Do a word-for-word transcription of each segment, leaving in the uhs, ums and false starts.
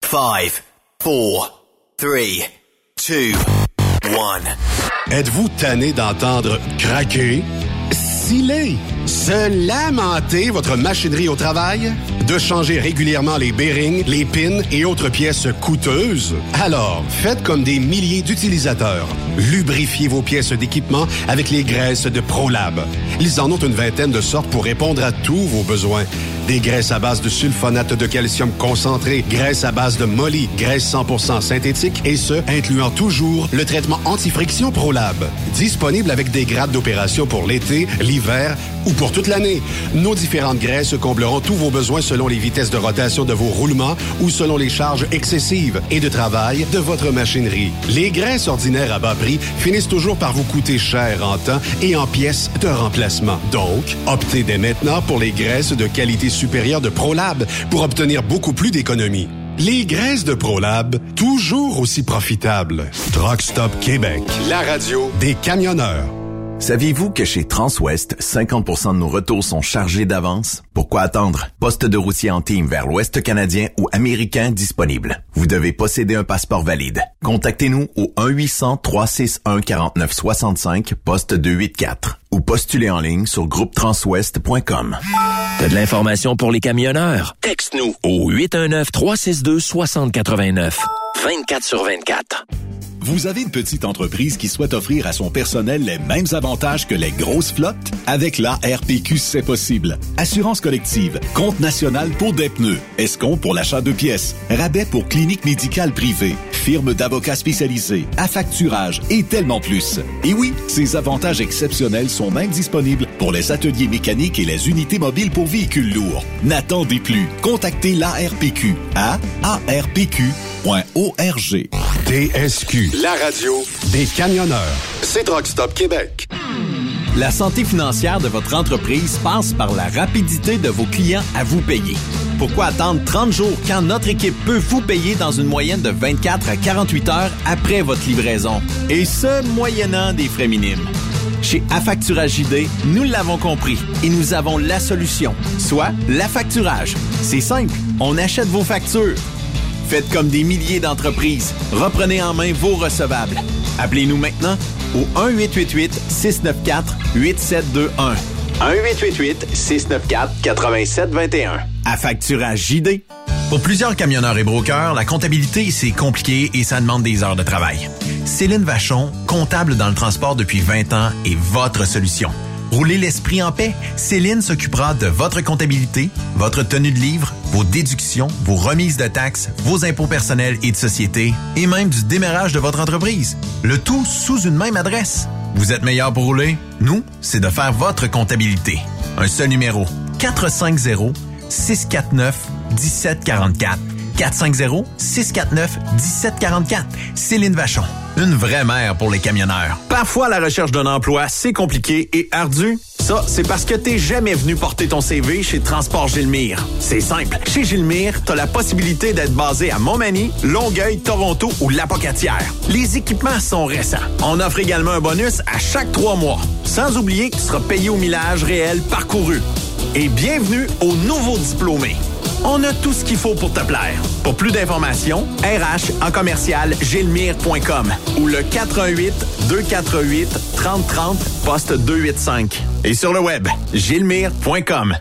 Five, four, three, two, one. Êtes-vous tanné d'entendre craquer, sciller, se lamenter votre machinerie au travail? De changer régulièrement les bearings, les pins et autres pièces coûteuses? Alors, faites comme des milliers d'utilisateurs. Lubrifiez vos pièces d'équipement avec les graisses de ProLab. Ils en ont une vingtaine de sortes pour répondre à tous vos besoins. Des graisses à base de sulfonate de calcium concentré, graisses à base de molly, graisse cent pour cent synthétique et ce, incluant toujours le traitement anti-friction ProLab. Disponible avec des grades d'opération pour l'été, l'hiver ou pour toute l'année. Nos différentes graisses combleront tous vos besoins selon les vitesses de rotation de vos roulements ou selon les charges excessives et de travail de votre machinerie. Les graisses ordinaires à bas prix finissent toujours par vous coûter cher en temps et en pièces de remplacement. Donc, optez dès maintenant pour les graisses de qualité supérieure de ProLab pour obtenir beaucoup plus d'économies. Les graisses de ProLab, toujours aussi profitables. Truck Stop Québec, la radio des camionneurs. Saviez-vous que chez Transwest, cinquante pour cent de nos retours sont chargés d'avance? Pourquoi attendre? Poste de routier en team vers l'Ouest canadien ou américain disponible. Vous devez posséder un passeport valide. Contactez-nous au un huit cents, trois six un, quatre neuf six cinq, poste deux cent quatre-vingt-quatre ou postulez en ligne sur groupe transwest point com. T'as de l'information pour les camionneurs? Texte-nous au huit un neuf, trois six deux, six zéro huit neuf. vingt-quatre sur vingt-quatre. Vous avez une petite entreprise qui souhaite offrir à son personnel les mêmes avantages que les grosses flottes? Avec l'A R P Q, c'est possible. Assurance collective, compte national pour des pneus, escompte pour l'achat de pièces, rabais pour clinique médicale privée, firme d'avocats spécialisés, affacturage et tellement plus. Et oui, ces avantages exceptionnels sont même disponibles pour les ateliers mécaniques et les unités mobiles pour véhicules lourds. N'attendez plus. Contactez l'A R P Q à a r p q point org. T S Q, la radio des camionneurs. C'est Truck Stop Québec. La santé financière de votre entreprise passe par la rapidité de vos clients à vous payer. Pourquoi attendre trente jours quand notre équipe peut vous payer dans une moyenne de vingt-quatre à quarante-huit heures après votre livraison? Et ce, moyennant des frais minimes. Chez Affacturage J D, nous l'avons compris et nous avons la solution, soit l'affacturage. C'est simple, on achète vos factures. Faites comme des milliers d'entreprises. Reprenez en main vos recevables. Appelez-nous maintenant au un huit huit huit, six neuf quatre, huit sept deux un. un huit huit huit, six neuf quatre, huit sept deux un. Affacturage J D. Pour plusieurs camionneurs et brokers, la comptabilité, c'est compliqué et ça demande des heures de travail. Céline Vachon, comptable dans le transport depuis vingt ans, est votre solution. Roulez l'esprit en paix. Céline s'occupera de votre comptabilité, votre tenue de livre, vos déductions, vos remises de taxes, vos impôts personnels et de société, et même du démarrage de votre entreprise. Le tout sous une même adresse. Vous êtes meilleur pour rouler? Nous, c'est de faire votre comptabilité. Un seul numéro. quatre cinq zéro, six quatre neuf, un sept quatre quatre. quatre cinq zéro, six quatre neuf, un sept quatre quatre. Céline Vachon. Une vraie mère pour les camionneurs. Parfois, la recherche d'un emploi, c'est compliqué et ardu. Ça, c'est parce que t'es jamais venu porter ton C V chez Transport Gilmire. C'est simple. Chez Gilmire, t'as la possibilité d'être basé à Montmagny, Longueuil, Toronto ou Lapocatière. Les équipements sont récents. On offre également un bonus à chaque trois mois. Sans oublier que tu seras payé au millage réel parcouru. Et bienvenue aux nouveaux diplômés. On a tout ce qu'il faut pour te plaire. Pour plus d'informations, R H en commercial gilmire point com ou le quatre un huit, deux quatre huit, trente trente, poste deux cent quatre-vingt-cinq. Et sur le web, gilmire point com.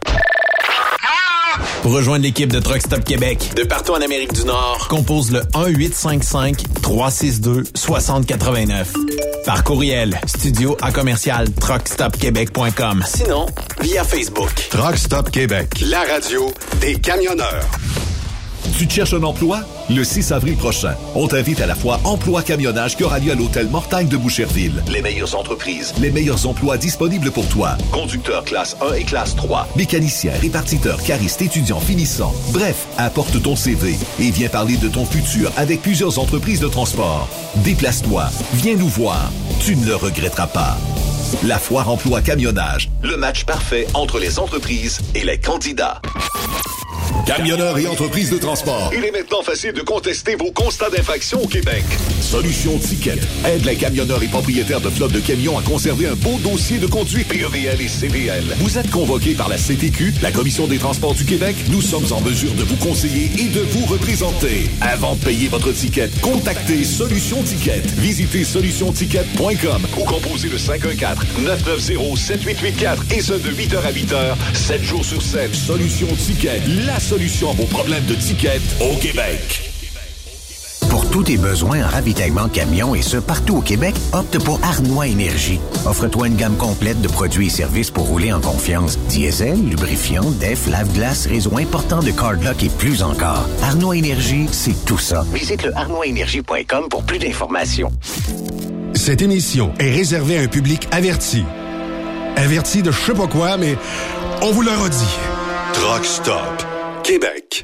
Pour rejoindre l'équipe de Truck Stop Québec, De partout en Amérique du Nord, compose le un huit cinq cinq, trois six deux, six zéro huit neuf. Par courriel, studio à commercial truck stop québec point com. sinon, via Facebook. Truck Stop Québec, la radio des camionneurs. Tu te cherches un emploi? Le six avril prochain, on t'invite à la foire Emploi Camionnage qui aura lieu à l'hôtel Mortagne de Boucherville. Les meilleures entreprises, les meilleurs emplois disponibles pour toi. Conducteur classe un et classe trois, mécanicien, répartiteur, cariste, étudiant, finissant. Bref, apporte ton C V et viens parler de ton futur avec plusieurs entreprises de transport. Déplace-toi, viens nous voir. Tu ne le regretteras pas. La foire Emploi Camionnage, le match parfait entre les entreprises et les candidats. Camionneurs et entreprises de transport, il est maintenant facile de contester vos constats d'infraction au Québec. Solution Ticket aide les camionneurs et propriétaires de flottes de camions à conserver un beau dossier de conduite P E V L et C V L. Vous êtes convoqué par la C T Q, la Commission des transports du Québec. Nous sommes en mesure de vous conseiller et de vous représenter. Avant de payer votre ticket, contactez Solution Ticket. Visitez solution ticket point com ou composez le cinq un quatre, neuf neuf zéro, sept huit huit quatre et ce de huit heures à huit heures, sept jours sur sept. Solution Ticket, la solution à vos problèmes de ticket au Québec. Pour tous tes besoins en ravitaillement camion et ce, partout au Québec, opte pour Arnois Énergie. Offre-toi une gamme complète de produits et services pour rouler en confiance. Diesel, lubrifiant, def, lave-glace, réseau important de cardlock et plus encore. Arnois Énergie, c'est tout ça. Visite le arnois énergie point com pour plus d'informations. Cette émission est réservée à un public averti. Averti de je sais pas quoi, mais on vous le redit. Truck Stop Québec.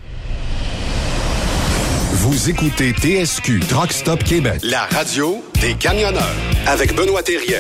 Vous écoutez T S Q Truck Stop Québec, La radio des camionneurs avec Benoît Thérien.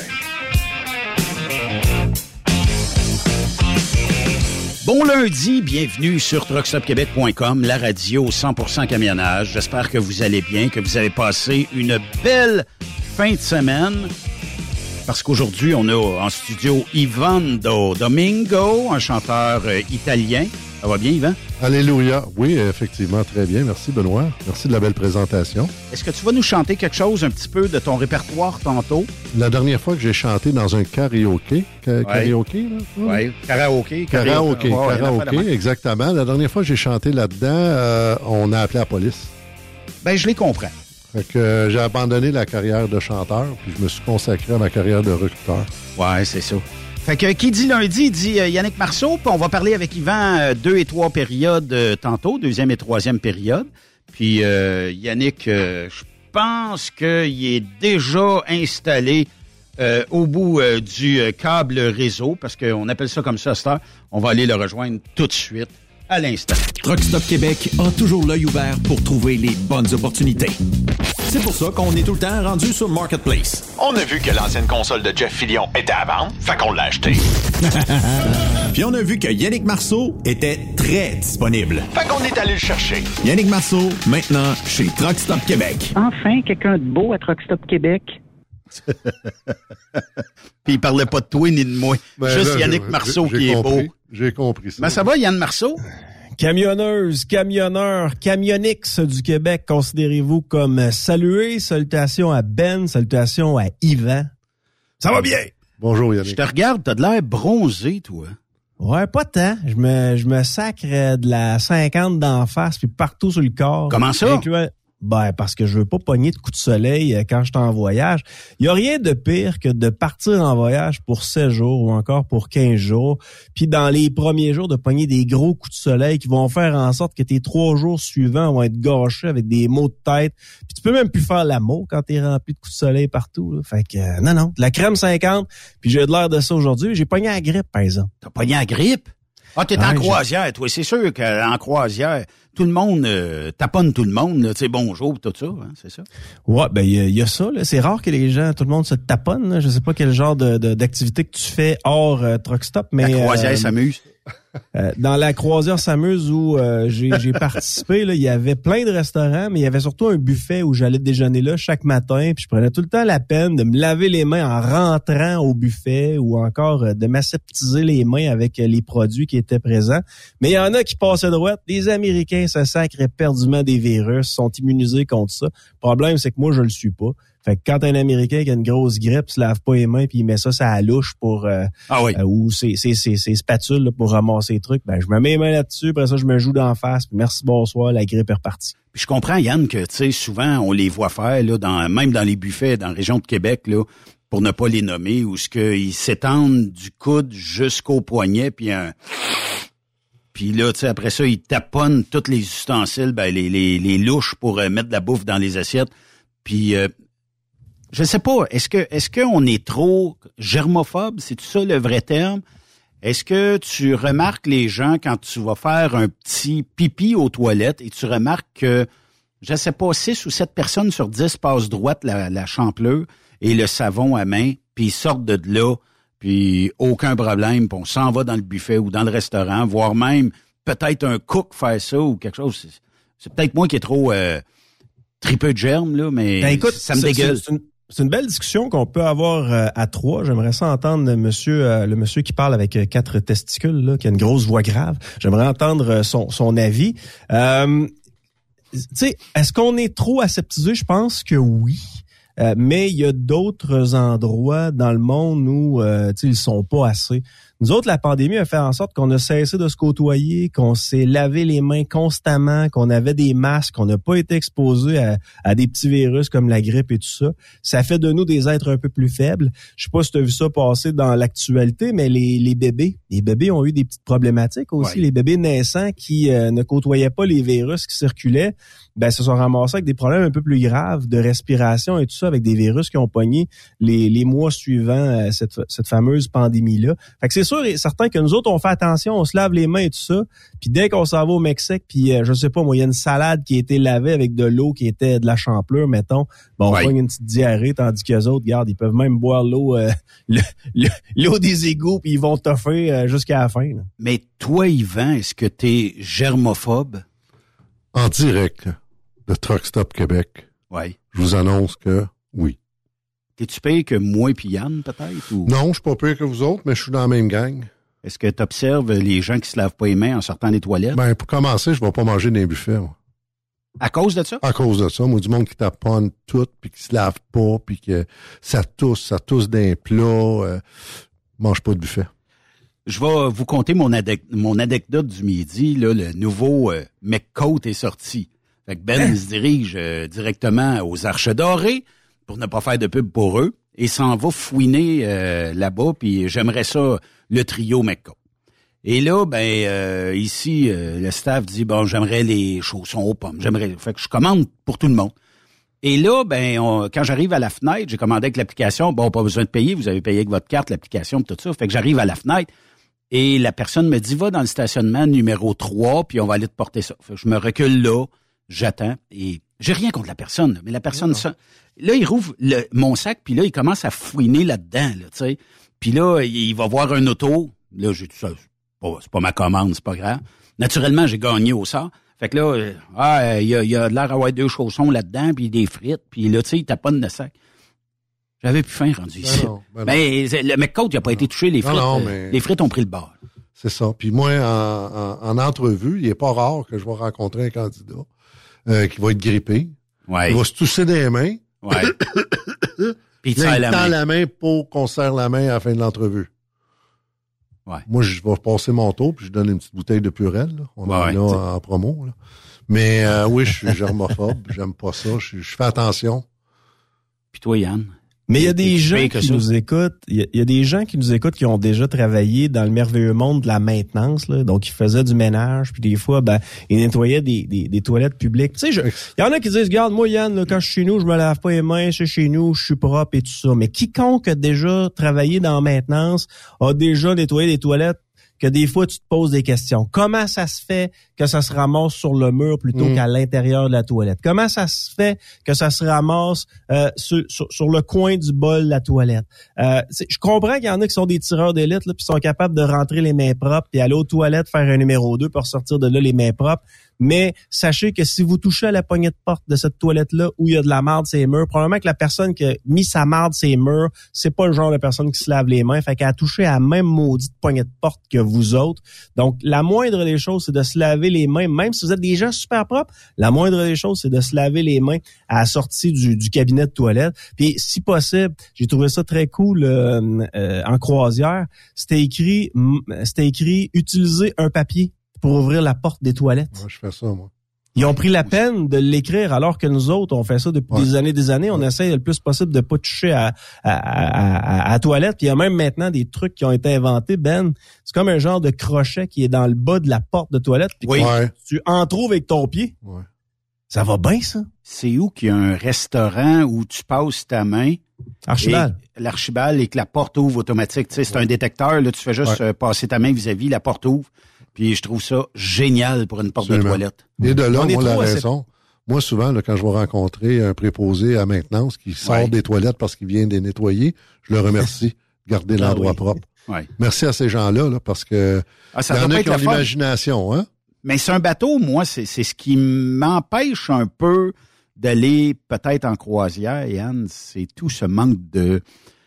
Bon lundi, bienvenue sur truck stop québec point com, la radio cent pour cent camionnage. J'espère que vous allez bien, que vous avez passé une belle fin de semaine. Parce qu'aujourd'hui, on a en studio Ivan Domingo, un chanteur euh, italien. Ça va bien, Yvan? Alléluia. Oui, effectivement, très bien. Merci, Benoît. Merci de la belle présentation. Est-ce que tu vas nous chanter quelque chose un petit peu de ton répertoire tantôt? La dernière fois que j'ai chanté dans un karaoké, ca- ouais. karaoké, là? Oui, karaoké. Karaoké, karaoké, karaoké, exactement. La dernière fois que j'ai chanté là-dedans, euh, on a appelé la police. Ben, je les comprends. Fait que euh, j'ai abandonné la carrière de chanteur, puis je me suis consacré à ma carrière de recruteur. Ouais, c'est ça. Fait que qui dit lundi, dit euh, Yannick Marceau, puis on va parler avec Yvan euh, deux et trois périodes euh, tantôt, deuxième et troisième période. Puis euh, Yannick, euh, je pense qu'il est déjà installé euh, au bout euh, du euh, câble réseau, parce qu'on appelle ça comme ça à cette heure. On va aller le rejoindre tout de suite, à l'instant. Truck Stop Québec a toujours l'œil ouvert pour trouver les bonnes opportunités. C'est pour ça qu'on est tout le temps rendu sur Marketplace. On a vu que l'ancienne console de Jeff Fillion était à vendre, fait qu'on l'a acheté. Puis on a vu que Yannick Marceau était très disponible. Fait qu'on est allé le chercher. Yannick Marceau, maintenant chez Truck Stop Québec. Enfin, quelqu'un de beau à Truck Stop Québec. Puis il parlait pas de toi ni de moi. Ben, Juste là, Yannick j'ai, Marceau j'ai qui compris, est beau. J'ai compris ça. Ben ça va, Yann Marceau? Camionneuse, camionneur, Camionix du Québec, considérez-vous comme salué. Salutations à Ben, salutations à Yvan. Ça va bien? Bonjour Yannick. Je te regarde, t'as de l'air bronzé, toi. Ouais, pas tant. Je me, je me sacre de la cinquante d'en face puis partout sur le corps. Comment ça? Incluant... Ben, parce que je veux pas pogner de coups de soleil quand je suis en voyage. Il y a rien de pire que de partir en voyage pour sept jours ou encore pour quinze jours, puis dans les premiers jours de pogner des gros coups de soleil qui vont faire en sorte que tes trois jours suivants vont être gâchés avec des maux de tête. Puis tu peux même plus faire l'amour quand t'es rempli de coups de soleil partout, là. Fait que, euh, non, non, de la crème cinquante, puis j'ai de l'air de ça aujourd'hui. J'ai pogné la grippe, par exemple. T'as pogné la grippe? Ah, t'es ouais, en j'ai... croisière, toi. C'est sûr qu'en croisière, tout le monde euh, taponne tout le monde, tu sais, bonjour, tout ça, hein, c'est ça? Ouais, ben, il y, y a ça, là. C'est rare que les gens, tout le monde se taponne, là. Je sais pas quel genre de, de, d'activité que tu fais hors euh, truck stop, mais... La croisière euh, s'amuse. Euh, dans la croisière s'amuse où euh, j'ai, j'ai participé, là, il y avait plein de restaurants, mais il y avait surtout un buffet où j'allais déjeuner là chaque matin, puis je prenais tout le temps la peine de me laver les mains en rentrant au buffet ou encore euh, de m'aseptiser les mains avec euh, les produits qui étaient présents. Mais il y en a qui passaient droite. Les Américains se sacrent éperdument des virus, sont immunisés contre ça. Le problème, c'est que moi, je le suis pas. Fait que quand un Américain qui a une grosse grippe se lave pas les mains puis il met ça sur la louche pour euh, ah oui. euh, ou ses, ses, ses, ses spatules là, pour ramasser les trucs, ben je me mets les mains là-dessus, après ça je me joue d'en face, puis merci bonsoir, la grippe est repartie. Puis je comprends Yann que tu sais souvent on les voit faire là dans même dans les buffets dans la région de Québec là pour ne pas les nommer où ce que ils s'étendent du coude jusqu'au poignet puis un Puis là, tu sais, après ça, ils taponnent tous les ustensiles, ben les les, les louches pour euh, mettre de la bouffe dans les assiettes. Puis euh, je sais pas, est-ce que est-ce qu'on est trop germophobe, c'est ça le vrai terme? Est-ce que tu remarques les gens quand tu vas faire un petit pipi aux toilettes et tu remarques que, je sais pas, six ou sept personnes sur dix passent droite la, la champleur et le savon à main, puis ils sortent de là, puis aucun problème, puis on s'en va dans le buffet ou dans le restaurant, voire même peut-être un cook faire ça ou quelque chose. C'est, c'est peut-être moi qui est trop euh, tripeux de germes, là, mais ben, écoute, ça me c'est, dégueule. C'est, c'est, une, c'est une belle discussion qu'on peut avoir euh, à trois. J'aimerais ça entendre le monsieur, euh, le monsieur qui parle avec euh, quatre testicules, là, qui a une grosse voix grave. J'aimerais entendre euh, son, son avis. Euh, tu sais, est-ce qu'on est trop aseptisé? Je pense que oui. Euh, mais il y a d'autres endroits dans le monde où euh, ils sont pas assez. Nous autres, la pandémie a fait en sorte qu'on a cessé de se côtoyer, qu'on s'est lavé les mains constamment, qu'on avait des masques, qu'on n'a pas été exposé à, à des petits virus comme la grippe et tout ça. Ça fait de nous des êtres un peu plus faibles. Je sais pas si tu as vu ça passer dans l'actualité, mais les, les bébés, les bébés ont eu des petites problématiques aussi. Ouais. Les bébés naissants qui euh, ne côtoyaient pas les virus qui circulaient, ben se sont ramassés avec des problèmes un peu plus graves de respiration et tout ça, avec des virus qui ont pogné les, les mois suivants euh, cette, cette fameuse pandémie-là. Fait que c'est sûr et certain que nous autres, on fait attention, on se lave les mains et tout ça, puis dès qu'on s'en va au Mexique, puis euh, je sais pas, moi, il y a une salade qui a été lavée avec de l'eau qui était de la champlure, mettons, bon, on ouais. pogne une petite diarrhée, tandis qu'eux autres, regarde, ils peuvent même boire l'eau euh, le, le, l'eau des égouts, puis ils vont toffer euh, jusqu'à la fin. Là. Mais toi, Yvan, est-ce que t'es germophobe? En direct de Truck Stop Québec, ouais. je vous annonce que oui. T'es-tu pire que moi et Yann, peut-être? Ou... Non, je suis pas pire que vous autres, mais je suis dans la même gang. Est-ce que tu observes les gens qui se lavent pas les mains en sortant des toilettes? Ben, pour commencer, je vais pas manger dans les buffets, moi. À cause de ça? À cause de ça. Moi, du monde qui taponne tout, puis qui se lave pas, puis que ça tousse, ça tousse d'un plat, euh, mange pas de buffet. Je vais vous conter mon, adec- mon anecdote du midi. Là, le nouveau euh, McCoat est sorti. Fait que Ben hein? se dirige euh, directement aux Arches Dorées pour ne pas faire de pub pour eux et s'en va fouiner euh, là-bas. Puis j'aimerais ça, le trio McCoat. Et là, ben euh, ici, euh, le staff dit, bon, j'aimerais les chaussons aux pommes. J'aimerais. Fait que je commande pour tout le monde. Et là, ben on, quand j'arrive à la fenêtre, j'ai commandé avec l'application. Bon, pas besoin de payer. Vous avez payé avec votre carte, l'application, tout ça. Fait que j'arrive à la fenêtre. Et la personne me dit, va dans le stationnement numéro trois, puis on va aller te porter ça. Fait que je me recule là, j'attends, et j'ai rien contre la personne, mais la personne, ça, là, il rouvre le, mon sac, puis là, il commence à fouiner là-dedans, là, tu sais. Puis là, il, il va voir un auto. Là, j'ai dit ça, c'est pas, c'est pas ma commande, c'est pas grave. Naturellement, j'ai gagné au sort. Fait que là, euh, ah, il y a, il y a de l'air à avoir deux chaussons là-dedans, puis des frites, puis là, tu sais, il taponne le sac. J'avais plus faim rendu ici. Ben non, ben mais le McCoat, il n'a pas été touché, les frites. Non, non, mais... Les frites ont pris le bord. C'est ça. Puis moi, en, en, en entrevue, il n'est pas rare que je vais rencontrer un candidat euh, qui va être grippé. Ouais. Il va se tousser des mains. Ouais. Puis il tend la, main. la main pour qu'on serre la main à la fin de l'entrevue. Ouais. Moi, je vais passer mon tour, puis je donne une petite bouteille de Purel. Là. On ouais, en a là en promo. Là. Mais euh, oui, je suis germophobe. J'aime pas ça. Je, je fais attention. Puis toi, Yann? Mais il y a des gens qui nous écoutent, il y, y a des gens qui nous écoutent qui ont déjà travaillé dans le merveilleux monde de la maintenance, là. Donc ils faisaient du ménage, puis des fois, ben, ils nettoyaient des, des, des toilettes publiques. Tu sais, il y en a qui disent, regarde, moi Yann, là, quand je suis chez nous, je me lave pas les mains, c'est chez nous, je suis propre et tout ça. Mais quiconque a déjà travaillé dans la maintenance a déjà nettoyé des toilettes que des fois, tu te poses des questions. Comment ça se fait que ça se ramasse sur le mur plutôt mmh. qu'à l'intérieur de la toilette? Comment ça se fait que ça se ramasse euh, sur, sur, sur le coin du bol de la toilette? Euh, je comprends qu'il y en a qui sont des tireurs d'élite, là, puis sont capables de rentrer les mains propres, puis aller aux toilettes faire un numéro deux pour ressortir de là les mains propres. Mais sachez que si vous touchez à la poignée de porte de cette toilette-là où il y a de la marde sur les murs, probablement que la personne qui a mis sa marde sur les murs, c'est pas le genre de personne qui se lave les mains. Fait qu'elle a touché à la même maudite poignée de porte que vous autres. Donc, la moindre des choses, c'est de se laver les mains, même si vous êtes des gens super propres. La moindre des choses, c'est de se laver les mains à la sortie du, du cabinet de toilette. Puis, si possible, j'ai trouvé ça très cool euh, euh, en croisière. C'était écrit, c'était écrit, utiliser un papier pour ouvrir la porte des toilettes. Moi, je fais ça, moi. Ils ont pris la peine de l'écrire, alors que nous autres, on fait ça depuis ouais. des années des années. On ouais. essaie le plus possible de pas toucher à, à, à, à, à la toilette. Puis il y a même maintenant des trucs qui ont été inventés, Ben. C'est comme un genre de crochet qui est dans le bas de la porte de toilette. Puis oui. ouais. tu en trouves avec ton pied. Ouais. Ça va bien, ça. C'est où qu'il y a un restaurant où tu passes ta main? Archibald. L'archibald et que la porte ouvre automatique. Tu sais, c'est ouais. un détecteur. Là, tu fais juste ouais. passer ta main vis-à-vis, la porte ouvre. Puis je trouve ça génial pour une porte Absolument. de toilette. Et de là, moi, la raison. Moi, souvent, là, quand je vais rencontrer un préposé à maintenance qui sort ouais. des toilettes parce qu'il vient de les nettoyer, je le remercie de garder l'endroit ah, oui. propre. Ouais. Merci à ces gens-là, là, parce que ah, il y en a qui ont l'imagination, hein? Mais c'est un bateau, moi, c'est, c'est ce qui m'empêche un peu d'aller peut-être en croisière, Yann, c'est tout ce manque de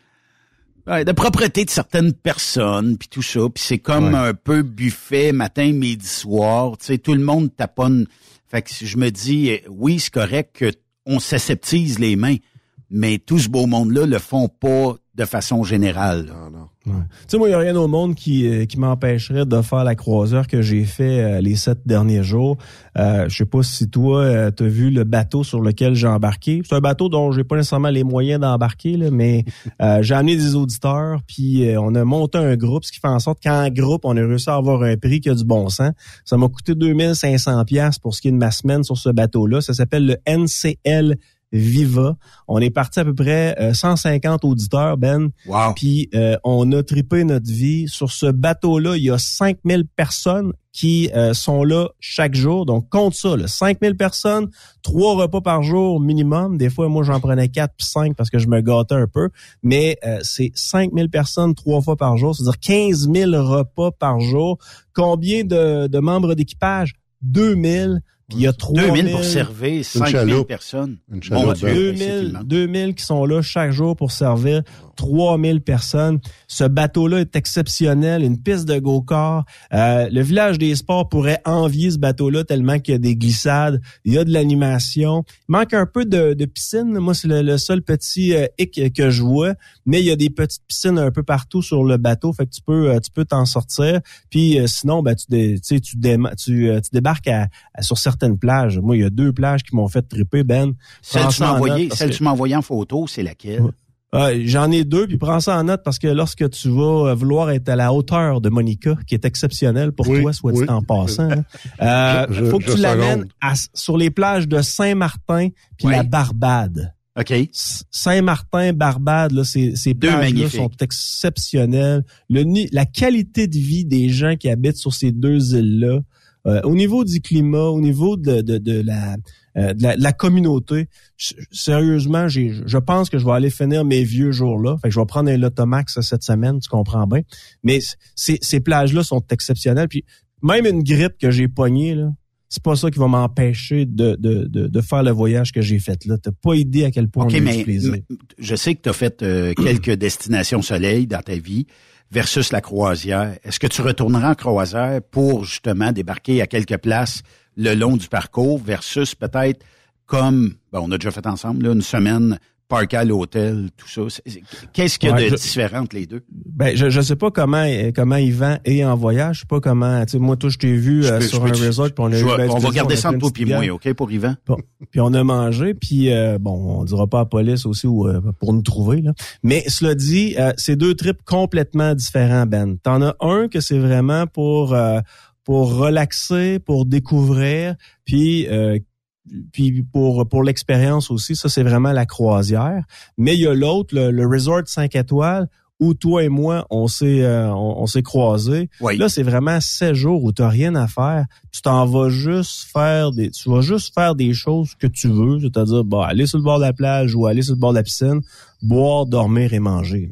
de propreté de certaines personnes, puis tout ça. Puis c'est comme ouais. un peu buffet matin, midi, soir. Tu sais, tout le monde taponne. Fait que je me dis, oui, c'est correct qu'on s'aseptise les mains, mais tout ce beau monde-là le font pas de façon générale. Non, non. Ouais. Tu sais, moi, il n'y a rien au monde qui euh, qui m'empêcherait de faire la croisière que j'ai fait euh, les sept derniers jours. Euh, je sais pas si toi, euh, tu as vu le bateau sur lequel j'ai embarqué. C'est un bateau dont j'ai pas nécessairement les moyens d'embarquer, là, mais euh, j'ai amené des auditeurs, puis euh, on a monté un groupe, ce qui fait en sorte qu'en groupe, on a réussi à avoir un prix qui a du bon sens. Ça m'a coûté deux mille cinq cents dollars pour ce qui est de ma semaine sur ce bateau-là. Ça s'appelle le N C L Viva. On est parti à peu près euh, cent cinquante auditeurs, Ben. Wow. Puis euh, on a trippé notre vie. Sur ce bateau-là, il y a cinq mille personnes qui euh, sont là chaque jour. Donc, compte ça, là, cinq mille personnes, trois repas par jour minimum. Des fois, moi, j'en prenais quatre puis cinq parce que je me gâtais un peu. Mais euh, c'est cinq mille personnes trois fois par jour, c'est-à-dire quinze mille repas par jour. Combien de, de membres d'équipage? deux mille. Puis il y a trois mille deux mille pour servir cinq mille personnes. Une chaloupe. deux mille, deux mille qui sont là chaque jour pour servir trois mille personnes. Ce bateau-là est exceptionnel, une piste de go-kart. Euh, le village des sports pourrait envier ce bateau-là tellement qu'il y a des glissades, il y a de l'animation. Il manque un peu de, de piscine. Moi, c'est le, le seul petit euh, hic que je vois, mais il y a des petites piscines un peu partout sur le bateau, fait que tu peux euh, tu peux t'en sortir. Puis euh, sinon, ben tu dé, tu tu, déma, tu, euh, tu débarques à, à, sur certaines plages. Moi, il y a deux plages qui m'ont fait tripper, Ben. Celle que tu m'as envoyée, celle que tu m'as envoyée en photo, c'est laquelle? Ouais. Euh, j'en ai deux, puis prends ça en note parce que lorsque tu vas vouloir être à la hauteur de Monica, qui est exceptionnelle pour oui, toi, soit dit oui. en passant, hein, euh, je, faut que tu l'amènes à, sur les plages de Saint-Martin puis oui. la Barbade. OK. Saint-Martin, Barbade, là, ces, ces plages-là sont exceptionnelles. Le, la qualité de vie des gens qui habitent sur ces deux îles-là, euh, au niveau du climat, au niveau de, de, de la... Euh, de, la, de la communauté. Je, sérieusement, j'ai, je pense que je vais aller finir mes vieux jours-là. Fait que je vais prendre un Lotomax cette semaine, tu comprends bien. Mais ces, ces plages-là sont exceptionnelles. Puis même une grippe que j'ai pognée, là, c'est pas ça qui va m'empêcher de, de, de, de faire le voyage que j'ai fait là. T'as pas idée à quel point okay, on a mais, du plaisir. Mais je sais que tu as fait euh, quelques destinations soleil dans ta vie versus la croisière. Est-ce que tu retourneras en croisière pour justement débarquer à quelques places le long du parcours versus peut-être comme, ben on a déjà fait ensemble, là, une semaine parquée à l'hôtel, tout ça. Qu'est-ce qu'il y a ouais, de je, différent entre les deux? Ben, je je sais pas comment comment Yvan est en voyage. Je sais pas comment, tu sais, moi, toi, je t'ai vu je euh, peux, sur un resort, puis on a je, eu... Ben, on va garder ça entre toi puis moi, OK, pour Yvan? Bon. Puis on a mangé, puis euh, bon, on dira pas à la police aussi ou euh, pour nous trouver, là. Mais cela dit, euh, c'est deux trips complètement différents, Ben. T'en as un que c'est vraiment pour... Euh, pour relaxer, pour découvrir, puis euh, puis pour pour l'expérience aussi, ça c'est vraiment la croisière. Mais il y a l'autre, le, le resort cinq étoiles, où toi et moi on s'est euh, on, on s'est croisés. Oui. Là c'est vraiment sept jours où t'as rien à faire. Tu t'en vas juste faire des, tu vas juste faire des choses que tu veux, c'est-à-dire bah aller sur le bord de la plage ou aller sur le bord de la piscine, boire, dormir et manger. Là.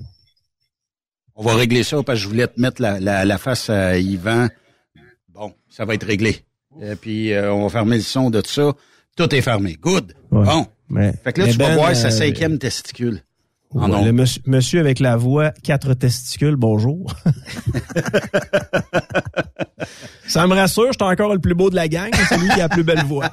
On va régler ça parce que je voulais te mettre la la, la face à Yvan. Bon, ça va être réglé. Et puis, euh, on va fermer le son de tout ça. Tout est fermé. Good. Ouais, bon. Mais, fait que là, tu ben, vas voir euh, sa cinquième testicule. Ouais, le monsieur, monsieur avec la voix quatre testicules, bonjour. Ça me rassure, je suis encore le plus beau de la gang. C'est lui qui a la plus belle voix.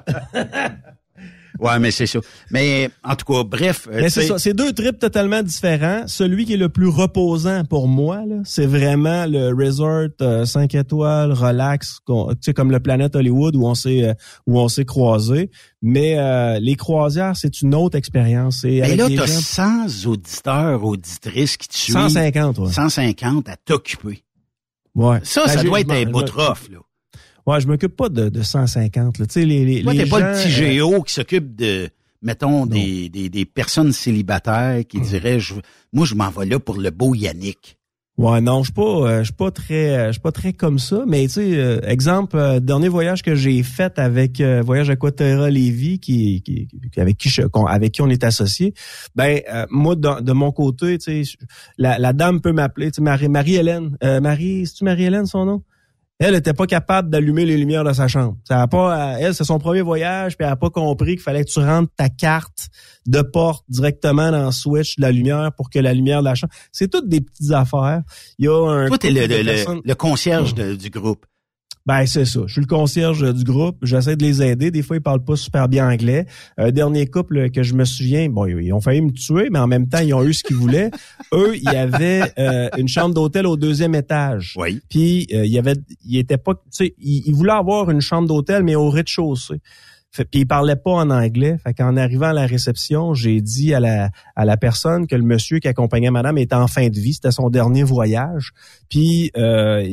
Ouais, mais c'est ça. Mais en tout cas, bref. Mais c'est ça. C'est deux trips totalement différents. Celui qui est le plus reposant pour moi, là, c'est vraiment le resort euh, cinq étoiles, relax, tu sais, comme le Planet Hollywood où on s'est euh, où on s'est croisés. Mais euh, les croisières, c'est une autre expérience. Et mais là, t'as gens... cent auditeurs, auditrices qui te suivent. cent cinquante, ouais. cent cinquante à t'occuper. Ouais. Ça, ben, ça doit être un bout de rough, là. Ouais, je m'occupe pas de, de cent cinquante. Là. Tu sais, les, les, Toi, les t'es gens, pas le petit Géo euh... qui s'occupe de, mettons, des, des, des personnes célibataires qui diraient, je, moi, je m'en vais là pour le beau Yannick. Ouais, non, je suis pas, euh, je suis pas très, je suis pas très comme ça. Mais tu sais, euh, exemple, euh, dernier voyage que j'ai fait avec euh, voyage Aquaterra Lévis, qui, qui, qui, avec qui, je, avec qui on est associé. Ben, euh, moi, de, de mon côté, tu sais, la, la dame peut m'appeler, tu sais, Marie, Marie-Hélène, euh, Marie, c'est-tu Marie-Hélène son nom? Elle était pas capable d'allumer les lumières de sa chambre. Ça a pas, elle, c'est son premier voyage, puis elle a pas compris qu'il fallait que tu rentres ta carte de porte directement dans le switch de la lumière pour que la lumière de la chambre. C'est toutes des petites affaires. Il y a un. Toi, t'es le, le, le, le concierge de, du groupe. Ben, c'est ça. Je suis le concierge du groupe. J'essaie de les aider. Des fois, ils parlent pas super bien anglais. Un dernier couple que je me souviens, bon, ils ont failli me tuer, mais en même temps, ils ont eu ce qu'ils voulaient. Eux, il y avait euh, une chambre d'hôtel au deuxième étage. Oui. Puis, euh, il y avait, il était pas, tu sais, ils il voulaient avoir une chambre d'hôtel, mais au rez-de-chaussée. Fait, puis, ils parlaient pas en anglais. Fait qu'en arrivant à la réception, j'ai dit à la, à la personne que le monsieur qui accompagnait madame était en fin de vie. C'était son dernier voyage. Puis, euh,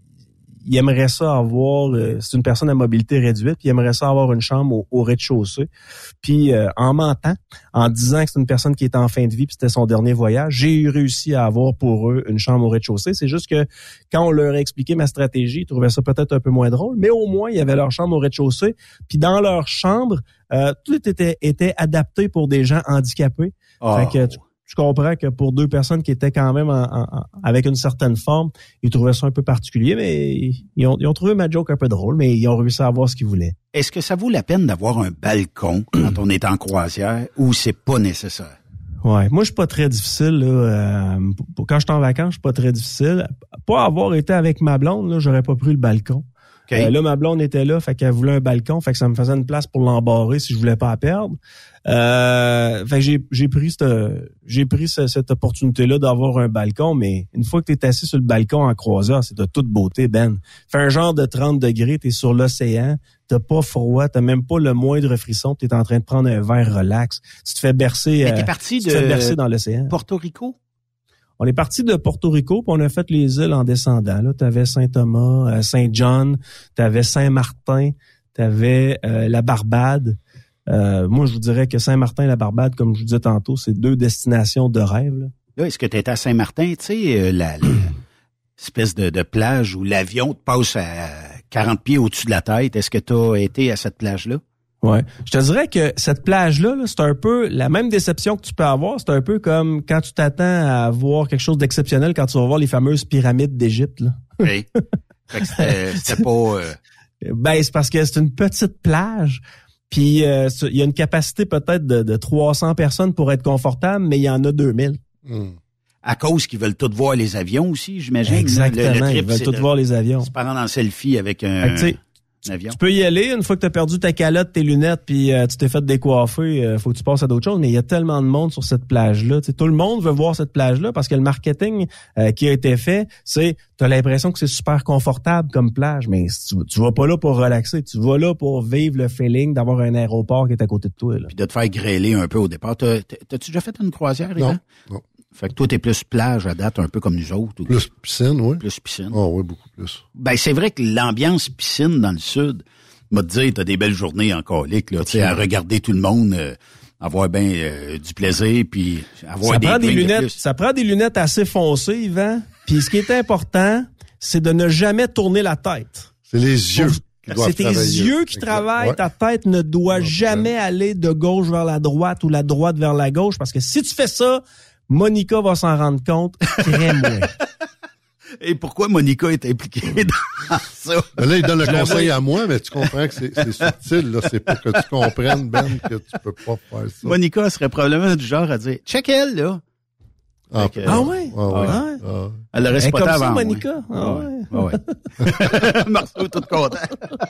il aimerait ça avoir, euh, c'est une personne à mobilité réduite, puis il aimerait ça avoir une chambre au, au rez-de-chaussée. Puis euh, en mentant, en disant que c'est une personne qui est en fin de vie, puis c'était son dernier voyage, j'ai eu réussi à avoir pour eux une chambre au rez-de-chaussée. C'est juste que quand on leur a expliqué ma stratégie, ils trouvaient ça peut-être un peu moins drôle, mais au moins, il y avait leur chambre au rez-de-chaussée. Puis dans leur chambre, euh, tout était, était adapté pour des gens handicapés. Oh. Fait que tu, Tu comprends que pour deux personnes qui étaient quand même en, en, avec une certaine forme, ils trouvaient ça un peu particulier, mais ils ont, ils ont trouvé ma joke un peu drôle, mais ils ont réussi à avoir ce qu'ils voulaient. Est-ce que ça vaut la peine d'avoir un balcon quand on est en croisière ou c'est pas nécessaire? Ouais, moi je suis pas très difficile là. Euh, quand je suis en vacances, je suis pas très difficile. Pas avoir été avec ma blonde, là, j'aurais pas pris le balcon. Okay. Euh, là, ma blonde était là, fait qu'elle voulait un balcon, fait que ça me faisait une place pour l'embarrer si je voulais pas la perdre. Euh, fait que j'ai, j'ai pris cette, j'ai pris ce, cette opportunité-là d'avoir un balcon, mais une fois que t'es assis sur le balcon en croisière, c'est de toute beauté, Ben. Fait un genre de trente degrés, t'es sur l'océan, t'as pas froid, t'as même pas le moindre frisson, t'es en train de prendre un verre relax. Tu te fais bercer, mais t'es parti tu de te fais bercer dans l'océan. Porto Rico? On est parti de Porto Rico, puis on a fait les îles en descendant. Là, t'avais Saint-Thomas, euh, Saint-John, t'avais Saint-Martin, t'avais euh, la Barbade. Euh, moi, je vous dirais que Saint-Martin et la Barbade, comme je vous disais tantôt, c'est deux destinations de rêve. Là, là est-ce que tu étais à Saint-Martin, tu sais, euh, la, la espèce de, de plage où l'avion te passe à quarante pieds au-dessus de la tête? Est-ce que tu as été à cette plage-là? Ouais, je te dirais que cette plage-là, là, c'est un peu la même déception que tu peux avoir. C'est un peu comme quand tu t'attends à voir quelque chose d'exceptionnel quand tu vas voir les fameuses pyramides d'Égypte. Là. Oui. Fait que c'était, c'était pas. Euh... Ben c'est parce que c'est une petite plage. Puis euh, il y a une capacité peut-être de, de trois cents personnes pour être confortable, mais il y en a deux mille. Mm. À cause qu'ils veulent tous voir les avions aussi, j'imagine. Exactement, le, le trip, ils veulent tous de, voir les avions. C'est pendant le selfie avec un. Tu, tu peux y aller une fois que tu as perdu ta calotte, tes lunettes, puis euh, tu t'es fait décoiffer, euh, faut que tu passes à d'autres choses. Mais il y a tellement de monde sur cette plage-là. T'sais, tout le monde veut voir cette plage-là parce que le marketing euh, qui a été fait, c'est t'as l'impression que c'est super confortable comme plage, mais tu, tu vas pas là pour relaxer, tu vas là pour vivre le feeling d'avoir un aéroport qui est à côté de toi. Là. Puis de te faire grêler un peu au départ. T'as, t'as-tu déjà fait une croisière, Non, Yvan? non. Fait que toi, t'es plus plage à date, un peu comme nous autres. Ou... Plus piscine, oui. Plus piscine. Ah oh, oui, beaucoup plus. Ben, c'est vrai que l'ambiance piscine dans le sud, m'a dit, t'as des belles journées en colique, là, tu sais, à regarder tout le monde, euh, avoir bien euh, du plaisir, puis avoir ça des, prend des lunettes. De ça prend des lunettes assez foncées, Yvan. Puis ce qui est important, c'est de ne jamais tourner la tête. C'est les yeux. C'est tes yeux qui exact. travaillent. Ouais. Ta tête ne doit ouais, jamais ouais. aller de gauche vers la droite ou la droite vers la gauche, parce que si tu fais ça, Monica va s'en rendre compte très moins. Et pourquoi Monica est impliquée dans ça? Là, il donne le conseil à moi, mais tu comprends que c'est, c'est subtil, là. C'est pour que tu comprennes, Ben, que tu peux pas faire ça. Monica serait probablement du genre à dire, check elle, là. Ah, que, ah ouais? Ah ouais. Ah ouais. Ah. Elle l'aurait spoté comme avant. Ça, Monica? Ouais. Ah ouais. Ah ouais. Marceau est tout content.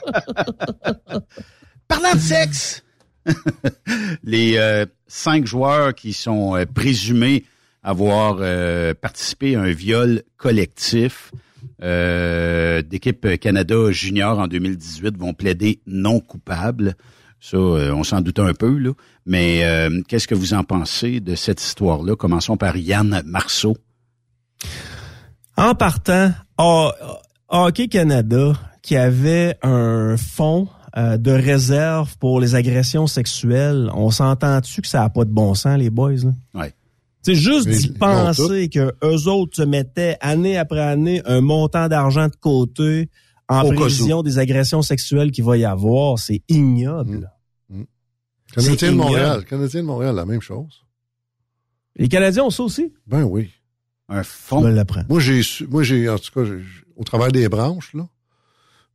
Parlant de sexe! Les euh, cinq joueurs qui sont euh, présumés avoir euh, participé à un viol collectif euh, d'équipe Canada Junior en deux mille dix-huit vont plaider non coupable. Ça, euh, on s'en doutait un peu, là. Mais euh, qu'est-ce que vous en pensez de cette histoire-là? Commençons par Yann Marceau. En partant, oh, Hockey Canada, qui avait un fonds euh, de réserve pour les agressions sexuelles, on s'entend-tu que ça n'a pas de bon sens, les boys? Là? Ouais. C'est juste d'y penser que eux autres se mettaient année après année un montant d'argent de côté en Au prévision des agressions sexuelles qu'il va y avoir. C'est ignoble. Mmh. Mmh. Canadien de Montréal. Canadien de Montréal, la même chose. Les Canadiens ont ça aussi? Ben oui. Un fonds. Je l'apprends. Moi, j'ai, moi, j'ai, en tout cas, j'ai, au travers des branches, là,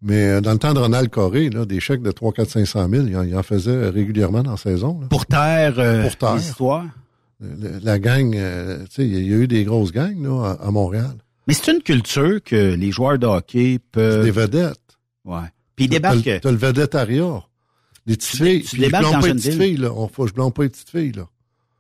Mais dans le temps de Ronald Coré, là, des chèques de trois, quatre, cinq cent mille, il en, il en faisait régulièrement dans la saison. Là. Pour taire, euh, Pour taire. l'histoire. La, la gang, euh, tu sais, il y a eu des grosses gangs là, à, à Montréal. Mais c'est une culture que les joueurs de hockey peuvent... C'est des vedettes. Ouais. Puis ils débarquent... T'as, t'as le vedettariat. Les petites tu, filles. Tu puis je débarques blâme dans pas les une petites ville. filles, là. On, faut, je blâme pas les petites filles, là.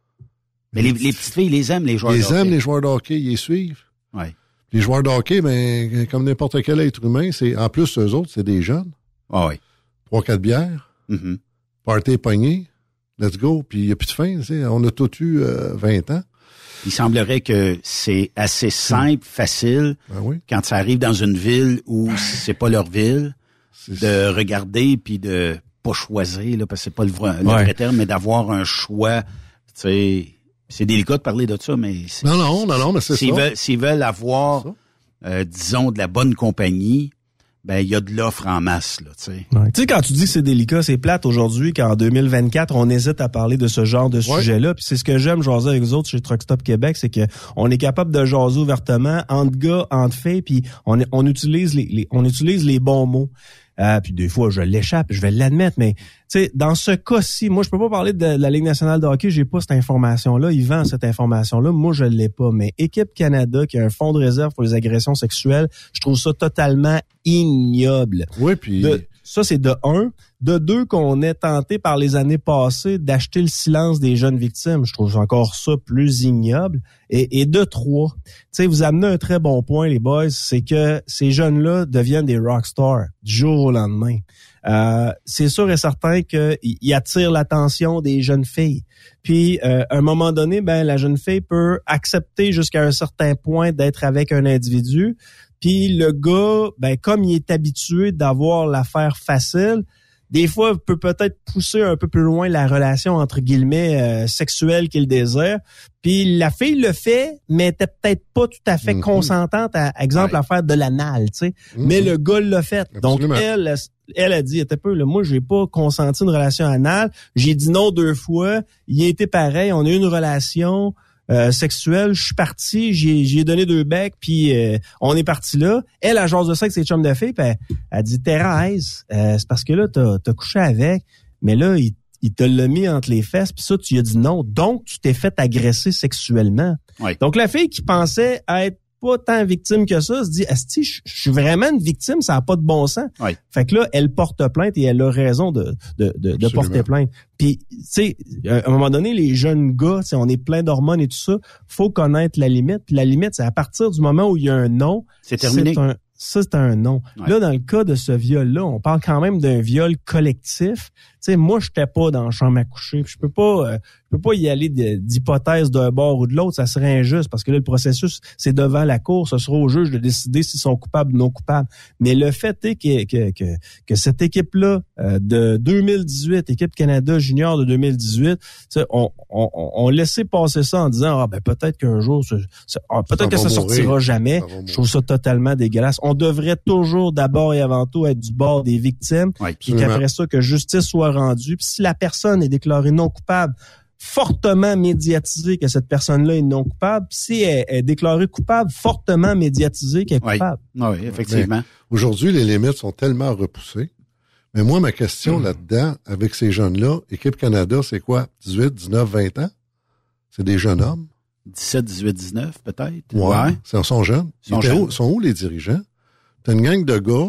Mais les, les petites filles, ils les aiment, les joueurs ils de hockey. Ils aiment les joueurs de hockey, ils les suivent. Ouais. Les joueurs de hockey, ben, comme n'importe quel être humain, c'est, en plus, eux autres, c'est des jeunes. Ah oui. Trois, quatre bières. Mm-hmm. Party pogné. Let's go. Puis il n'y a plus de fin, tu sais. On a tout eu euh, vingt ans. Il semblerait que c'est assez simple, facile, ben oui. quand ça arrive dans une ville où c'est pas leur ville, c'est de ça. Regarder puis de pas choisir, là, parce que c'est pas le vrai, le ouais. vrai terme, mais d'avoir un choix. Tu sais, c'est délicat de parler de ça, mais c'est, non, non, non, non, mais c'est s'ils ça. Veulent, s'ils veulent avoir, euh, disons, de la bonne compagnie, ben il y a de l'offre en masse, là, tu sais. Ouais. Tu sais, quand tu dis que c'est délicat, c'est plate aujourd'hui qu'en deux mille vingt-quatre, on hésite à parler de ce genre de ouais. sujet-là. Puis c'est ce que j'aime jaser avec vous autres chez Truck Stop Québec, c'est que on est capable de jaser ouvertement entre gars, entre filles, puis on, on utilise les, les on utilise les bons mots. Euh, puis des fois, je l'échappe, je vais l'admettre, mais tu sais, dans ce cas-ci, moi, je peux pas parler de la Ligue nationale de hockey, j'ai pas cette information-là, il vend cette information-là, moi, je l'ai pas, mais Équipe Canada, qui a un fonds de réserve pour les agressions sexuelles, je trouve ça totalement ignoble. Oui, puis... De, ça, c'est de un. De deux, qu'on est tenté par les années passées d'acheter le silence des jeunes victimes. Je trouve encore ça plus ignoble. Et, et de trois, tu sais, vous amenez un très bon point, les boys, c'est que ces jeunes-là deviennent des rockstars du jour au lendemain. Euh, c'est sûr et certain qu'ils attirent l'attention des jeunes filles. Puis, euh, à un moment donné, ben la jeune fille peut accepter jusqu'à un certain point d'être avec un individu. Puis le gars, ben comme il est habitué d'avoir l'affaire facile, des fois peut peut-être pousser un peu plus loin la relation entre guillemets euh, sexuelle qu'il désire. Puis la fille le fait, mais était peut-être pas tout à fait mm-hmm. consentante à, exemple, ouais. à faire de l'anal, tu sais. Mm-hmm. Mais le gars l'a fait. Absolument. Donc elle, elle a dit, était peu, là, moi j'ai pas consenti une relation anale. J'ai dit non deux fois. Il a été pareil. On a eu une relation. Euh, sexuelle, je suis parti, j'ai j'ai donné deux becs, puis euh, on est parti là. Elle, a genre de ça avec ses chums de filles, puis elle, elle dit Thérèse, euh, c'est parce que là t'as t'as couché avec, mais là il il te l'a mis entre les fesses, puis ça tu lui as dit non, donc tu t'es fait agresser sexuellement. Oui. Donc la fille qui pensait être pas tant victime que ça se dit asti, je suis vraiment une victime, ça a pas de bon sens. Oui. Fait que là elle porte plainte et elle a raison de de de, de porter plainte. Puis tu sais à un moment donné les jeunes gars, tu sais on est plein d'hormones et tout ça, faut connaître la limite. Puis la limite c'est à partir du moment où il y a un non, c'est terminé. C'est un, ça c'est un non. Ouais. Là dans le cas de ce viol là, on parle quand même d'un viol collectif. Tu sais moi j'étais pas dans la chambre à coucher, je peux pas euh, je peux pas y aller de, d'hypothèse d'un bord ou de l'autre, ça serait injuste parce que là le processus c'est devant la cour, ce sera au juge de décider s'ils sont coupables ou non coupables. Mais le fait est que que que, que cette équipe là euh, de deux mille dix-huit, équipe Canada junior de deux mille dix-huit, on on on laissait passer ça en disant ah ben peut-être qu'un jour ça, ça, ah, peut-être ça que ça sortira mourir. jamais. Ça je trouve ça totalement dégueulasse. On devrait toujours d'abord et avant tout être du bord des victimes, ouais, puis qu'après ça que justice soit rendue. Puis si la personne est déclarée non coupable, fortement médiatisé que cette personne-là est non coupable, si elle est déclarée coupable, fortement médiatisé qu'elle est coupable. Oui, oui effectivement. Mais aujourd'hui, les limites sont tellement repoussées. Mais moi, ma question mmh. là-dedans, avec ces jeunes-là, Équipe Canada, c'est quoi? dix-huit, dix-neuf, vingt ans? C'est des jeunes hommes? dix-sept, dix-huit, dix-neuf, peut-être? Ouais, ouais. Ils sont jeunes. Ils sont, jeunes. Où, sont où les dirigeants? T'as une gang de gars,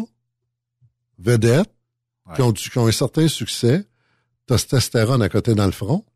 vedettes, ouais. qui, ont du, qui ont un certain succès, testostérone à côté dans le front.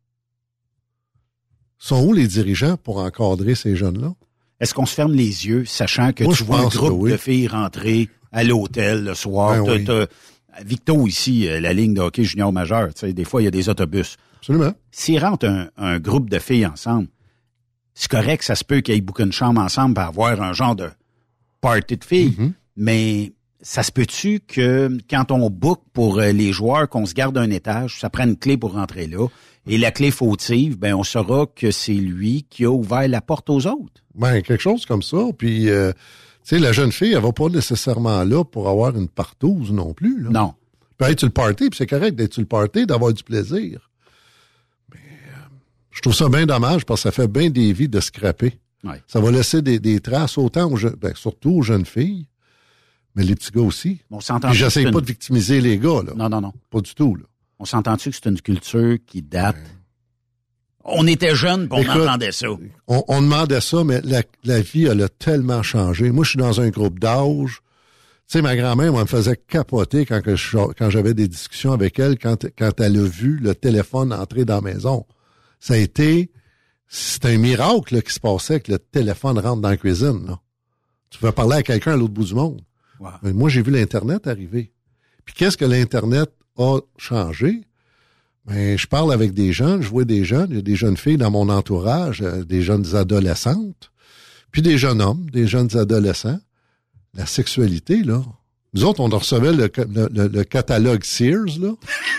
Sont où les dirigeants pour encadrer ces jeunes-là? Est-ce qu'on se ferme les yeux, sachant que Moi, tu vois un groupe oui. de filles rentrer à l'hôtel le soir? Ben t'as, oui. t'as Victo ici, la ligne de hockey junior majeur, tu sais, des fois, il y a des autobus. Absolument. S'ils rentrent un, un groupe de filles ensemble, c'est correct, ça se peut qu'ils bouquent une chambre ensemble pour avoir un genre de party de filles, mm-hmm. mais ça se peut-tu que quand on book pour les joueurs, qu'on se garde un étage, ça prend une clé pour rentrer là, et la clé fautive, ben on saura que c'est lui qui a ouvert la porte aux autres. Ben quelque chose comme ça. Puis, euh, tu sais, la jeune fille, elle va pas nécessairement là pour avoir une partouze non plus. Là. Non. Elle peut être sur le party, puis c'est correct d'être sur le party, d'avoir du plaisir. Mais euh, je trouve ça bien dommage parce que ça fait bien des vies de scraper. Ouais. Ça va laisser des, des traces autant aux jeunes, ben, surtout aux jeunes filles. Mais les petits gars aussi. On s'entend. Puis j'essaie pas une... de victimiser les gars, là. Non, non, non. Pas du tout, là. On s'entend-tu que c'est une culture qui date? Ouais. On était jeunes, puis on Écoute, entendait ça. On, on demandait ça, mais la, la vie, elle a tellement changé. Moi, je suis dans un groupe d'âge. Tu sais, ma grand-mère, moi, elle me faisait capoter quand, que je, quand j'avais des discussions avec elle, quand, quand elle a vu le téléphone entrer dans la maison. Ça a été... C'est un miracle là, qui se passait que le téléphone rentre dans la cuisine. Là. Tu veux parler à quelqu'un à l'autre bout du monde. Wow. Mais moi, j'ai vu l'Internet arriver. Puis qu'est-ce que l'Internet a changé? Ben, je parle avec des gens, je vois des jeunes, il y a des jeunes filles dans mon entourage, des jeunes adolescentes, puis des jeunes hommes, des jeunes adolescents. La sexualité, là. Nous autres, on recevait le, le, le catalogue Sears, là.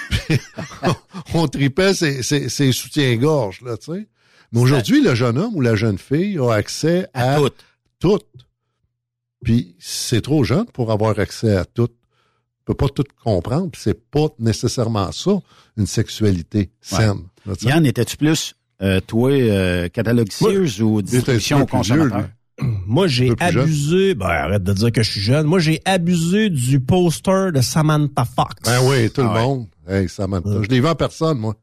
on, on tripait ses, ses, ses soutiens-gorge, là, tu sais. Mais aujourd'hui, le jeune homme ou la jeune fille a accès à, à tout. tout. Puis c'est trop jeune pour avoir accès à tout. On peut pas tout comprendre, puis c'est pas nécessairement ça, une sexualité saine. Ouais. Là, Yann, étais-tu plus, euh, toi, euh, catalogue Sears ou distribution au consommateur? Moi, j'ai abusé... Ben, arrête de dire que je suis jeune. Moi, j'ai abusé du poster de Samantha Fox. Ben oui, tout ah le ouais. monde. Hey, Samantha. Euh. Je l'ai vu en personne, moi.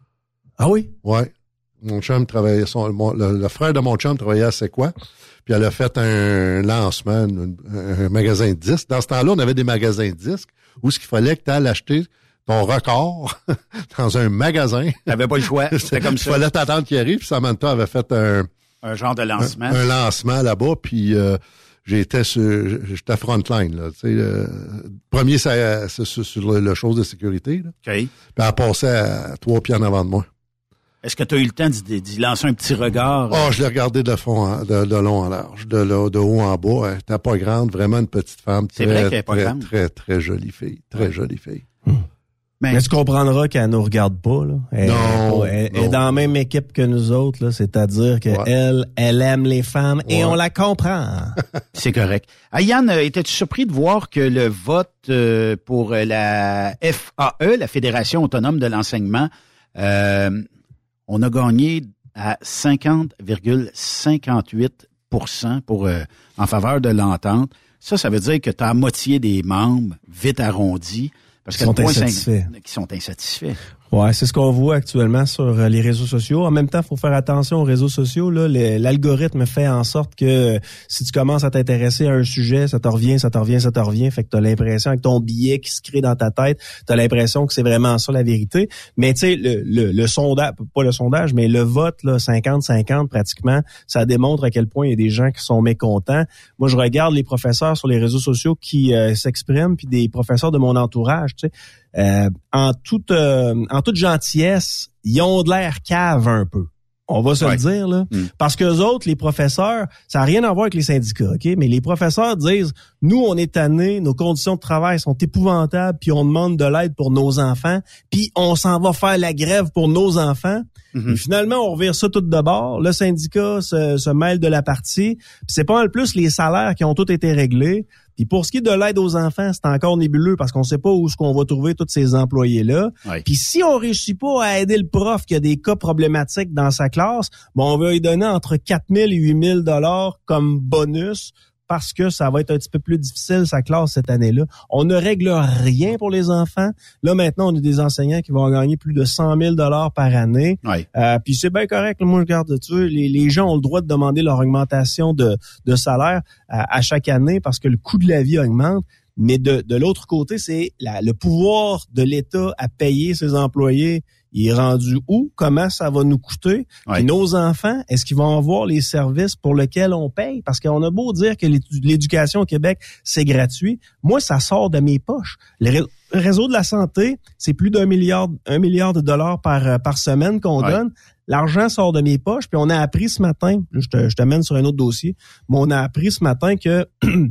Ah oui? Ouais. Mon chum travaillait... Son, mon, le, le frère de mon chum travaillait à C'est quoi? Puis elle a fait un lancement, un, un magasin de disques. Dans ce temps-là, on avait des magasins de disques où ce qu'il fallait que tu ailles acheter ton record dans un magasin. T'avais pas le choix. C'était comme ça. Il fallait t'attendre qu'il arrive. Puis Samantha avait fait un... Un genre de lancement. Un, un lancement là-bas, puis euh, j'étais sur, j'étais frontline, là. Tu sais, euh, premier, c'est sur, sur le, le chose de sécurité, là. OK. Puis elle passait à trois pieds en avant de moi. Est-ce que tu as eu le temps d'y, d'y lancer un petit regard? Oh, je l'ai regardé de fond, de, de long en large, de, de, de haut en bas. Elle était pas grande, vraiment une petite femme. C'est très, vrai qu'elle est pas très, grande. Très, très, très jolie fille. Très ouais. jolie fille. Hum. Mais, Mais tu comprendras qu'elle nous regarde pas, là. Elle, non, elle, elle non. est dans la même équipe que nous autres, là. C'est-à-dire qu'elle, ouais. elle aime les femmes ouais. et on la comprend. C'est correct. Ah, Yann, étais-tu surpris de voir que le vote euh, pour la F A E, la Fédération autonome de l'enseignement, euh, on a gagné à cinquante virgule cinquante-huit pour cent pour, euh, en faveur de l'entente. Ça, ça veut dire que tu as la moitié des membres, vite arrondis, parce qui sont insatisfaits. Qui sont insatisfaits. Ouais, c'est ce qu'on voit actuellement sur les réseaux sociaux. En même temps, il faut faire attention aux réseaux sociaux. Là, l'algorithme fait en sorte que si tu commences à t'intéresser à un sujet, ça te revient, ça te revient, ça te revient. Fait que tu as l'impression, avec ton billet qui se crée dans ta tête, tu as l'impression que c'est vraiment ça la vérité. Mais tu sais, le, le, le sondage, pas le sondage, mais le vote, là, cinquante cinquante pratiquement, ça démontre à quel point il y a des gens qui sont mécontents. Moi, je regarde les professeurs sur les réseaux sociaux qui euh, s'expriment, puis des professeurs de mon entourage, tu sais. Euh, en toute euh, en toute gentillesse, ils ont de l'air cave un peu. On va se ouais. le dire, là. Mm. Parce qu'eux autres, les professeurs, ça n'a rien à voir avec les syndicats, OK? Mais les professeurs disent, nous, on est tannés, nos conditions de travail sont épouvantables, puis on demande de l'aide pour nos enfants, puis on s'en va faire la grève pour nos enfants. Mm-hmm. Et finalement, on revire ça tout de bord. Le syndicat se, se mêle de la partie. Puis c'est pas mal plus les salaires qui ont tous été réglés. Puis pour ce qui est de l'aide aux enfants, c'est encore nébuleux parce qu'on sait pas où est-ce qu'on va trouver tous ces employés-là. Oui. Puis si on réussit pas à aider le prof qui a des cas problématiques dans sa classe, bon, on va lui donner entre quatre mille et huit mille dollars comme bonus parce que ça va être un petit peu plus difficile sa classe cette année-là. On ne règle rien pour les enfants. Là, maintenant, on a des enseignants qui vont gagner plus de cent mille dollars par année. Oui. Euh, puis c'est bien correct. Là, moi, je regarde dessus. Les, les gens ont le droit de demander leur augmentation de, de salaire à, à chaque année parce que le coût de la vie augmente. Mais de, de l'autre côté, c'est la, le pouvoir de l'État à payer ses employés. Il est rendu où? Comment ça va nous coûter? Ouais. Puis nos enfants, est-ce qu'ils vont avoir les services pour lesquels on paye? Parce qu'on a beau dire que l'éducation au Québec, c'est gratuit. Moi, ça sort de mes poches. Le réseau de la santé, c'est plus d'un milliard, un milliard de dollars par, par semaine qu'on ouais. donne. L'argent sort de mes poches. Puis on a appris ce matin, je te, je te mène sur un autre dossier, mais on a appris ce matin que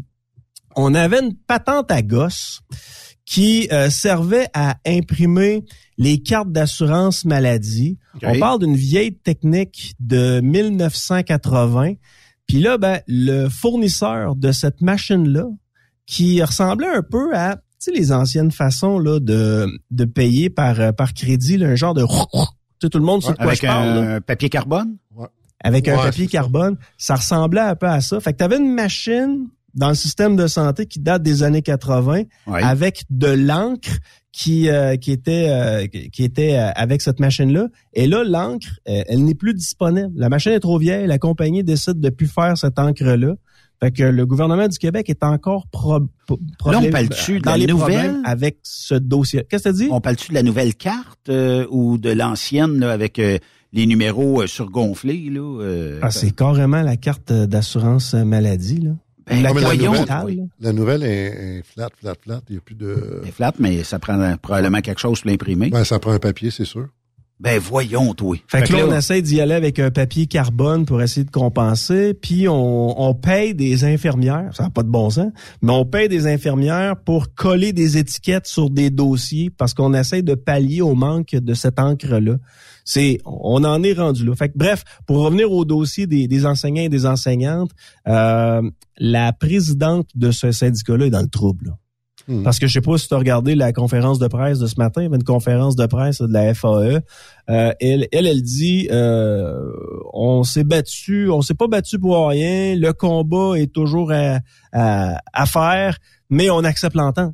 on avait une patente à gosse qui euh, servait à imprimer les cartes d'assurance maladie. Okay. On parle d'une vieille technique de mille neuf cent quatre-vingts. Puis là, ben, le fournisseur de cette machine-là, qui ressemblait un peu à, tu sais, les anciennes façons là de de payer par par crédit, là, un genre de... Tu sais, tout le monde sait de quoi avec je parle. Avec un là. papier carbone? Ouais. Avec ouais, un papier carbone. Ça. ça ressemblait un peu à ça. Fait que t'avais une machine dans le système de santé qui date des années quatre-vingts, ouais. avec de l'encre qui euh, qui était euh, qui était euh, avec cette machine-là. Et là, l'encre, euh, elle n'est plus disponible. La machine est trop vieille. La compagnie décide de plus faire cette encre-là. Fait que le gouvernement du Québec est encore pro, pro, problème, là, on parle-tu de dans la les nouvelle avec ce dossier. Qu'est-ce que tu dis? On parle-tu de la nouvelle carte euh, ou de l'ancienne là, avec euh, les numéros euh, surgonflés là euh, Ah, c'est carrément la carte d'assurance maladie là. Ben, la, la, nouvelle, oui. la nouvelle est, est flat, flat, flat. Il n'y a plus de... Elle est flat, mais ça prend probablement quelque chose pour l'imprimer. Ben, ça prend un papier, c'est sûr. Ben, voyons, toi. Fait, fait que là, là, on essaie d'y aller avec un papier carbone pour essayer de compenser, puis on, on paye des infirmières, ça n'a pas de bon sens, mais on paye des infirmières pour coller des étiquettes sur des dossiers parce qu'on essaie de pallier au manque de cette encre-là. C'est, on en est rendu là. Fait que, bref, pour revenir au dossier des, des enseignants et des enseignantes, euh, la présidente de ce syndicat-là est dans le trouble, là. Mmh. Parce que je sais pas si tu as regardé la conférence de presse de ce matin, il y avait une conférence de presse de la F A E. Euh, elle, elle, elle dit euh, on s'est battu, on s'est pas battu pour rien, le combat est toujours à, à, à faire, mais on accepte l'entente.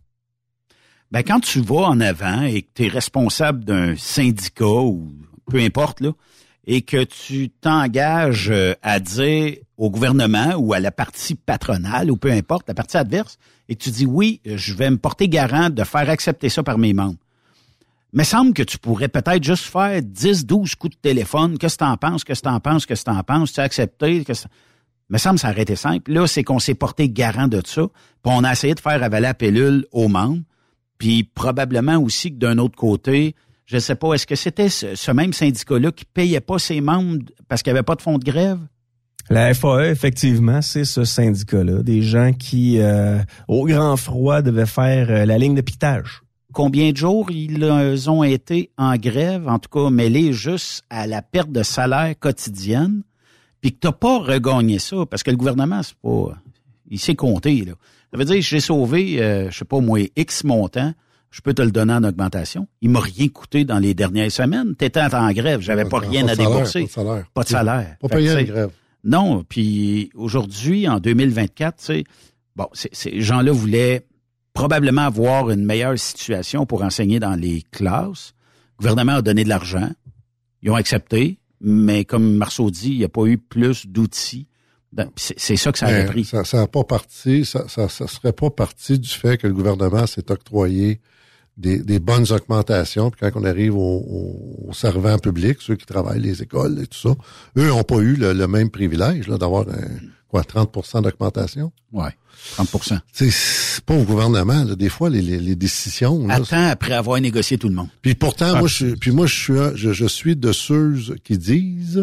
Ben quand tu vas en avant et que tu es responsable d'un syndicat ou peu importe, là, et que tu t'engages à dire au gouvernement ou à la partie patronale ou peu importe, la partie adverse, et que tu dis oui, je vais me porter garant de faire accepter ça par mes membres. Mais semble que tu pourrais peut-être juste faire dix, douze coups de téléphone. Qu'est-ce que t'en penses? Qu'est-ce que t'en penses? Qu'est-ce que t'en penses? Tu as accepté? Qu'est-ce... Mais semble que ça aurait été simple. Là, c'est qu'on s'est porté garant de ça. Puis on a essayé de faire avaler la pilule aux membres. Puis probablement aussi que d'un autre côté, je sais pas, est-ce que c'était ce, ce même syndicat-là qui payait pas ses membres parce qu'il n'y avait pas de fonds de grève? La F A E, effectivement, c'est ce syndicat-là. Des gens qui, euh, au grand froid, devaient faire euh, la ligne de piquetage. Combien de jours ils ont été en grève, en tout cas mêlés juste à la perte de salaire quotidienne, puis que t'as pas regagné ça, parce que le gouvernement, c'est pas... Il s'est compté, là. Ça veut dire que j'ai sauvé, euh, je sais pas moi, X montant, je peux te le donner en augmentation. Il m'a rien coûté dans les dernières semaines. T'étais en grève, j'avais pas, pas rien pas à salaire, débourser. Pas de salaire. Pas de salaire. Pas payé la grève. Non, puis aujourd'hui, en deux mille vingt-quatre, tu sais, bon, c'est, ces gens-là voulaient probablement avoir une meilleure situation pour enseigner dans les classes. Le gouvernement a donné de l'argent. Ils ont accepté, mais comme Marceau dit, il n'y a pas eu plus d'outils. C'est, c'est ça que ça a pris. Ça, ça a pas parti, ça, ça, ça serait pas parti du fait que le gouvernement s'est octroyé des, des bonnes augmentations. Puis quand on arrive aux, aux servants publics, ceux qui travaillent les écoles et tout ça, eux n'ont pas eu le, le même privilège là, d'avoir un, quoi, trente pour cent d'augmentation. Ouais, trente pour cent. C'est, c'est pas au gouvernement. Là. Des fois, les, les, les décisions... Là, Attends c'est... après avoir négocié tout le monde. Puis pourtant, ah, moi, je, puis moi, je suis, un, je, je suis de ceux qui disent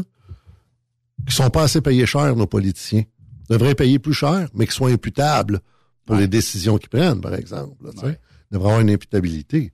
qu'ils sont pas assez payés cher, nos politiciens. Ils devraient payer plus cher, mais qu'ils soient imputables pour ouais. les décisions qu'ils prennent, par exemple. Là, ouais. Il devrait avoir une imputabilité.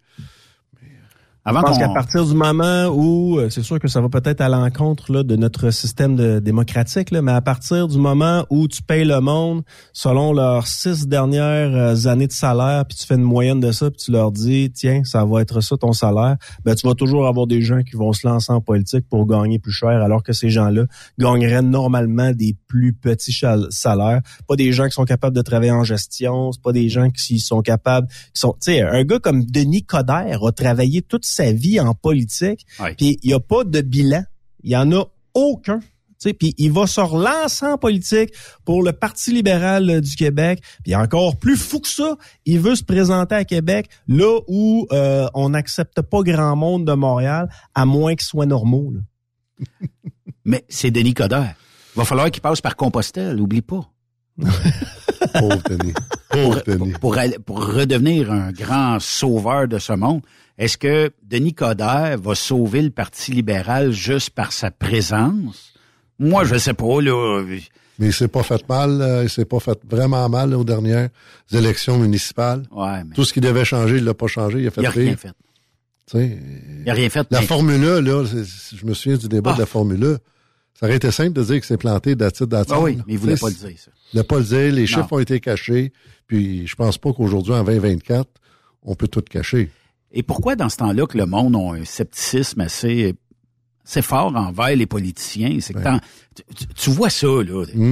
Avant Je pense qu'on... qu'à partir du moment où, c'est sûr que ça va peut-être à l'encontre là, de notre système de, démocratique, là, mais à partir du moment où tu payes le monde selon leurs six dernières années de salaire, puis tu fais une moyenne de ça, puis tu leur dis, tiens, ça va être ça ton salaire, ben tu vas toujours avoir des gens qui vont se lancer en politique pour gagner plus cher, alors que ces gens-là gagneraient normalement des plus petits salaires. Pas des gens qui sont capables de travailler en gestion, c'est pas des gens qui sont capables, qui sont, tu sais, un gars comme Denis Coderre a travaillé toute sa vie en politique, ouais. Puis il n'y a pas de bilan. Il n'y en a aucun. Puis il va se relancer en politique pour le Parti libéral du Québec. Puis encore plus fou que ça, il veut se présenter à Québec, là où euh, on n'accepte pas grand monde de Montréal, à moins qu'ils soient normaux. Là. Mais c'est Denis Coderre. Il va falloir qu'il passe par Compostelle, oublie pas. Pauvre Denis. Pauvre pour, Denis. Pour, pour, pour redevenir un grand sauveur de ce monde, est-ce que Denis Coderre va sauver le Parti libéral juste par sa présence? Moi, je sais pas, là. Mais il s'est pas fait mal, euh, il s'est pas fait vraiment mal là, aux dernières élections municipales. Ouais, mais... Tout ce qui devait changer, il l'a pas changé, il a fait Il a pire. rien fait. T'sais, il a rien fait. La mais... Formule un, là, je me souviens du débat ah. de la Formule un. Ça aurait été simple de dire que c'est planté d'attitude d'attitude. Ah oui, mais il voulait pas le dire, ça. Il voulait pas le dire, les non. chiffres ont été cachés, puis je pense pas qu'aujourd'hui, en vingt vingt-quatre, on peut tout cacher. Et pourquoi, dans ce temps-là, que le monde a un scepticisme assez, assez fort envers les politiciens? C'est que ben. tu, tu vois ça, là. Mm.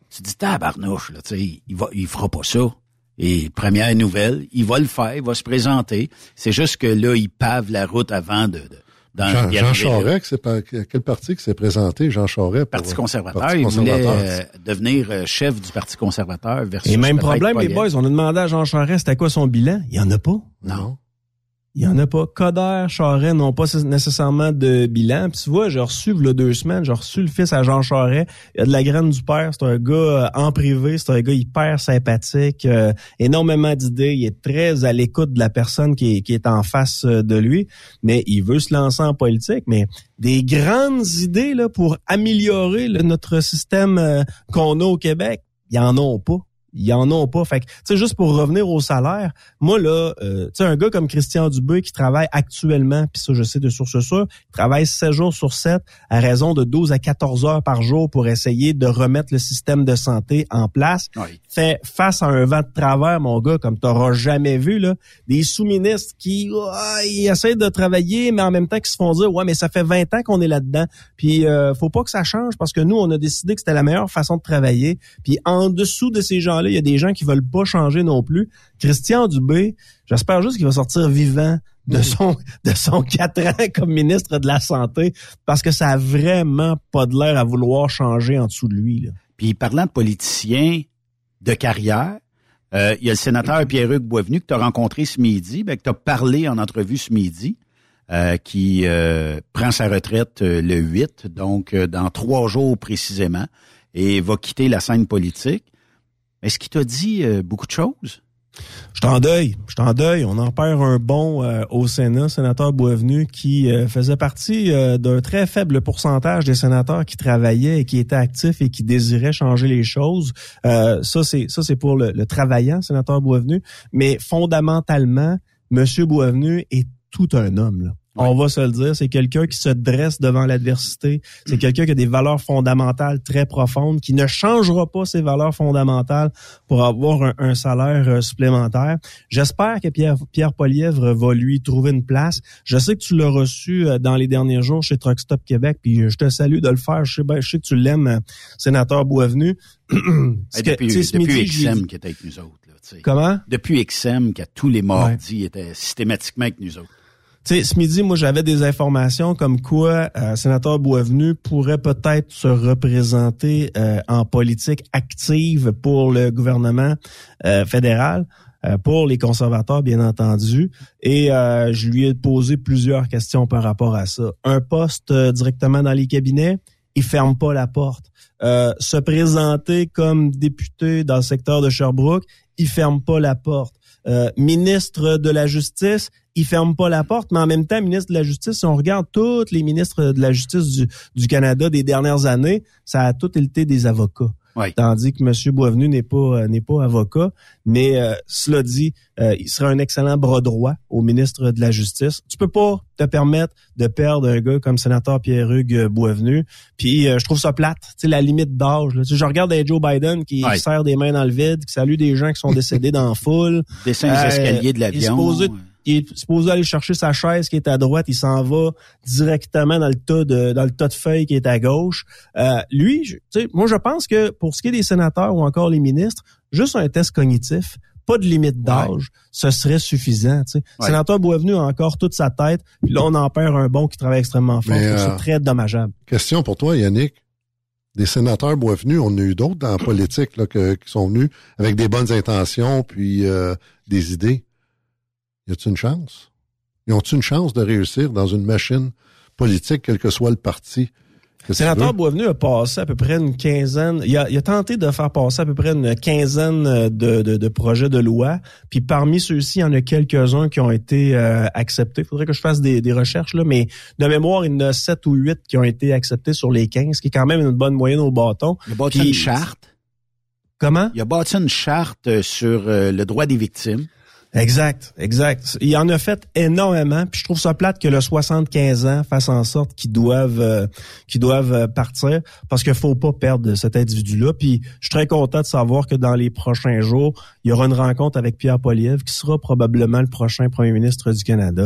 tu dis, tabarnouche, là, tu sais, il va, il fera pas ça. Et première nouvelle, il va le faire, il va se présenter. C'est juste que là, il pave la route avant de... de dans, Jean, Jean Charest, c'est pas, quel parti qui s'est présenté, Jean Charest? Pour, Parti conservateur. Parti il conservateur. voulait euh, devenir euh, chef du Parti conservateur versus... Et même problème, les boys, on a demandé à Jean Charest c'était quoi son bilan. Il y en a pas. Non. Il y en a pas. Coder, Charest n'ont pas nécessairement de bilan. Puis tu vois, j'ai reçu, il y a deux semaines, j'ai reçu le fils à Jean Charest. Il a de la graine du père. C'est un gars euh, en privé. C'est un gars hyper sympathique. Euh, énormément d'idées. Il est très à l'écoute de la personne qui est, qui est en face de lui. Mais il veut se lancer en politique. Mais des grandes idées là pour améliorer là, notre système euh, qu'on a au Québec, ils en ont pas. Ils en ont pas. Fait que, tu sais, juste pour revenir au salaire, moi, là, euh, tu sais, un gars comme Christian Dubé qui travaille actuellement, puis ça, je sais de source sûre, il travaille sept jours sur sept à raison de douze à quatorze heures par jour pour essayer de remettre le système de santé en place. Oui. Fait face à un vent de travers, mon gars, comme t'auras jamais vu, là, des sous-ministres qui, oh, ils essaient de travailler, mais en même temps qui se font dire, ouais, mais ça fait vingt ans qu'on est là-dedans, puis euh, faut pas que ça change parce que nous, on a décidé que c'était la meilleure façon de travailler. Puis en dessous de ces gens-là, il y a des gens qui veulent pas changer non plus. Christian Dubé, j'espère juste qu'il va sortir vivant de son de son quatre ans comme ministre de la Santé parce que ça a vraiment pas de l'air à vouloir changer en dessous de lui, là. Puis parlant de politiciens de carrière, euh, il y a le sénateur Pierre-Hugues Boisvenu que tu as rencontré ce midi, ben, que tu as parlé en entrevue ce midi, euh, qui euh, prend sa retraite euh, le huit, donc euh, dans trois jours précisément, et va quitter la scène politique. Est-ce qu'il t'a dit euh, beaucoup de choses? Je t'en deuil, je t'en deuil. On en perd un bon euh, au Sénat, sénateur Boisvenu, qui euh, faisait partie euh, d'un très faible pourcentage des sénateurs qui travaillaient et qui étaient actifs et qui désiraient changer les choses. Euh, ça, c'est ça, c'est pour le, le travaillant, sénateur Boisvenu. Mais fondamentalement, Monsieur Boisvenu est tout un homme, là. On va se le dire, c'est quelqu'un qui se dresse devant l'adversité. C'est quelqu'un qui a des valeurs fondamentales très profondes, qui ne changera pas ses valeurs fondamentales pour avoir un, un salaire supplémentaire. J'espère que Pierre, Pierre Poilievre va lui trouver une place. Je sais que tu l'as reçu dans les derniers jours chez Truck Stop Québec, puis je te salue de le faire. Je sais, ben, je sais que tu l'aimes, sénateur Boisvenu. Hey, depuis que, depuis midi, X M qui était avec nous autres. Là, t'sais. Comment? Depuis X M, qui a tous les mardis, ouais. était systématiquement avec nous autres. Tu sais, ce midi, moi, j'avais des informations comme quoi euh, sénateur Boisvenu pourrait peut-être se représenter euh, en politique active pour le gouvernement euh, fédéral, euh, pour les conservateurs, bien entendu. Et euh, je lui ai posé plusieurs questions par rapport à ça. Un poste euh, directement dans les cabinets, il ferme pas la porte. Euh, se présenter comme député dans le secteur de Sherbrooke, il ferme pas la porte. Euh, ministre de la Justice, il ferme pas la porte, mais en même temps, ministre de la Justice, si on regarde tous les ministres de la Justice du, du Canada des dernières années, ça a tout été des avocats. Oui. Tandis que M. Boisvenu n'est pas euh, n'est pas avocat, mais euh, cela dit, euh, il serait un excellent bras droit au ministre de la Justice. Tu peux pas te permettre de perdre un gars comme sénateur Pierre-Hugues Boisvenu. Puis euh, je trouve ça plate, tu sais, la limite d'âge. Là. Tu sais, je regarde un Joe Biden qui oui. serre des mains dans le vide, qui salue des gens qui sont décédés dans la foule. Descend les escaliers de l'avion. Il est supposé aller chercher sa chaise qui est à droite, il s'en va directement dans le tas de dans le tas de feuilles qui est à gauche. Euh, lui, tu sais, moi je pense que pour ce qui est des sénateurs ou encore les ministres, juste un test cognitif, pas de limite d'âge, ouais. ce serait suffisant. Tu sais. Ouais. Sénateur Boisvenu a encore toute sa tête, puis là on en perd un bon qui travaille extrêmement fort. Euh, c'est très dommageable. Question pour toi, Yannick. Des sénateurs Boisvenu, on a eu d'autres dans la politique là, que, qui sont venus avec des bonnes intentions puis euh, des idées. Y a-t-il une chance? Ils ont-ils une chance de réussir dans une machine politique, quel que soit le parti? Le sénateur Boisvenu a passé à peu près une quinzaine, il a, il a tenté de faire passer à peu près une quinzaine de, de, de projets de loi, puis parmi ceux-ci, il y en a quelques-uns qui ont été euh, acceptés. Il faudrait que je fasse des, des recherches, là, mais de mémoire, il y en a sept ou huit qui ont été acceptés sur les quinze, ce qui est quand même une bonne moyenne au bâton. Il a bâti puis, une charte. Comment? Il a bâti une charte sur euh, le droit des victimes. Exact, exact. Il en a fait énormément, puis je trouve ça plate que le soixante-quinze ans fasse en sorte qu'ils doivent euh, qu'ils doivent partir, parce qu'il faut pas perdre cet individu-là. Puis je suis très content de savoir que dans les prochains jours, il y aura une rencontre avec Pierre Poilievre, qui sera probablement le prochain premier ministre du Canada.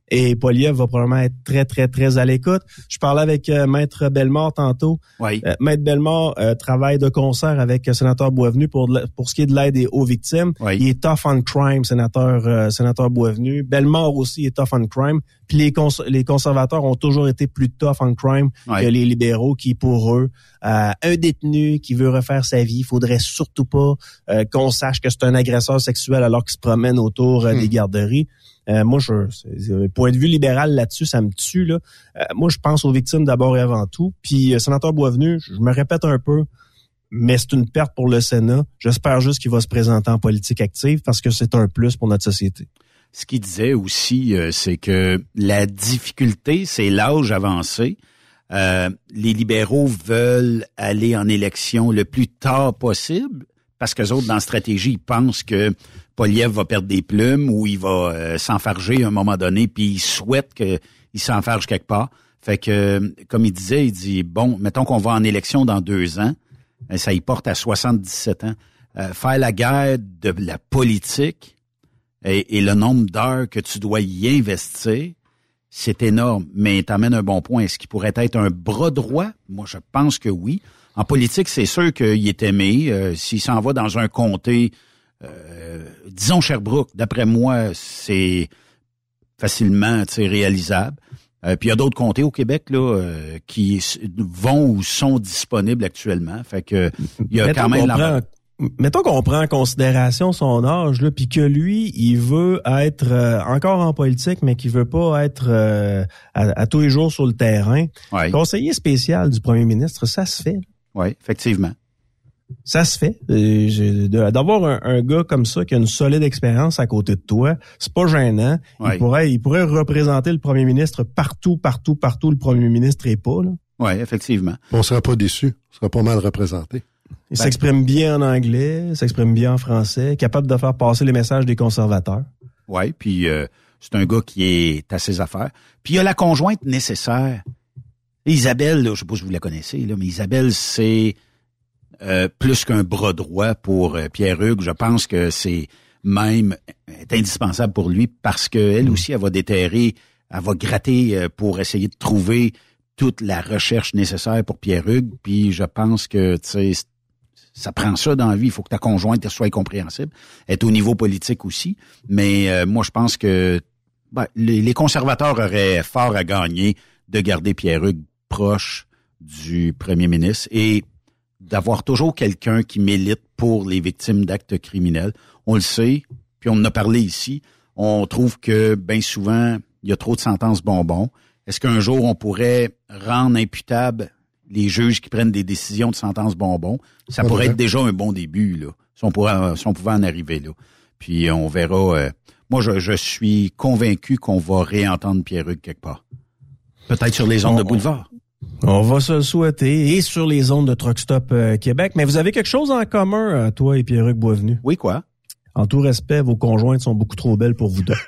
Et Poilievre va probablement être très, très, très à l'écoute. Je parlais avec euh, Maître Bellemare tantôt. Oui. Euh, Maître Bellemare euh, travaille de concert avec euh, Sénateur Boisvenu pour pour ce qui est de l'aide aux victimes. Oui. Il est tough on crime, Sénateur euh, Sénateur Boisvenu. Bellemare aussi est tough on crime. Puis les, cons- les conservateurs ont toujours été plus tough on crime oui. que les libéraux qui, pour eux, euh, un détenu qui veut refaire sa vie, il faudrait surtout pas euh, qu'on sache que c'est un agresseur sexuel alors qu'il se promène autour euh, hmm. des garderies. Euh, moi, je, c'est, point de vue libéral là-dessus, ça me tue. Là. Euh, moi, je pense aux victimes d'abord et avant tout. Puis, euh, sénateur Boisvenu, je me répète un peu, mais c'est une perte pour le Sénat. J'espère juste qu'il va se présenter en politique active parce que c'est un plus pour notre société. Ce qu'il disait aussi, euh, c'est que la difficulté, c'est l'âge avancé. Euh, les libéraux veulent aller en élection le plus tard possible parce qu'eux autres, dans la stratégie, ils pensent que Poilievre va perdre des plumes ou il va euh, s'enfarger à un moment donné, puis ils souhaitent qu'il s'enfarge quelque part. Fait que, euh, comme il disait, il dit, bon, mettons qu'on va en élection dans deux ans, ça y porte à soixante-dix-sept ans. Euh, faire la guerre de la politique et, et le nombre d'heures que tu dois y investir, c'est énorme. Mais t'amènes un bon point. Est-ce qu'il pourrait être un bras droit? Moi, je pense que oui. En politique, c'est sûr qu'il est aimé. Euh, s'il s'en va dans un comté, euh, disons Sherbrooke, d'après moi, c'est facilement réalisable. Euh, puis il y a d'autres comtés au Québec là euh, qui vont ou sont disponibles actuellement. Fait que il y a mettons quand même la... prend, mettons qu'on prend en considération son âge là, puis que lui, il veut être euh, encore en politique, mais qu'il veut pas être euh, à, à tous les jours sur le terrain. Ouais. Conseiller spécial du premier ministre, ça se fait. Oui, effectivement. Ça se fait. Euh, d'avoir un, un gars comme ça qui a une solide expérience à côté de toi, c'est pas gênant. Ouais. Il pourrait, il pourrait représenter le premier ministre partout, partout, partout. Le premier ministre est pas là. Oui, effectivement. On sera pas déçu. On sera pas mal représenté. Il ben, s'exprime bien en anglais, s'exprime bien en français, capable de faire passer les messages des conservateurs. Oui, puis euh, c'est un gars qui est à ses affaires. Puis il y a la conjointe nécessaire. Isabelle, là, je sais pas si vous la connaissez, là, mais Isabelle, c'est euh, plus qu'un bras droit pour euh, Pierre-Hugues. Je pense que c'est même est indispensable pour lui parce qu'elle aussi, elle va déterrer, elle va gratter euh, pour essayer de trouver toute la recherche nécessaire pour Pierre-Hugues. Puis je pense que, tu sais, ça prend ça dans la vie. Il faut que ta conjointe soit compréhensible. Elle est au niveau politique aussi. Mais euh, moi, je pense que ben, les, les conservateurs auraient fort à gagner de garder Pierre-Hugues proche du premier ministre et d'avoir toujours quelqu'un qui milite pour les victimes d'actes criminels. On le sait, puis on en a parlé ici, on trouve que bien souvent, il y a trop de sentences bonbons. Est-ce qu'un jour, on pourrait rendre imputables les juges qui prennent des décisions de sentences bonbons? Ça pourrait être déjà un bon début, là, si on, pourrait, si on pouvait en arriver là. Puis on verra. Euh, moi, je, je suis convaincu qu'on va réentendre Pierre-Hugues quelque part. Peut-être sur les ondes on, de boulevard. On va se le souhaiter. Et sur les ondes de Truck Stop euh, Québec. Mais vous avez quelque chose en commun, euh, toi et Pierre-Hugues Boisvenu. Oui, quoi? En tout respect, vos conjointes sont beaucoup trop belles pour vous deux.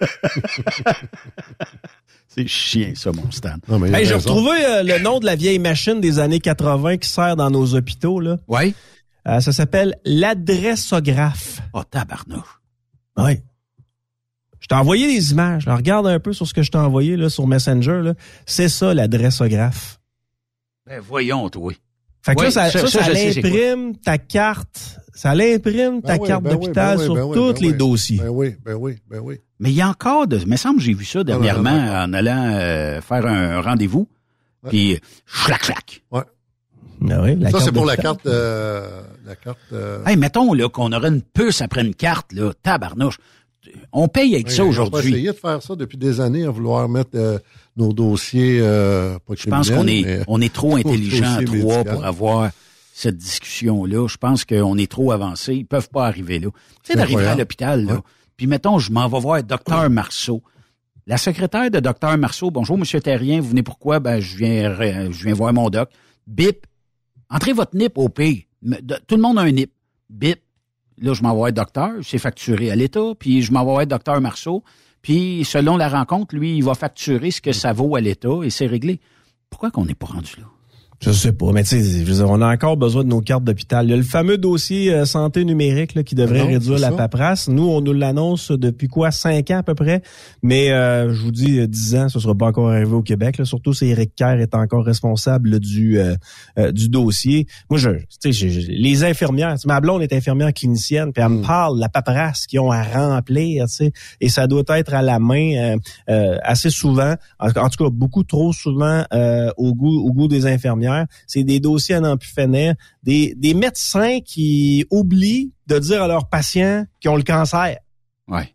C'est chien, ça, mon Stan. Non, mais hey, j'ai retrouvé euh, le nom de la vieille machine des années quatre-vingts qui sert dans nos hôpitaux, là. Oui. Euh, ça s'appelle l'adressographe. Oh, tabarnouche. Oui. Je t'ai envoyé des images. Là. Regarde un peu sur ce que je t'ai envoyé là, sur Messenger. Là. C'est ça, l'adressographe. Ben, voyons, toi. Fait que oui, là, ça, ça, ça, ça l'imprime ta carte. Ça l'imprime ta ben carte oui, ben d'hôpital oui, ben sur oui, ben tous oui, les ben dossiers. Ben oui, ben oui, ben oui. Mais il y a encore de... Il me semble que j'ai vu ça dernièrement non, non, non, en allant euh, faire un rendez-vous. Ouais. Puis, chlac, chlac. Ouais. Ah oui, la ça, carte c'est pour la d'hôpital. carte... Euh, la carte... Euh... Hey, mettons là qu'on aurait une puce après une carte, là, tabarnouche. On paye avec oui, ça aujourd'hui. On a essayé de faire ça depuis des années, à vouloir mettre euh, nos dossiers... Euh, pas Je pense qu'on est, mais, on est trop intelligent à trois médical. pour avoir cette discussion-là. Je pense qu'on est trop avancé. Ils peuvent pas arriver là. Tu sais, d'arriver à l'hôpital, là. Ouais. Puis mettons, je m'en vais voir docteur Marceau. La secrétaire de docteur Marceau, bonjour, monsieur Terrien, vous venez pourquoi? Ben, je viens, je viens voir mon doc. Bip. Entrez votre N I P au pays. Tout le monde a un N I P. Bip. Là, je m'en vais voir docteur. C'est facturé à l'État. Puis je m'en vais voir docteur Marceau. Puis, selon la rencontre, lui, il va facturer ce que ça vaut à l'État et c'est réglé. Pourquoi qu'on n'est pas rendu là? Je sais pas, mais tu sais, je veux dire, on a encore besoin de nos cartes d'hôpital. Il y a le fameux dossier euh, santé numérique là, qui devrait non, réduire la paperasse. Nous, on nous l'annonce depuis quoi, cinq ans à peu près. Mais euh, je vous dis, dix ans, ce sera pas encore arrivé au Québec. Là. Surtout si Éric Kerr est encore responsable là, du euh, euh, du dossier. Moi, je, tu sais, les infirmières, ma blonde est infirmière clinicienne, puis elle mm. me parle de la paperasse qu'ils ont à remplir, tu sais, et ça doit être à la main euh, euh, assez souvent, en, en tout cas beaucoup trop souvent euh, au goût au goût des infirmières. C'est des dossiers à n'en plus finir, des, des médecins qui oublient de dire à leurs patients qu'ils ont le cancer. Ouais.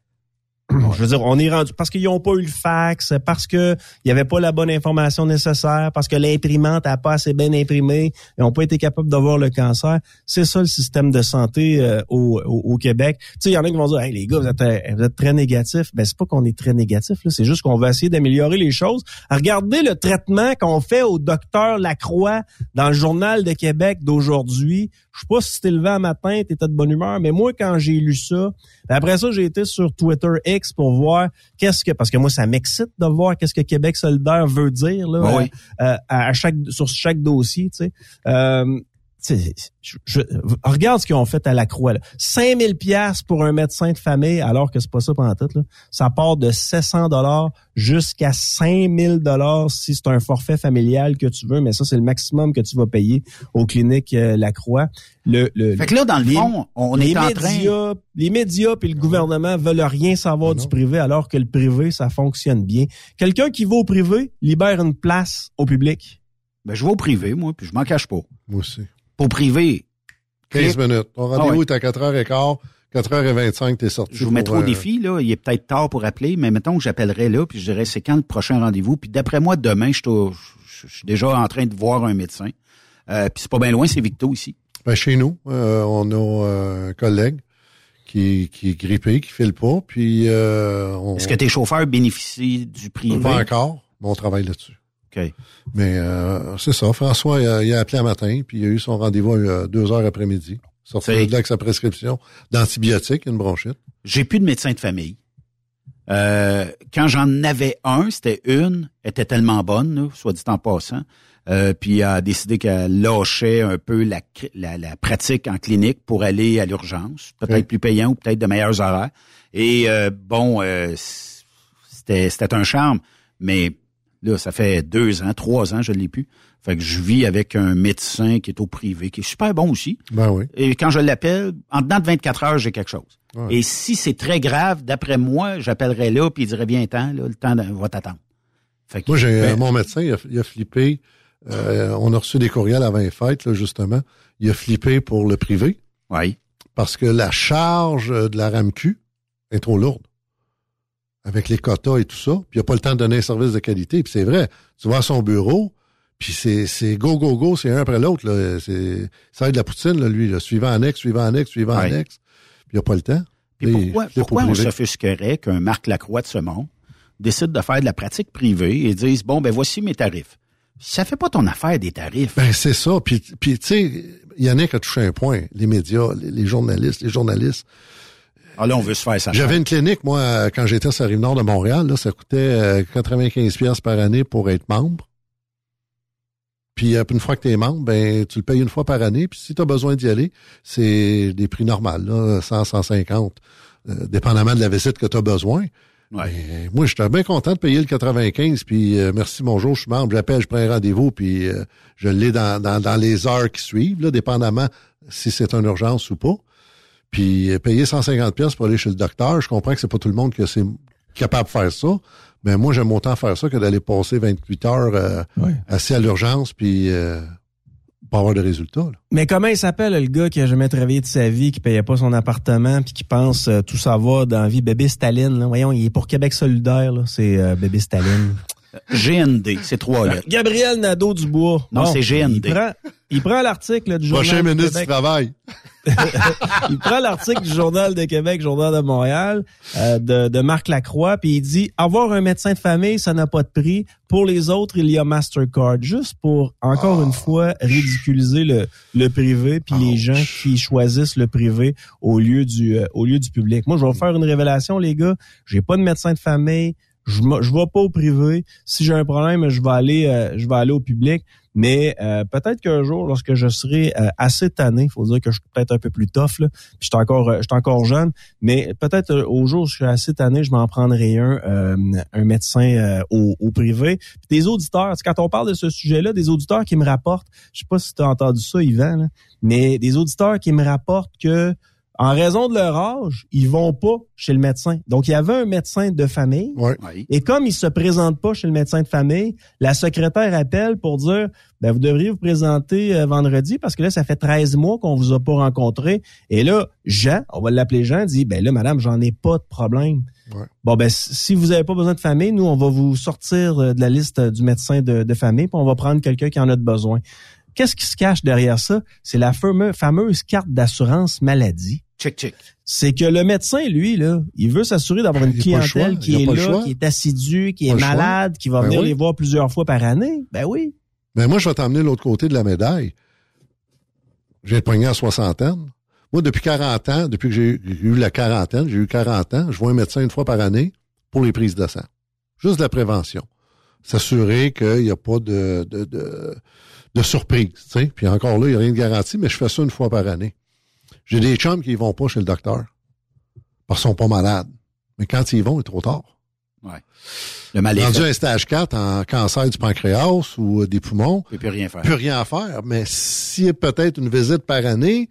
Je veux dire, on est rendu parce qu'ils n'ont pas eu le fax, parce que il y avait pas la bonne information nécessaire, parce que l'imprimante n'a pas assez bien imprimé, ils n'ont pas été capables d'avoir le cancer. C'est ça le système de santé euh, au, au, au Québec. Tu sais, il y en a qui vont dire, hey, les gars, vous êtes, vous êtes très négatifs. Ben c'est pas qu'on est très négatif, là, c'est juste qu'on va essayer d'améliorer les choses. Regardez le traitement qu'on fait au docteur Lacroix dans le Journal de Québec d'aujourd'hui. Je sais pas si t'es levé un matin, t'étais de bonne humeur, mais moi, quand j'ai lu ça, après ça, j'ai été sur Twitter X pour voir qu'est-ce que, parce que moi, ça m'excite de voir qu'est-ce que Québec solidaire veut dire, là, oui. à, à, à chaque, sur chaque dossier, tu sais. Euh, Je, je, regarde ce qu'ils ont fait à la Croix. Là. cinq mille piastres pour un médecin de famille, alors que c'est pas ça pendant tout. Là. Ça part de sept cents dollars jusqu'à cinq mille dollars si c'est un forfait familial que tu veux, mais ça, c'est le maximum que tu vas payer aux cliniques euh, La Croix. Le, le, fait que là, dans le fond, on les est en médias, train... Les médias puis le gouvernement veulent rien savoir du privé, alors que le privé, ça fonctionne bien. Quelqu'un qui va au privé libère une place au public. Ben, je vais au privé, moi, puis je m'en cache pas. Moi aussi. Pour privé. quinze minutes. Ton rendez-vous ah ouais. est à quatre heures quinze, quatre heures vingt-cinq, t'es sorti. Je vous mettrai au euh... défi, là. Il est peut-être tard pour appeler, mais mettons que j'appellerai là, puis je dirais, c'est quand le prochain rendez-vous? Puis d'après moi, demain, je suis déjà en train de voir un médecin. Euh, puis c'est pas bien loin, c'est Victo ici. Ben, chez nous, euh, on a euh, un collègue qui, qui est grippé, qui file pas, puis euh, on... Est-ce que tes chauffeurs bénéficient du privé? Pas encore, mais on travaille là-dessus. Okay. Mais euh, c'est ça. François, il a, il a appelé un matin, puis il a eu son rendez-vous à deux heures après-midi. Sorti de là avec sa prescription d'antibiotiques, une bronchite. J'ai plus de médecin de famille. Euh, quand j'en avais un, c'était une, elle était tellement bonne, là, soit dit en passant, euh, puis elle a décidé qu'elle lâchait un peu la, la, la pratique en clinique pour aller à l'urgence, peut-être oui. plus payant ou peut-être de meilleurs horaires. Et euh, bon, euh, c'était, c'était un charme, mais là, ça fait deux ans, trois ans, je ne l'ai plus. Fait que je vis avec un médecin qui est au privé, qui est super bon aussi. Ben oui. Et quand je l'appelle, en dedans de vingt-quatre heures, j'ai quelque chose. Ouais. Et si c'est très grave, d'après moi, j'appellerais là, puis il dirait, viens-t'en, là, le temps va t'attendre. Fait que, moi, j'ai ben, mon médecin, il a, il a flippé. Euh, on a reçu des courriels avant les fêtes, là, justement. Il a flippé pour le privé. Oui. Parce que la charge de la R A M Q est trop lourde. Avec les quotas et tout ça, puis il n'a pas le temps de donner un service de qualité. Puis c'est vrai, tu vas à son bureau, puis c'est, c'est go, go, go, c'est un après l'autre. Là. C'est, ça va de la poutine, là, lui, là. Suivant annexe, suivant annexe, suivant ouais. annexe. Puis il n'a pas le temps. Puis pourquoi, pourquoi on s'offusquerait qu'un Marc Lacroix de ce monde décide de faire de la pratique privée et dise, bon, ben voici mes tarifs. Ça fait pas ton affaire des tarifs. Ben c'est ça. Puis, puis tu sais, Yannick a touché un point. Les médias, les, les journalistes, les journalistes... Ah là, on veut se faire ça. J'avais une clinique, moi, quand j'étais sur la Rive-Nord de Montréal, là, ça coûtait euh, quatre-vingt-quinze piastres par année pour être membre. Puis une fois que tu es membre, ben tu le payes une fois par année. Puis si tu as besoin d'y aller, c'est des prix normaux, là, cent, cent cinquante, euh, dépendamment de la visite que tu as besoin. Ouais. Ben, moi, j'étais bien content de payer le quatre-vingt-quinze, puis euh, merci, bonjour, je suis membre, j'appelle, je prends un rendez-vous, puis euh, je l'ai dans, dans, dans les heures qui suivent, là, dépendamment si c'est une urgence ou pas. Puis payer cent cinquante piastres pour aller chez le docteur, je comprends que c'est pas tout le monde qui est capable de faire ça, mais moi, j'aime autant faire ça que d'aller passer vingt-huit heures euh, oui. assis à l'urgence, puis euh, pas avoir de résultats. Là. Mais comment il s'appelle, le gars qui a jamais travaillé de sa vie, qui payait pas son appartement, puis qui pense euh, tout savoir dans la vie? Bébé Staline, là. Voyons, il est pour Québec solidaire, là. C'est euh, Bébé Staline. G N D, c'est trois lettres. Gabriel Nadeau-Dubois. Non, bon, c'est G N D. Il prend, il prend l'article là, du Journal Prochain de ministre Québec. du Travail. Il prend l'article du Journal de Québec, Journal de Montréal, euh, de, de Marc Lacroix, puis il dit « Avoir un médecin de famille, ça n'a pas de prix. Pour les autres, il y a Mastercard. » Juste pour, encore oh. une fois, ridiculiser le, le privé, puis oh. les gens qui choisissent le privé au lieu du, euh, au lieu du public. Moi, je vais vous faire une révélation, les gars. J'ai pas de médecin de famille. Je je vais pas au privé. Si j'ai un problème, je vais aller euh, je vais aller au public. Mais euh, peut-être qu'un jour, lorsque je serai euh, assez tanné, il faut dire que je suis peut-être un peu plus tough, là, puis je suis encore, je suis encore jeune, mais peut-être euh, au jour où je suis assez tanné, je m'en prendrai un, euh, un médecin euh, au, au privé. Puis des auditeurs, quand on parle de ce sujet-là, des auditeurs qui me rapportent, je sais pas si tu as entendu ça, Yvan, là, mais des auditeurs qui me rapportent que en raison de leur âge, ils vont pas chez le médecin. Donc, il y avait un médecin de famille. Ouais. Et comme ils se présentent pas chez le médecin de famille, la secrétaire appelle pour dire, ben, vous devriez vous présenter euh, vendredi parce que là, ça fait treize mois qu'on vous a pas rencontré. Et là, Jean, on va l'appeler Jean, dit, ben là, madame, j'en ai pas de problème. Ouais. Bon, ben, si vous avez pas besoin de famille, nous, on va vous sortir de la liste du médecin de, de famille puis on va prendre quelqu'un qui en a de besoin. Qu'est-ce qui se cache derrière ça? C'est la fameuse, fameuse carte d'assurance maladie. Check, check. C'est que le médecin, lui, là, il veut s'assurer d'avoir une clientèle qui est là, qui est assidue, qui est malade, qui va venir les voir plusieurs fois par année. Ben oui. Ben moi, je vais t'emmener de l'autre côté de la médaille. J'ai pogné en soixantaine. Moi, depuis quarante ans, depuis que j'ai eu la quarantaine, j'ai eu quarante ans, je vois un médecin une fois par année pour les prises de sang. Juste de la prévention. S'assurer qu'il n'y a pas de, de, de, de surprise. T'sais. Puis encore là, il n'y a rien de garanti, mais je fais ça une fois par année. J'ai des chums qui ne vont pas chez le docteur parce qu'ils sont pas malades. Mais quand ils y vont, il est trop tard. Ouais. Le mal est rendu fait. un stage quatre en cancer du pancréas ou des poumons. Il peut plus rien faire. Plus rien faire. Mais s'il y a peut-être une visite par année,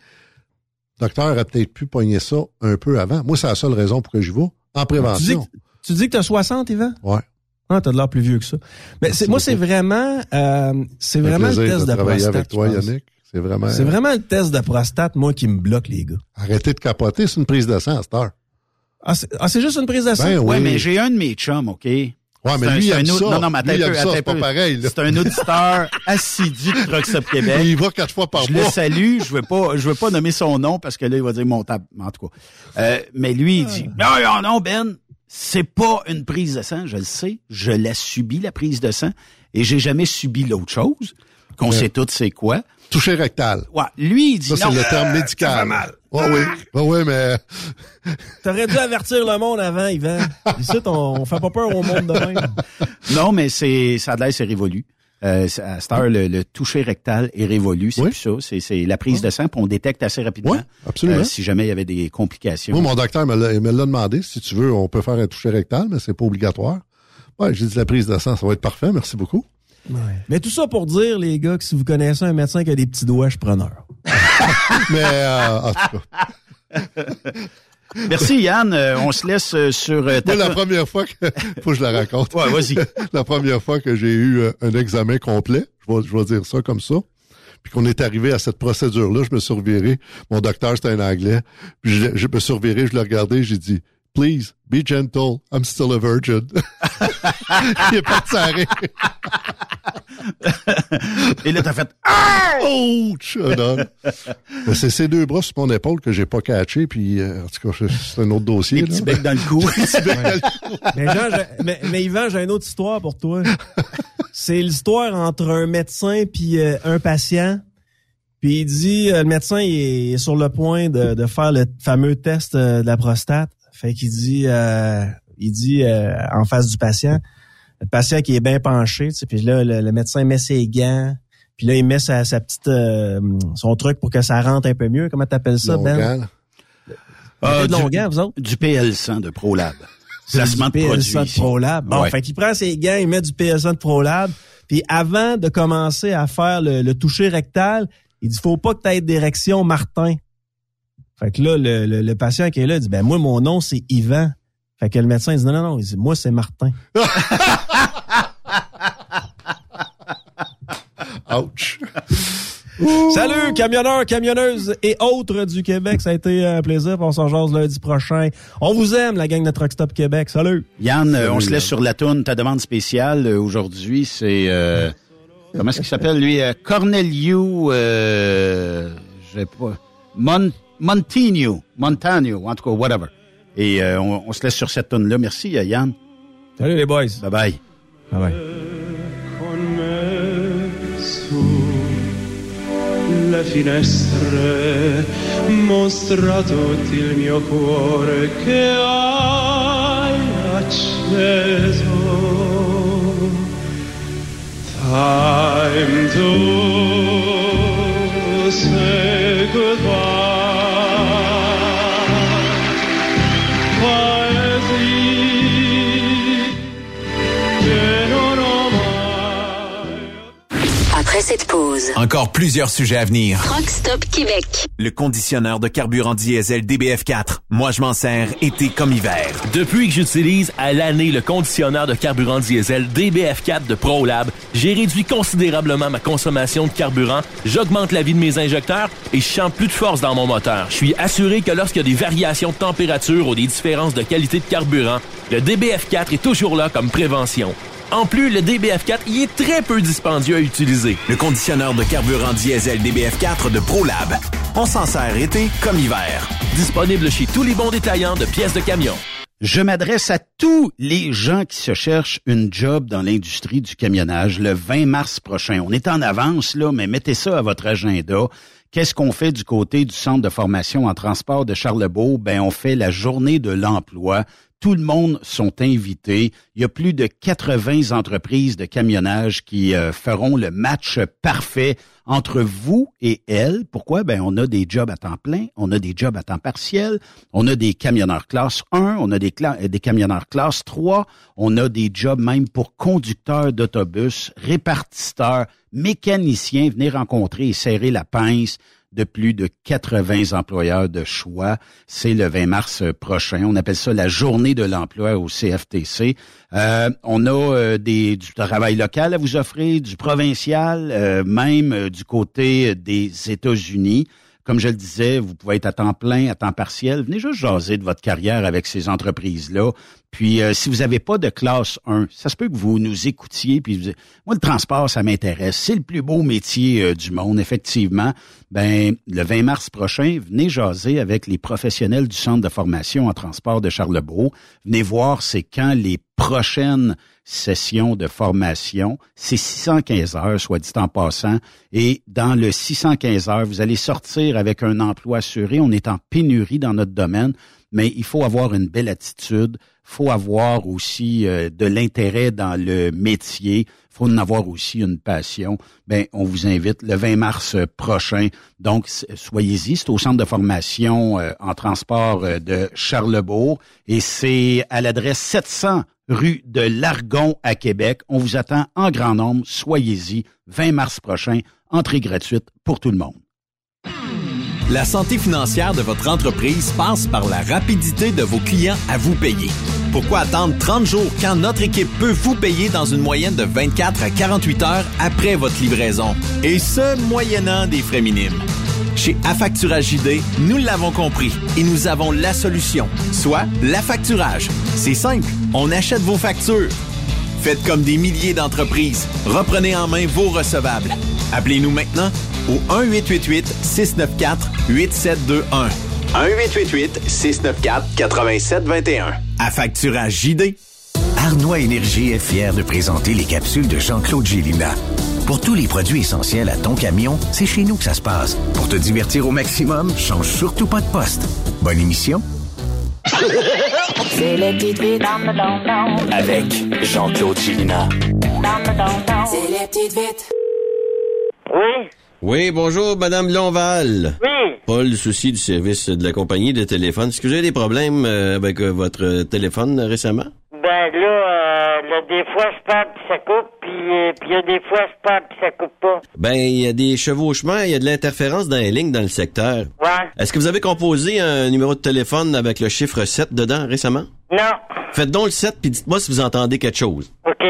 le docteur aurait peut-être pu pogner ça un peu avant. Moi, c'est la seule raison pour que j'y vais. En prévention. Tu dis, tu dis que tu as soixante, Yvan? Ouais. Ah, t'as de l'air plus vieux que ça. Mais c'est, moi, c'est vraiment, euh, c'est vraiment le test de, de prostate. Avec toi, Yannick. C'est vraiment. C'est vraiment le test de prostate, moi, qui me bloque, les gars. Arrêtez de capoter, c'est une prise de sang à cette heure. Ah, c'est, ah, c'est juste une prise de sang? Ben oui. Ouais, mais j'ai un de mes chums, OK? Ouais, mais c'est lui, un, il aime c'est un ça. Non, non, mais attends lui, il un aime peu, ça, attends c'est un pas peu. pareil, là. C'est un auditeur assidu de Truck Stop Québec. Il y va quatre fois par je mois. Je le salue, je veux pas, je veux pas nommer son nom parce que là, il va dire mon tab, en tout cas. Euh, mais lui, il dit, non, non, non, Ben, c'est pas une prise de sang, je le sais. Je l'ai subi, la prise de sang, et j'ai jamais subi l'autre chose, qu'on ouais. sait tous c'est quoi. Toucher rectal. Ouais, lui, il dit ça, non. c'est le terme médical. Ça fait mal. Ouais, oui. Ouais, oui, mais. T'aurais dû avertir le monde avant, Yvan. Ici, on, on fait pas peur au monde de même. Non, mais c'est, ça a l'air, c'est révolu. Euh, à cette heure, le, le toucher rectal est révolu. C'est oui. plus ça. C'est, c'est la prise oui. de sang, puis on détecte assez rapidement. Oui, absolument. Euh, si jamais il y avait des complications. Moi, mon docteur me l'a, me l'a demandé. Si tu veux, on peut faire un toucher rectal, mais c'est pas obligatoire. Ouais, j'ai dit la prise de sang, ça va être parfait. Merci beaucoup. Ouais. Mais tout ça pour dire, les gars, que si vous connaissez un médecin qui a des petits doigts, je suis preneur. Mais, euh, en tout cas. Merci, Yann. Euh, on se laisse euh, sur... Euh, ta... Moi, la première fois que... Faut que je la raconte. Ouais, vas-y. La première fois que j'ai eu euh, un examen complet, je vais, je vais dire ça comme ça, puis qu'on est arrivé à cette procédure-là, je me suis reviré. Mon docteur, c'était un Anglais. Puis je, je me suis reviré, je l'ai regardé, j'ai dit... Please, be gentle. I'm still a virgin. Il est parti à rire. Et là, t'as fait ouch! Mais c'est ces deux bras sur mon épaule que j'ai pas catché, puis euh, en tout cas, c'est un autre dossier. Des petits becs dans le cou. mais, Jean, j'ai, mais, mais Yvan, j'ai une autre histoire pour toi. C'est l'histoire entre un médecin puis euh, un patient. Puis il dit, euh, le médecin il est sur le point de, de faire le fameux test euh, de la prostate. Fait qu'il dit, euh, il dit euh, en face du patient, le patient qui est bien penché, tu sais, puis là le, le médecin met ses gants, puis là il met sa, sa petite euh, son truc pour que ça rentre un peu mieux. Comment t'appelles ça, Longan. Ben? Euh, de Longan, vous autres? Du P L cent de ProLab. Placement de produit. P L cent de ProLab. Bon, ouais. Fait qu'il prend ses gants, il met du P L cent de ProLab, puis avant de commencer à faire le, le toucher rectal, il dit faut pas que tu aies d'érection, Martin. Fait que là, le, le, le patient qui est là dit, ben moi, mon nom, c'est Yvan. Fait que le médecin, il dit, non, non, non. Il dit, moi, c'est Martin. Ouch. Salut, camionneurs, camionneuses et autres du Québec. Ça a été un plaisir. On s'en jase lundi prochain. On vous aime, la gang de Truck Stop Québec. Salut. Yann, Salut, on se laisse Yann. sur la toune. Ta demande spéciale euh, aujourd'hui, c'est... Euh, comment est-ce qu'il s'appelle, lui? Euh, Corneliu... Euh, je sais pas... Mon... Montigno, Montagno, en tout cas, whatever. Et euh, on, on se laisse sur cette tonne-là. Merci, Yann. Salut les boys. Bye-bye. Bye-bye. Le finestre mostratoti il mio cuore che hai acceso. time to say goodbye. Poésie, après cette pause, Encore plusieurs sujets à venir. Truck Stop Québec. Le conditionneur de carburant diesel D B F quatre. Moi, je m'en sers été comme hiver. Depuis que j'utilise à l'année le conditionneur de carburant diesel D B F quatre de ProLab, j'ai réduit considérablement ma consommation de carburant, j'augmente la vie de mes injecteurs et je sens plus de force dans mon moteur. Je suis assuré que lorsqu'il y a des variations de température ou des différences de qualité de carburant, le D B F quatre est toujours là comme prévention. En plus, le D B F quatre y est très peu dispendieux à utiliser. Le conditionneur de carburant diesel D B F quatre de ProLab. On s'en sert été comme hiver. Disponible chez tous les bons détaillants de pièces de camion. Je m'adresse à tous les gens qui se cherchent une job dans l'industrie du camionnage le vingt mars prochain. On est en avance, là, mais mettez ça à votre agenda. Qu'est-ce qu'on fait du côté du Centre de formation en transport de Charlebourg? Ben, on fait la journée de l'emploi. Tout le monde sont invités. Il y a plus de quatre-vingts entreprises de camionnage qui euh, feront le match parfait entre vous et elles. Pourquoi? Ben, on a des jobs à temps plein, on a des jobs à temps partiel, on a des camionneurs classe un, on a des, cla- des camionneurs classe trois, on a des jobs même pour conducteurs d'autobus, répartiteurs, mécaniciens. Venez rencontrer et serrer la pince de plus de quatre-vingts employeurs de choix. C'est le vingt mars prochain. On appelle ça la journée de l'emploi au C F T C. Euh, on a euh, des, du travail local à vous offrir, du provincial, euh, même euh, du côté des États-Unis. Comme je le disais, vous pouvez être à temps plein, à temps partiel. Venez juste jaser de votre carrière avec ces entreprises-là. Puis, euh, si vous n'avez pas de classe un, ça se peut que vous nous écoutiez. Puis, vous, moi, le transport, ça m'intéresse. C'est le plus beau métier euh, du monde, effectivement. Ben, le vingt mars prochain, venez jaser avec les professionnels du Centre de formation en transport de Charlebourg. Venez voir c'est quand les prochaines sessions de formation. C'est six cent quinze heures, soit dit en passant. Et dans le six cent quinze heures, vous allez sortir avec un emploi assuré. On est en pénurie dans notre domaine, mais il faut avoir une belle attitude. Il faut avoir aussi euh, de l'intérêt dans le métier. Il faut en avoir aussi une passion. Ben, on vous invite le vingt mars prochain. Donc, soyez-y. C'est au centre de formation euh, en transport euh, de Charlebourg. Et c'est à l'adresse sept cents rue de Largon à Québec. On vous attend en grand nombre. Soyez-y. vingt mars prochain. Entrée gratuite pour tout le monde. La santé financière de votre entreprise passe par la rapidité de vos clients à vous payer. Pourquoi attendre trente jours quand notre équipe peut vous payer dans une moyenne de vingt-quatre à quarante-huit heures après votre livraison? Et ce, moyennant des frais minimes. Chez Affacturage J D, nous l'avons compris et nous avons la solution, soit l'affacturage. C'est simple, on achète vos factures. Faites comme des milliers d'entreprises. Reprenez en main vos recevables. Appelez-nous maintenant au un huit huit huit six neuf quatre huit sept deux un. un huit huit huit six neuf quatre huit sept deux un. Affacturage J D. Arnois Énergie est fier de présenter les capsules de Jean-Claude Gélina. Pour tous les produits essentiels à ton camion, c'est chez nous que ça se passe. Pour te divertir au maximum, change surtout pas de poste. Bonne émission. C'est les petites vites dans le don-don. Avec Jean-Claude Gélina. Dans le don-don. C'est les petites vites. Oui? Oui, bonjour, Madame Lonval. Oui. Paul, le souci du service de la compagnie de téléphone. Est-ce que vous avez des problèmes euh, avec euh, votre téléphone euh, récemment? Ben là, euh, là, des fois je parle puis ça coupe, puis euh, puis il y a des fois je parle puis ça coupe pas. Ben, il y a des chevauchements, il y a de l'interférence dans les lignes dans le secteur. Ouais. Est-ce que vous avez composé un numéro de téléphone avec le chiffre sept dedans récemment? Non. Faites donc le sept puis dites-moi si vous entendez quelque chose. OK.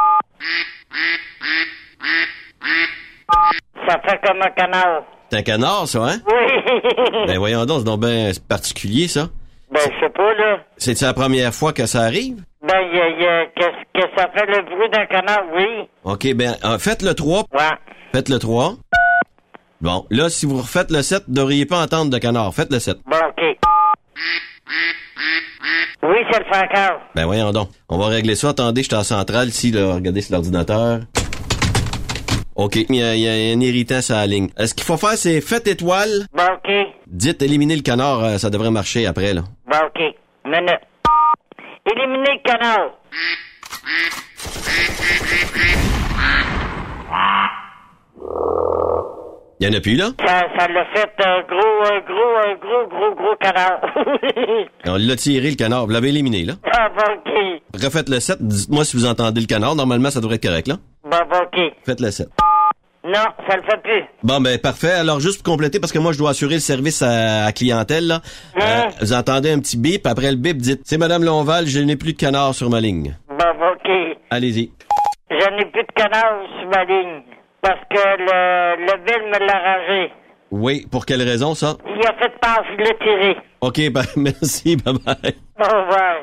Ça fait comme un canard. C'est un canard, ça, hein? Oui. Ben voyons donc, c'est donc bien particulier, ça. Ben, je sais pas, là. C'est la première fois que ça arrive? Ben, il y a, y a que, que ça fait le bruit d'un canard, oui. OK, ben, euh, faites le trois. Ouais. Faites le trois. Bon, là, si vous refaites le sept, vous ne devriez pas entendre de canard. Faites le sept. Bon, OK. Oui, ça le fait encore. Ben, voyons donc. On va régler ça. Attendez, je suis en centrale ici, là. Regardez sur l'ordinateur. OK, il y, a, il y a un irritant sur la ligne. Ce qu'il faut faire, c'est faites étoile. Bon, OK. Dites éliminer le canard, euh, ça devrait marcher après, là. Bon, OK. Minute. Éliminer le canard. Il y en a plus, là? Ça, ça l'a fait un gros, un gros, un gros, gros, gros canard. On l'a tiré, le canard. Vous l'avez éliminé, là? Ah, bon, OK. Refaites le sept. Dites-moi si vous entendez le canard. Normalement, ça devrait être correct, là. Bon, bon, OK. Faites le sept. Non, ça le fait plus. Bon, ben, parfait. Alors, juste pour compléter, parce que moi, je dois assurer le service à, à clientèle, là. Hein? Euh, vous entendez un petit bip. Après le bip, dites, c'est Madame Lonval, je n'ai plus de canard sur ma ligne. Bon, bon, OK. Allez-y. Je n'ai plus de canard sur ma ligne. Parce que le, le Bill me l'a rangé. Oui, pour quelle raison, ça? Il a fait passe, il l'a tiré. OK, ben, merci, bye-bye. Au revoir.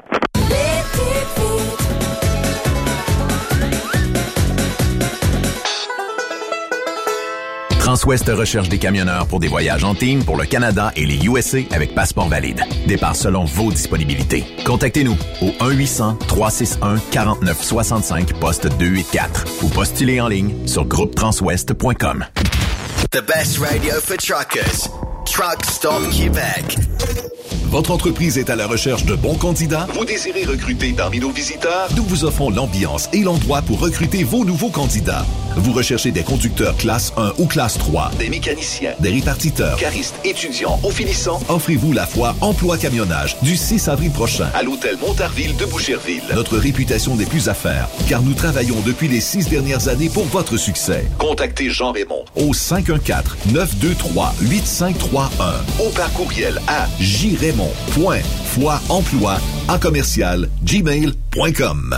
Transwest recherche des camionneurs pour des voyages en team pour le Canada et les U S A avec passeport valide. Départ selon vos disponibilités. Contactez-nous au un huit cents, trois six un, quatre neuf six cinq, poste deux huit quatre ou postulez en ligne sur groupe transwest point com. The best radio for truckers. Truck Stop Québec. Votre entreprise est à la recherche de bons candidats? Vous désirez recruter parmi nos visiteurs? Nous vous offrons l'ambiance et l'endroit pour recruter vos nouveaux candidats. Vous recherchez des conducteurs classe un ou classe trois, des mécaniciens, des répartiteurs, caristes, étudiants ou finissants? Offrez-vous la foire Emploi Camionnage du six avril prochain à l'hôtel Montarville de Boucherville. Notre réputation n'est plus à faire, car nous travaillons depuis les six dernières années pour votre succès. Contactez Jean Raymond au cinq un quatre, neuf deux trois, huit cinq trois un ou par courriel à jraymond point foireemploi en commercial gmail point com.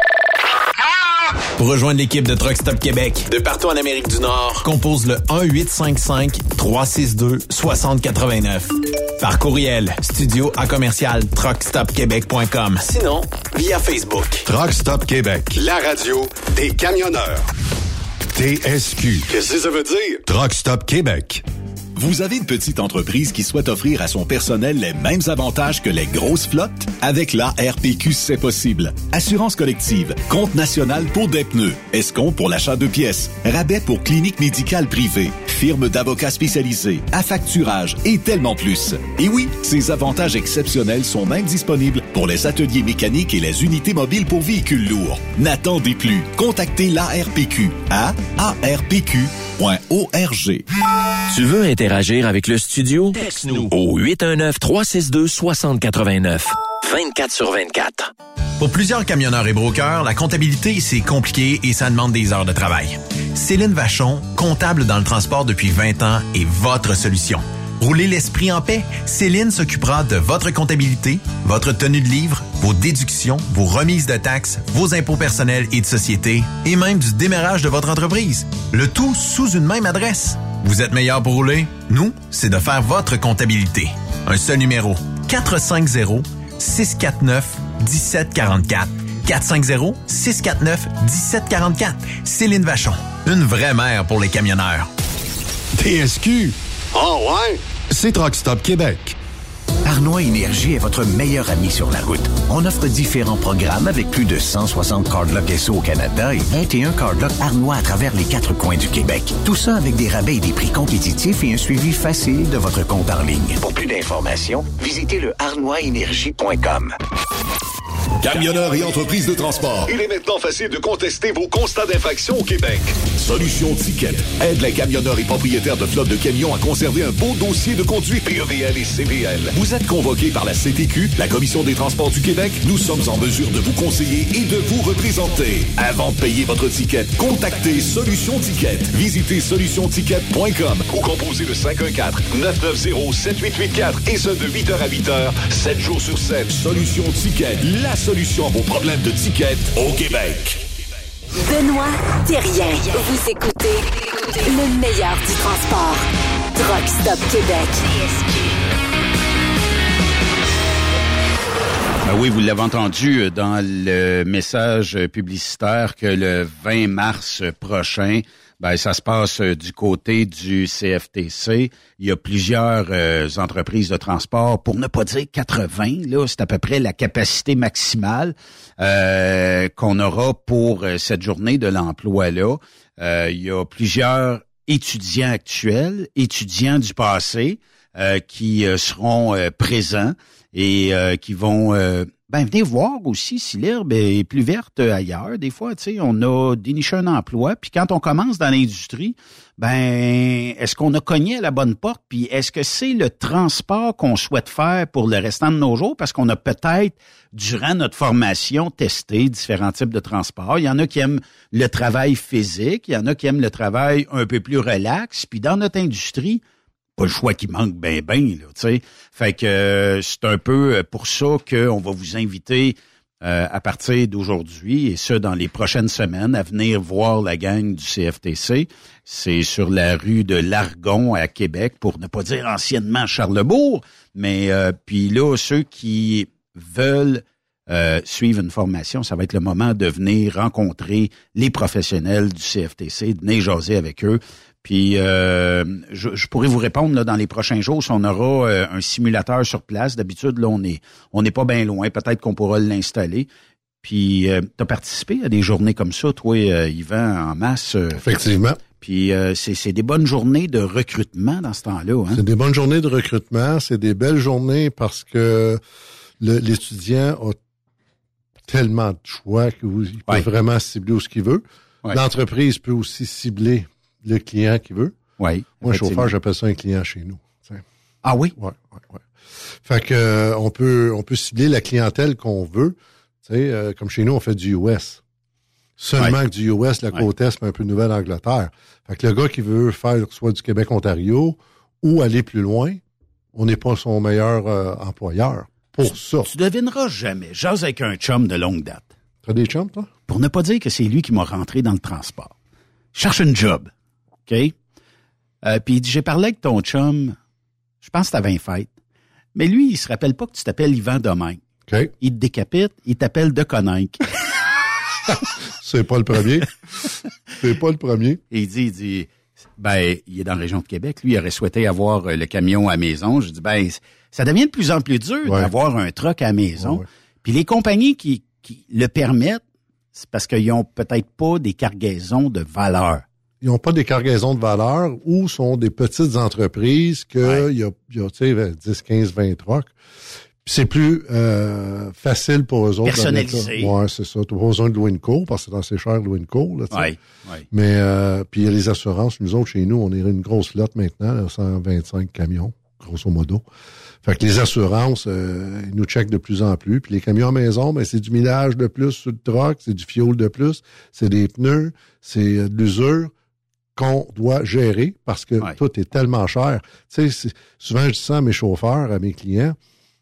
Pour rejoindre l'équipe de Truck Stop Québec, De partout en Amérique du Nord, compose le un huit cinq cinq, trois six deux, six zéro huit neuf. Par courriel, studio à commercial truck stop québec point com. sinon, via Facebook. Truck Stop Québec, La radio des camionneurs. T S Q. Qu'est-ce que ça veut dire? Truck Stop Québec. Vous avez une petite entreprise qui souhaite offrir à son personnel les mêmes avantages que les grosses flottes? Avec l'A R P Q, c'est possible. Assurance collective, compte national pour des pneus, escompte pour l'achat de pièces, rabais pour clinique médicale privée, firme d'avocats spécialisés, affacturage et tellement plus. Et oui, ces avantages exceptionnels sont même disponibles pour les ateliers mécaniques et les unités mobiles pour véhicules lourds. N'attendez plus. Contactez l'A R P Q à a r p q point org. Tu veux interagir avec le studio? Texte-nous au huit un neuf, trois six deux, six zéro huit neuf. vingt-quatre sur vingt-quatre. Pour plusieurs camionneurs et brokers, la comptabilité, c'est compliqué et ça demande des heures de travail. Céline Vachon, comptable dans le transport depuis vingt ans, est votre solution. Roulez l'esprit en paix. Céline s'occupera de votre comptabilité, votre tenue de livre, vos déductions, vos remises de taxes, vos impôts personnels et de société, et même du démarrage de votre entreprise. Le tout sous une même adresse. Vous êtes meilleur pour rouler? Nous, c'est de faire votre comptabilité. Un seul numéro. quatre cinq zéro, six quatre neuf, un sept quatre quatre. quatre cinq zéro, six quatre neuf, un sept quatre quatre. Céline Vachon. Une vraie mère pour les camionneurs. T S Q. Oh ouais? C'est Truck Stop Québec. Arnois Énergie est votre meilleur ami sur la route. On offre différents programmes avec plus de cent soixante cardlocks S O au Canada et vingt et un cardlocks Arnois à travers les quatre coins du Québec. Tout ça avec des rabais et des prix compétitifs et un suivi facile de votre compte en ligne. Pour plus d'informations, visitez le arnois énergie point com. Camionneurs et entreprises de transport, il est maintenant facile de contester vos constats d'infraction au Québec. Solution Ticket aide les camionneurs et propriétaires de flottes de camions à conserver un beau dossier de conduite P E V L et C V L. Vous êtes convoqué par la C T Q, la Commission des transports du Québec. Nous sommes en mesure de vous conseiller et de vous représenter. Avant de payer votre ticket, contactez Solution Ticket. Visitez solution ticket point com ou composez le cinq un quatre, neuf neuf zéro, sept huit huit quatre et ce de huit heures à huit heures, sept jours sur sept. Solution Ticket, la solution à vos problèmes de ticket au Québec. Benoît Thérien. Vous écoutez le meilleur du transport. Truck Stop Québec. Ben oui, vous l'avez entendu dans le message publicitaire que le vingt mars prochain, ben ça se passe du côté du C F T C. Il y a plusieurs euh, entreprises de transport, pour ne pas dire quatre-vingts, là, c'est à peu près la capacité maximale euh, qu'on aura pour euh, cette journée de l'emploi-là. Euh, il y a plusieurs étudiants actuels, étudiants du passé, euh, qui euh, seront euh, présents et euh, qui vont euh, ben venez voir aussi si l'herbe est plus verte ailleurs. Des fois, tu sais, on a déniché un emploi, puis quand on commence dans l'industrie, ben est-ce qu'on a cogné à la bonne porte, puis est-ce que c'est le transport qu'on souhaite faire pour le restant de nos jours, parce qu'on a peut-être, durant notre formation, testé différents types de transports. Il y en a qui aiment le travail physique, il y en a qui aiment le travail un peu plus relax, puis dans notre industrie, pas le choix qui manque ben ben, là, tu sais. Fait que euh, c'est un peu pour ça qu'on va vous inviter euh, à partir d'aujourd'hui, et ce, dans les prochaines semaines, à venir voir la gang du C F T C. C'est sur la rue de l'Argon à Québec, pour ne pas dire anciennement Charlesbourg, mais euh, puis là, ceux qui veulent euh, suivre une formation, ça va être le moment de venir rencontrer les professionnels du C F T C, de venir jaser avec eux. Puis, euh, je, je pourrais vous répondre là, dans les prochains jours si on aura euh, un simulateur sur place. D'habitude, là, on est on n'est pas bien loin. Peut-être qu'on pourra l'installer. Puis, euh, tu as participé à des journées comme ça, toi, euh, Yvan, en masse. Euh, Effectivement. Puis, euh, c'est, c'est des bonnes journées de recrutement dans ce temps-là. Hein? C'est des bonnes journées de recrutement. C'est des belles journées parce que le, l'étudiant a tellement de choix qu'il peut ouais. vraiment cibler où ce qu'il veut. Ouais. L'entreprise peut aussi cibler le client qui veut. Oui. Moi, chauffeur, j'appelle ça un client chez nous. T'sais. Ah oui? Oui, oui, oui. Fait que euh, on peut on peut cibler la clientèle qu'on veut. Tu sais, euh, comme chez nous, on fait du U S. Seulement ouais. que du U S, la côte ouais. Est, mais un peu de Nouvelle-Angleterre. Fait que le gars qui veut faire soit du Québec-Ontario ou aller plus loin, on n'est pas son meilleur euh, employeur pour tu, ça. Tu devineras jamais. J'ose avec un chum de longue date. T'as des chums, toi? Pour ne pas dire que c'est lui qui m'a rentré dans le transport. Je cherche une job. OK? Euh, puis il dit, j'ai parlé avec ton chum, je pense que t'avais une fête. Mais lui, il se rappelle pas que tu t'appelles Yvan Domingue. OK. Il te décapite, il t'appelle De Coninck. C'est pas le premier. C'est pas le premier. Et il dit, il dit, ben, il est dans la région de Québec. Lui, il aurait souhaité avoir le camion à la maison. Je dis, ben, ça devient de plus en plus dur ouais. d'avoir un truck à la maison. Ouais, ouais. Puis les compagnies qui, qui le permettent, c'est parce qu'ils ont peut-être pas des cargaisons de valeur. Ils n'ont pas des cargaisons de valeur ou sont des petites entreprises que ouais. il y a, il y a tu sais, dix, quinze, vingt trucks. Puis c'est plus euh, facile pour eux autres. Personnalisé. Ouais, c'est ça. Tu n'as pas besoin de louer une cour parce que c'est assez cher de louer une cour. Là, ouais, ouais. Mais euh, puis il y a les assurances. Nous autres, chez nous, on est une grosse flotte maintenant, là, cent vingt-cinq camions, grosso modo. Fait que les assurances, euh, ils nous checkent de plus en plus. Puis les camions à maison, ben c'est du millage de plus sur le truck, c'est du fioul de plus, c'est des pneus, c'est de l'usure qu'on doit gérer parce que ouais. tout est tellement cher. Tu sais, souvent je dis ça à mes chauffeurs, à mes clients,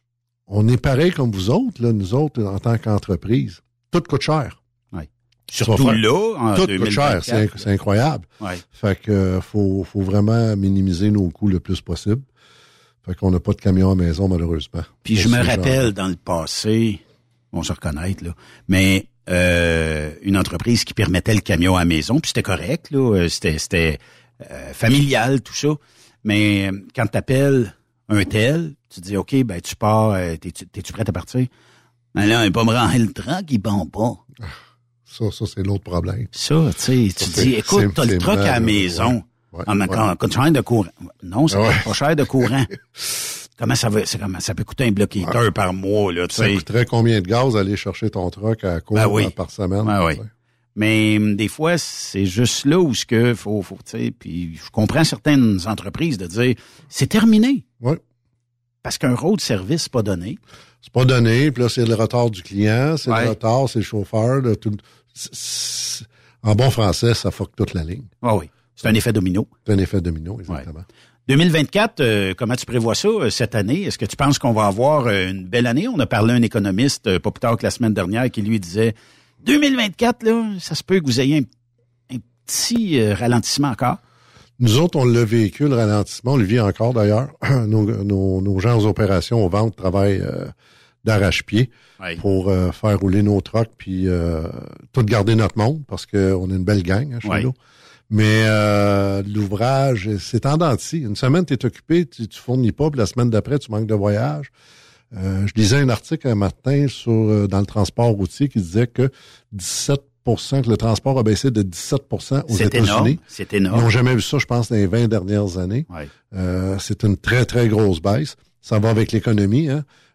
on est pareil comme vous autres, là, nous autres, en tant qu'entreprise. Tout coûte cher. Ouais. Surtout là, en tout deux mille vingt-quatre. Coûte cher, c'est, c'est incroyable. Ouais. Fait que euh, faut, faut vraiment minimiser nos coûts le plus possible. Fait qu'on n'a pas de camion à maison, malheureusement. Puis je me rappelle, genre. Dans le passé, on se reconnaître, là, mais euh, une entreprise qui permettait le camion à la maison, puis c'était correct, là, c'était, c'était euh, familial, tout ça. Mais quand t'appelles un tel, tu dis, OK, ben tu pars, euh, t'es-tu, t'es-tu prêt à partir? Ben là, il va me rendre le truck, il bombe pas. Ça, ça, c'est l'autre problème. Ça, tu sais, tu dis, écoute, c'est, t'as c'est le truck mal, à la maison. Ouais. Ouais, en ouais. Quand, quand tu as de courant. Non, ça ouais. coûte pas cher de courant. Comment ça va, c'est comment ça peut coûter un bloqueteur ouais. par mois, là, tu ça sais. Ça coûterait combien de gaz aller chercher ton truck à court ben oui. par semaine? Ben oui. Mais des fois, c'est juste là où ce que faut, faut, tu sais, puis je comprends certaines entreprises de dire, c'est terminé. Oui. Parce qu'un road service, c'est pas donné. C'est pas donné, puis là, c'est le retard du client, c'est ouais. le retard, c'est le chauffeur, là, tout, c'est, c'est, en bon français, ça fuck toute la ligne. Ah oui. C'est un effet domino. C'est un effet domino, exactement. Ouais. deux mille vingt-quatre, euh, comment tu prévois ça euh, cette année? Est-ce que tu penses qu'on va avoir euh, une belle année? On a parlé à un économiste, euh, pas plus tard que la semaine dernière, qui lui disait deux mille vingt-quatre, là, ça se peut que vous ayez un, un petit euh, ralentissement encore. Nous autres, on le véhicule, le ralentissement, on le vit encore d'ailleurs. nos, nos, nos gens aux opérations, aux ventes, travaillent euh, d'arrache-pied ouais. pour euh, faire rouler nos trucks puis euh, tout garder notre monde parce qu'on a une belle gang hein, chez ouais. nous. Mais euh, l'ouvrage, c'est en dents de scie. Une semaine, tu es occupé, tu, tu fournis pas, puis la semaine d'après, tu manques de voyage. Euh, je lisais un article un matin sur euh, dans le transport routier qui disait que dix-sept pour cent, que le transport a baissé de dix-sept pour cent aux c'est États-Unis. Énorme. C'est énorme. Ils n'ont jamais vu ça, je pense, dans les vingt dernières années. Ouais. Euh, c'est une très, très grosse baisse. Ça va avec l'économie. Hein?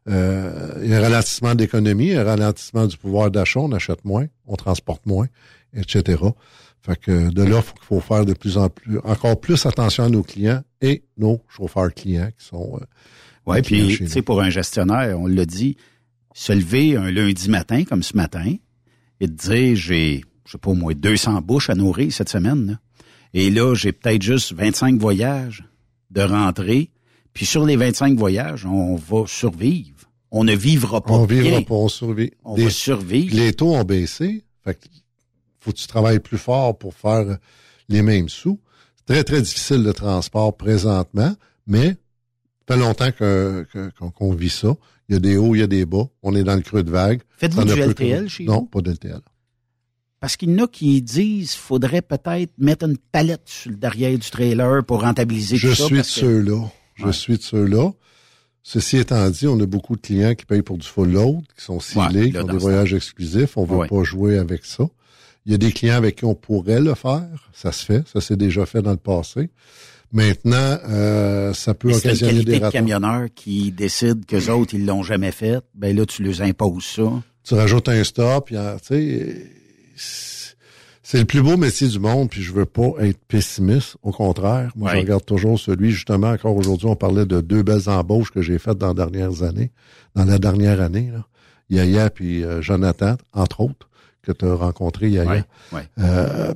Euh, il y a un ralentissement d'économie, un ralentissement du pouvoir d'achat, on achète moins, on transporte moins, et cetera. Fait que de là, il faut faire de plus en plus, encore plus attention à nos clients et nos chauffeurs clients qui sont... Euh, oui, puis tu sais, pour un gestionnaire, on l'a dit, se lever un lundi matin, comme ce matin, et te dire, j'ai, je sais pas au moins deux cents bouches à nourrir cette semaine, là. Et là, j'ai peut-être juste vingt-cinq voyages de rentrée. Puis sur les vingt-cinq voyages, on va survivre. On ne vivra pas On bien. vivra pas, on survit. On Des, va survivre. Les taux ont baissé. Fait que faut que tu travailles plus fort pour faire les mêmes sous. C'est très, très difficile le transport présentement, mais ça fait longtemps que, que, qu'on vit ça. Il y a des hauts, il y a des bas. On est dans le creux de vague. Faites-vous du L T L chez vous? Non, pas d'L T L. Parce qu'il y en a qui disent faudrait peut-être mettre une palette sur le derrière du trailer pour rentabiliser Je tout ça. suis de parce que... ceux-là. Je Ouais. suis de ceux-là. Ceci étant dit, on a beaucoup de clients qui payent pour du full load, qui sont ciblés, Ouais, qui là, ont dans des ce voyages exclusifs. On veut Ouais. pas jouer avec ça. Il y a des clients avec qui on pourrait le faire. Ça se fait. Ça s'est déjà fait dans le passé. Maintenant, euh, ça peut Mais c'est une occasionner qualité des de ratés. camionneurs qui décident qu'eux autres, ils l'ont jamais fait. Ben là, tu leur imposes ça. Tu rajoutes un stop, puis tu sais, c'est- c'est le plus beau métier du monde, puis je veux pas être pessimiste. Au contraire, moi, Ouais. je regarde toujours celui, justement, encore aujourd'hui, on parlait de deux belles embauches que j'ai faites dans les dernières années, dans la dernière année, là. Yaya puis euh, Jonathan, entre autres, que tu as rencontré, Yaya. Ouais, ouais. Euh,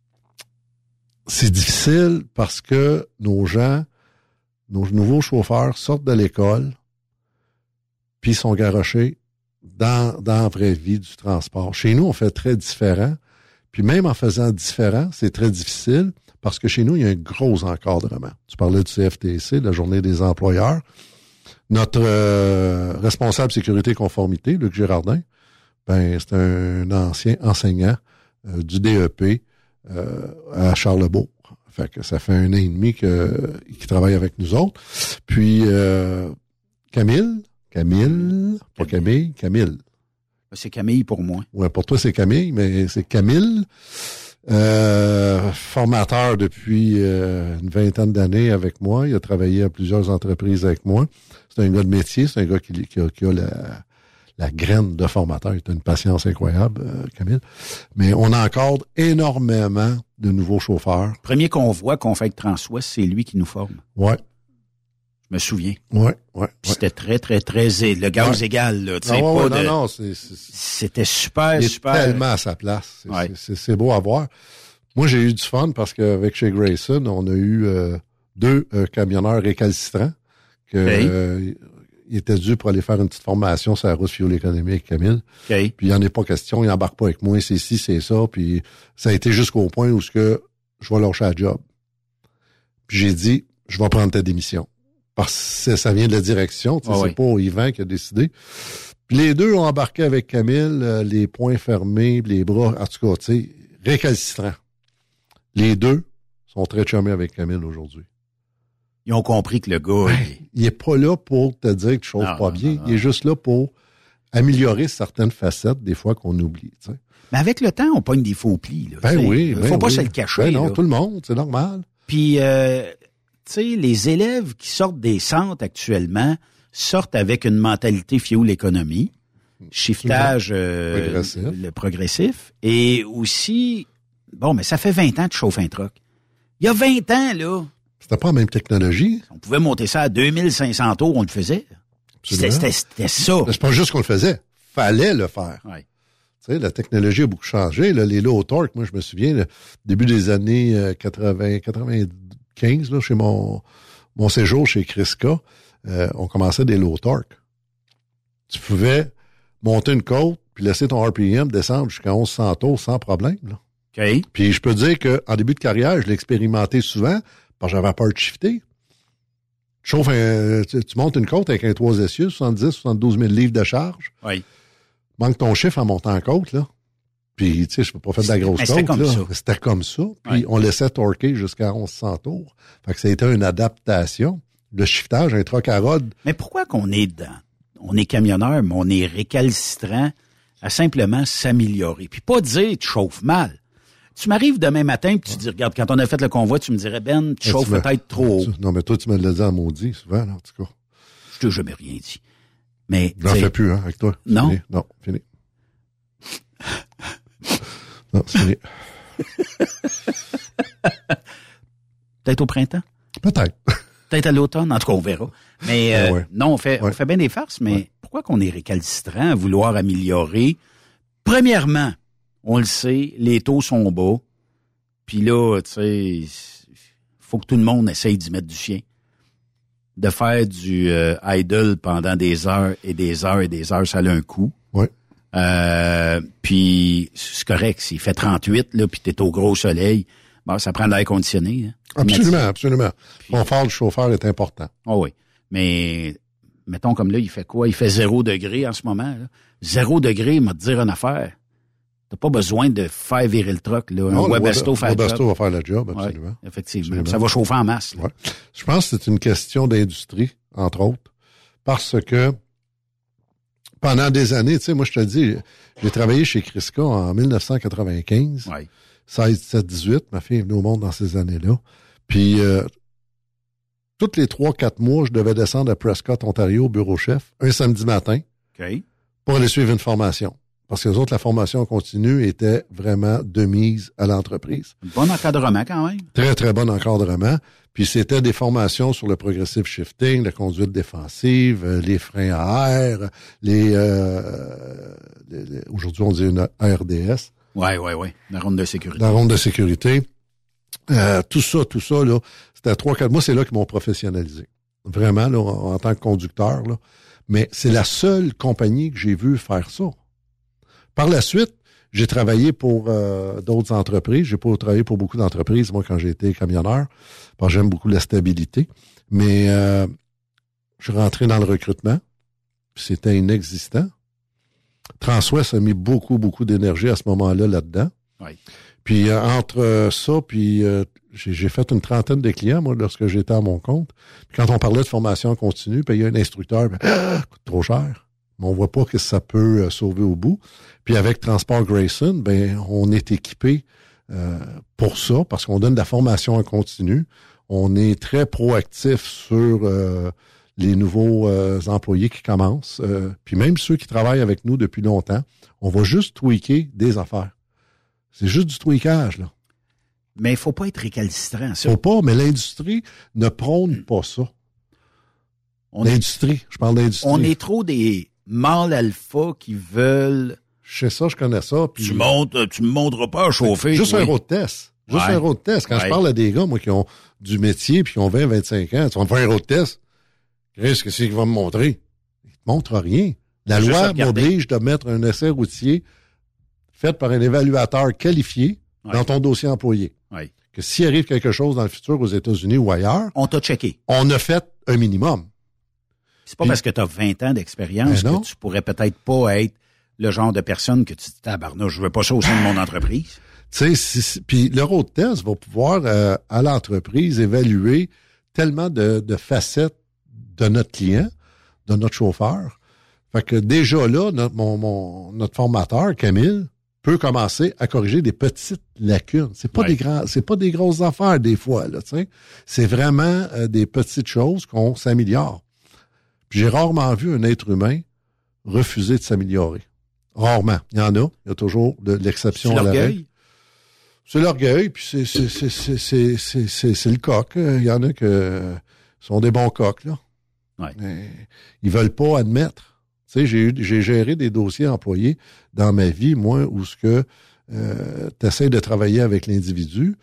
c'est difficile parce que nos gens, nos nouveaux chauffeurs sortent de l'école, puis sont garochés dans, dans la vraie vie du transport. Chez nous, on fait très différent. Puis même en faisant différent, c'est très difficile parce que chez nous, il y a un gros encadrement. Tu parlais du C F T C, la journée des employeurs. Notre euh, responsable sécurité et conformité, Luc Girardin, ben c'est un ancien enseignant euh, du D E P euh, à Charlebourg. Fait que ça fait un an et demi que, qu'il travaille avec nous autres. Puis euh, Camille, Camille, pas Camille, Camille. C'est Camille pour moi. Ouais, pour toi, c'est Camille, mais c'est Camille, euh, formateur depuis euh, une vingtaine d'années avec moi. Il a travaillé à plusieurs entreprises avec moi. C'est un gars de métier, c'est un gars qui, qui, a, qui a la, la graine de formateur. Il a une patience incroyable, euh, Camille. Mais on encadre énormément de nouveaux chauffeurs. Premier qu'on voit qu'on fait avec Transwest, c'est lui qui nous forme. Ouais. Je me souviens. Ouais, ouais. ouais. C'était très, très, très... Le gaz ouais. égal, là. Tu sais, Ah ouais, pas ouais, de... non, non, c'est... c'est C'était super, il est super... tellement à sa place. C'est, ouais. c'est, c'est beau à voir. Moi, j'ai eu du fun parce qu'avec chez Grayson, on a eu euh, deux euh, camionneurs récalcitrants que okay. euh, ils étaient dû pour aller faire une petite formation sur la route fuel économie avec Camille. Okay. Puis il n'y en est pas question, il n'embarque pas avec moi, c'est ci, c'est ça. Puis ça a été jusqu'au point où ce que je vais lâcher la job. Puis j'ai dit, je vais prendre ta démission. Parce que ça vient de la direction, tu sais, oh, c'est oui. pas Yvan qui a décidé. Puis les deux ont embarqué avec Camille, euh, les poings fermés, les bras, en tout cas, tu sais, récalcitrants. Les deux sont très chummés avec Camille aujourd'hui. Ils ont compris que le gars... Ben, il... il est pas là pour te dire que tu chauffes non, pas non, bien. Non, non. Il est juste là pour améliorer certaines facettes, des fois, qu'on oublie, tu sais. Mais avec le temps, on pogne des faux plis, là. Ben oui, Il ben faut pas oui. se le cacher, ben non, là. tout le monde, c'est normal. Puis, euh, tu sais, les élèves qui sortent des centres actuellement sortent avec une mentalité fuel économie, shiftage euh, progressif. le progressif, et aussi, bon, mais ça fait vingt ans que tu chauffes un truck. Il y a vingt ans, là, c'était pas la même technologie. On pouvait monter ça à deux mille cinq cents tours, on le faisait. C'était, c'était, c'était ça. C'est pas juste qu'on le faisait. Fallait le faire. Ouais. Tu sais, la technologie a beaucoup changé. Là, les low torque, moi, je me souviens, le début des années euh, quatre-vingts, quatre-vingt-quinze, là, chez mon, mon séjour chez Crisca, euh, on commençait des low torque. Tu pouvais monter une côte puis laisser ton R P M descendre jusqu'à onze cents tours sans problème. Là. Okay. Puis je peux dire qu'en début de carrière, je l'ai expérimenté souvent parce que j'avais peur de shifter. Tu chauffes un, tu, tu montes une côte avec un trois essieux, soixante-dix, soixante-douze mille livres de charge. Oui. Manque ton chiffre en montant en côte, là. Puis, tu sais, je peux pas faire de la grosse c'était côte, comme là. ça. C'était comme ça. Puis, Ouais. on laissait torquer jusqu'à onze cents tours. Fait que ça a été une adaptation. Le shiftage, un troc à rod. Mais pourquoi qu'on est dedans? On est camionneur, mais on est récalcitrant à simplement s'améliorer. Puis pas dire tu chauffes mal. Tu m'arrives demain matin puis tu dis, regarde, quand on a fait le convoi, tu me dirais, Ben, tu Ouais, chauffes tu me- peut-être trop haut. tu- non, mais toi, tu me l'as dit en maudit, souvent, là, en tout cas. Je t'ai jamais rien dit. Mais j'en fais plus, hein, avec toi. Non? Fini. Non, fini. non, c'est fini. Peut-être au printemps? Peut-être. Peut-être à l'automne, en tout cas, on verra. Mais euh, ouais. non, on fait, ouais. on fait bien des farces, mais ouais. pourquoi qu'on est récalcitrant à vouloir améliorer? Premièrement, on le sait, les taux sont bas. Puis là, tu sais, faut que tout le monde essaye d'y mettre du chien. De faire du euh, idle pendant des heures et des heures et des heures, ça a un coût. Oui. Euh, puis c'est correct, s'il fait trente-huit, là, puis t'es au gros soleil, bon, ça prend de l'air conditionné. Hein. Absolument, absolument. Puis, le confort du chauffeur est important. Oh oui. Mais mettons comme là, il fait quoi? Il fait zéro degré en ce moment. Là. Zéro degré, il m'a te dire une affaire. T'as pas besoin de faire virer le truck. Là. Non, un Webasto fait le job. va faire le job, absolument. Ouais, effectivement. Absolument. Ça va chauffer en masse. Ouais. Je pense que c'est une question d'industrie, entre autres, parce que pendant des années, tu sais, moi je te dis, j'ai travaillé chez Crisca en dix-neuf cent quatre-vingt-quinze, ouais. seize, dix-sept, dix-huit, ma fille est venue au monde dans ces années-là. Puis, euh, tous les trois, quatre mois, je devais descendre à Prescott, Ontario, au bureau chef, un samedi matin, okay. pour aller suivre une formation. Parce que les autres, la formation continue était vraiment de mise à l'entreprise. Bon encadrement quand même. Très, très bon encadrement. Puis c'était des formations sur le progressive shifting, la conduite défensive, les freins à air, les, euh, les, les aujourd'hui on dit une R D S. Ouais, ouais, ouais. La ronde de sécurité. La ronde de sécurité. Euh, tout ça, tout ça, là, c'était trois, quatre mois, c'est là qu'ils m'ont professionnalisé. Vraiment, là, en, en tant que conducteur, là. Mais c'est la seule compagnie que j'ai vu faire ça. Par la suite, j'ai travaillé pour euh, d'autres entreprises. J'ai pas travaillé pour beaucoup d'entreprises, moi, quand j'ai été camionneur, parce que j'aime beaucoup la stabilité. Mais euh, je suis rentré dans le recrutement, puis c'était inexistant. Transwest a mis beaucoup, beaucoup d'énergie à ce moment-là là-dedans. Oui. Puis euh, entre ça, puis euh, j'ai, j'ai fait une trentaine de clients, moi, lorsque j'étais à mon compte. Puis quand on parlait de formation continue, payer un instructeur, ben, ah, coûte trop cher. Mais on voit pas que ça peut euh, sauver au bout. Puis avec Transport Grayson, ben on est équipé euh, pour ça, parce qu'on donne de la formation en continu. On est très proactif sur euh, les nouveaux euh, employés qui commencent. Euh, puis même ceux qui travaillent avec nous depuis longtemps, on va juste tweaker des affaires. C'est juste du tweakage, là. Mais il faut pas être récalcitrant, ça. Faut pas, mais l'industrie ne prône pas ça. On l'industrie, est, je parle d'industrie. On est trop des mâles alpha qui veulent... Je sais ça, je connais ça. Puis... Tu montes, tu me montres pas à chauffer. Juste oui. un road test. Juste ouais. un road test. Quand ouais. je parle à des gars, moi, qui ont du métier puis qui ont vingt, vingt-cinq ans, tu vas me faire un road test. Qu'est-ce que c'est qu'il va me montrer? Il te montre rien. La Juste loi m'oblige de mettre un essai routier fait par un évaluateur qualifié ouais. dans ton dossier employé. Ouais. Que s'il arrive quelque chose dans le futur aux États-Unis ou ailleurs, on t'a checké. On a fait un minimum. C'est pas Puis, parce que tu as vingt ans d'expérience ben que tu pourrais peut-être pas être le genre de personne que tu dis, tabarnouche, je veux pas ça au sein de mon entreprise. Tu sais, puis le road test va pouvoir, euh, à l'entreprise, évaluer tellement de, de facettes de notre client, de notre chauffeur. Fait que déjà là, notre, mon, mon, notre formateur, Camille, peut commencer à corriger des petites lacunes. C'est pas ouais. des grands, c'est pas des grosses affaires des fois, là, tu sais. C'est vraiment euh, des petites choses qu'on s'améliore. Puis j'ai rarement vu un être humain refuser de s'améliorer. Rarement. Il y en a. Il y a toujours de l'exception c'est à la l'orgueil. règle. C'est l'orgueil, puis c'est, c'est, c'est, c'est, c'est, c'est, c'est, c'est le coq. Il y en a qui euh, sont des bons coqs, là. Ouais. Mais ils veulent pas admettre. Tu sais, j'ai eu, j'ai géré des dossiers employés dans ma vie, moi, où ce que euh, tu essaies de travailler avec l'individu,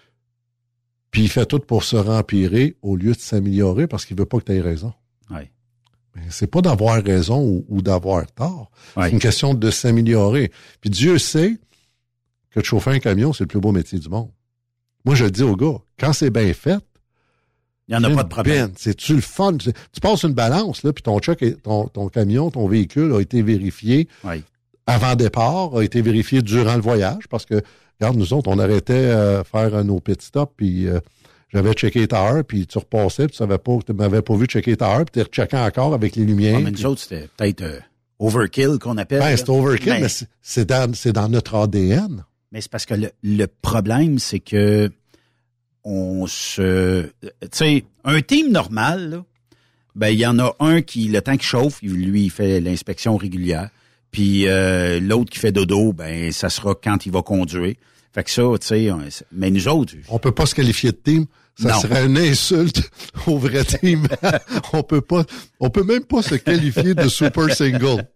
puis il fait tout pour se rempirer au lieu de s'améliorer parce qu'il veut pas que tu aies raison. Ouais. Mais c'est pas d'avoir raison ou, ou d'avoir tort. Ouais. C'est une question de s'améliorer. Puis Dieu sait que de chauffer un camion, c'est le plus beau métier du monde. Moi, je le dis aux gars, quand c'est bien fait, il n'y en a pas de problème. Ben, c'est-tu le fun? Tu passes une balance, là, puis ton truck, ton, ton camion, ton véhicule a été vérifié oui. avant départ, a été vérifié durant le voyage, parce que, regarde, nous autres, on arrêtait euh, faire nos pit stops, puis euh, j'avais checké les tailleurs, puis tu repassais, puis tu savais pas, tu m'avais pas vu checker les tailleurs, puis tu recheckais encore avec les lumières. Ah, mais nous autres, c'était peut-être euh, overkill qu'on appelle. Ben, c'est overkill, mais, mais c'est, c'est, dans, c'est dans notre A D N. Mais c'est parce que le, le problème, c'est que on se... Tu sais, un team normal, là, Ben, il y en a un qui, le temps qu'il chauffe, lui, il fait l'inspection régulière. Puis euh, l'autre qui fait dodo, ben ça sera quand il va conduire. Fait que ça, tu sais, mais nous autres... On peut pas se qualifier de team. Ça non. serait une insulte au vrai team. on peut pas, on peut même pas se qualifier de super single.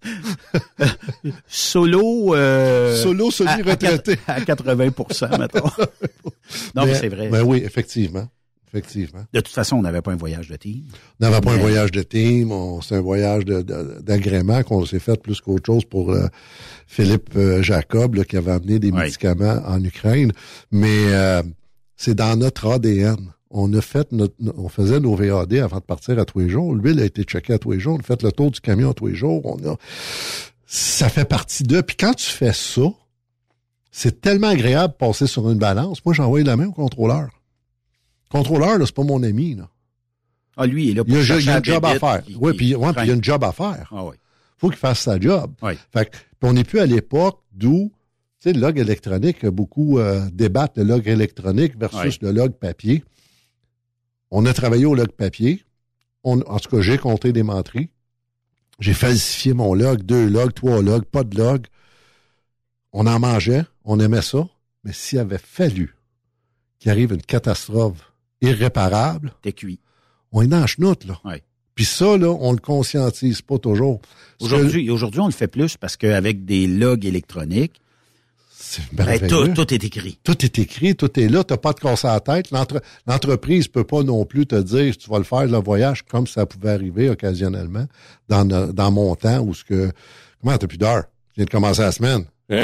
Solo, euh, Solo semi-retraité. À, à quatre-vingts pour cent, mettons. Non, mais, mais c'est vrai. Ben oui, effectivement. Effectivement. De toute façon, on n'avait pas un voyage de team. On n'avait pas mais... un voyage de team. On, c'est un voyage de, de, d'agrément qu'on s'est fait plus qu'autre chose pour euh, Philippe euh, Jacob, là, qui avait amené des oui. médicaments en Ukraine. Mais euh, c'est dans notre A D N. On a fait notre, on faisait nos V A D avant de partir à tous les jours. L'huile a été checkée à tous les jours. On a fait le tour du camion à tous les jours. On a, ça fait partie d'eux. Puis quand tu fais ça, c'est tellement agréable de passer sur une balance. Moi, j'ai envoyé la main au contrôleur. Contrôleur, là, c'est pas mon ami, là. Ah, lui, il est là pour il y a, chercher il y a un job à faire. Qui, oui, puis ouais, il y a une job à faire. Ah oui. Faut qu'il fasse sa job. Oui. Fait que, on n'est plus à l'époque d'où, tu sais, le log électronique, beaucoup euh, débattent le log électronique versus oui. le log papier. On a travaillé au log papier. On, en tout cas, j'ai compté des menteries. J'ai falsifié mon log, deux logs, trois logs, pas de log. On en mangeait, on aimait ça. Mais s'il avait fallu qu'il arrive une catastrophe irréparable, t'es cuit. On est dans la chenoute, là. Oui. Puis ça, là, on le conscientise pas toujours. Aujourd'hui, que... aujourd'hui, on le fait plus parce qu'avec des logs électroniques, ben, tout, tout est écrit. Tout est écrit, tout est là, t'as pas de casse à la tête. L'entre... L'entreprise peut pas non plus te dire si tu vas le faire, le voyage, comme ça pouvait arriver occasionnellement dans, dans mon temps où ce que, comment t'as plus d'heures? Tu viens de commencer la semaine.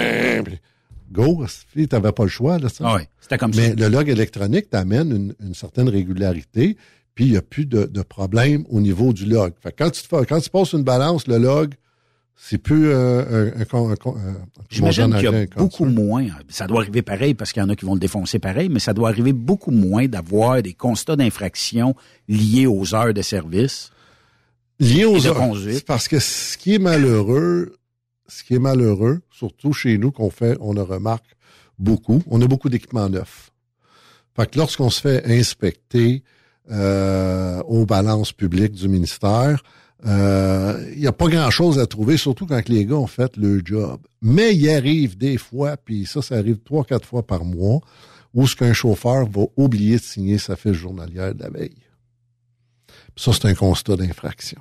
Go, t'avais pas le choix, là, ça. Ah oui, c'était comme Mais ça. le log électronique t'amène une, une certaine régularité, puis il n'y a plus de, de problème au niveau du log. Fait que quand tu te fais, quand tu passes une balance, le log, c'est plus euh, un, un, un, un J'imagine qu'il y a beaucoup moins. Ça doit arriver pareil parce qu'il y en a qui vont le défoncer pareil, mais ça doit arriver beaucoup moins d'avoir des constats d'infraction liés aux heures de service. Liés aux heures. C'est parce que ce qui est malheureux, ce qui est malheureux, surtout chez nous, qu'on fait, on le remarque beaucoup, on a beaucoup d'équipements neufs. Fait que lorsqu'on se fait inspecter euh, aux balances publiques du ministère, il euh, n'y a pas grand-chose à trouver, surtout quand les gars ont fait le job. Mais il arrive des fois, puis ça, ça arrive trois, quatre fois par mois, où ce qu'un chauffeur va oublier de signer sa fiche journalière de la veille. Puis ça, c'est un constat d'infraction.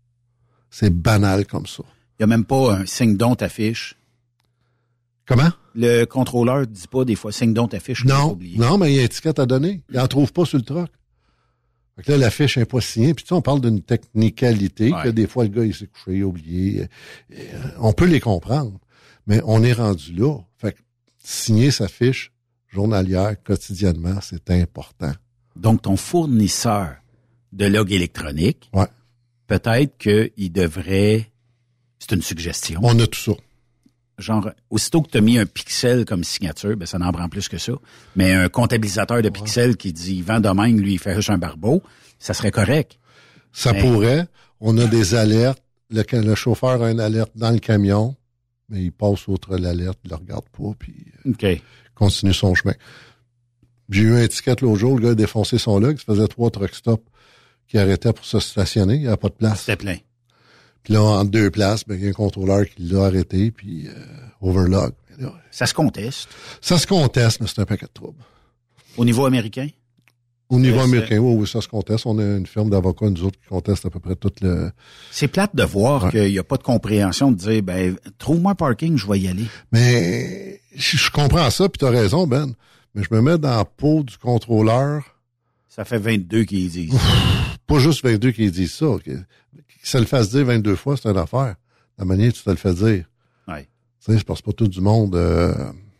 C'est banal comme ça. Il n'y a même pas un signe dont affiche. Comment? Le contrôleur ne dit pas des fois signe dont affiche. Non, non, mais il y a une étiquette à donner. Il n'en trouve pas sur le truck. Fait que là, la fiche n'est pas signée. Puis tu sais, on parle d'une technicalité ouais. que des fois, le gars, il s'est couché, il a oublié. On peut les comprendre. Mais on est rendu là. Fait que signer sa fiche journalière quotidiennement, c'est important. Donc, ton fournisseur de log électronique, ouais. peut-être qu'il devrait... C'est une suggestion. On a tout ça. Genre, aussitôt que tu as mis un pixel comme signature, ben ça n'en prend plus que ça. Mais un comptabilisateur de pixels ouais. qui dit « vend domaine, lui, il fait juste un barbeau », ça serait correct. Ça mais... pourrait. On a des alertes. Le, le chauffeur a une alerte dans le camion, mais il passe outre l'alerte, il le regarde pas, puis okay. continue son chemin. J'ai eu un ticket l'autre jour, le gars a défoncé son log, il faisait trois truck stops qui arrêtaient pour se stationner, il n'y avait pas de place. C'était plein. Puis là, entre deux places, ben, il y a un contrôleur qui l'a arrêté, puis euh, overlog. Là, ça se conteste. Ça se conteste, mais c'est un paquet de troubles. Au niveau américain? Au niveau américain, oui, oui, ça se conteste. On a une firme d'avocats, nous autres, qui contestent à peu près tout le... C'est plate de voir ouais. qu'il n'y a pas de compréhension de dire, ben, trouve-moi un parking, je vais y aller. Mais je, je comprends ça, puis tu as raison, Ben. Mais je me mets dans la peau du contrôleur. Ça fait vingt-deux qu'ils disent. Pas juste vingt-deux qui disent ça. Que, que ça le fasse dire vingt-deux fois, c'est une affaire. La manière tu te le fais dire. Oui. Tu sais, je pense pas tout du monde euh,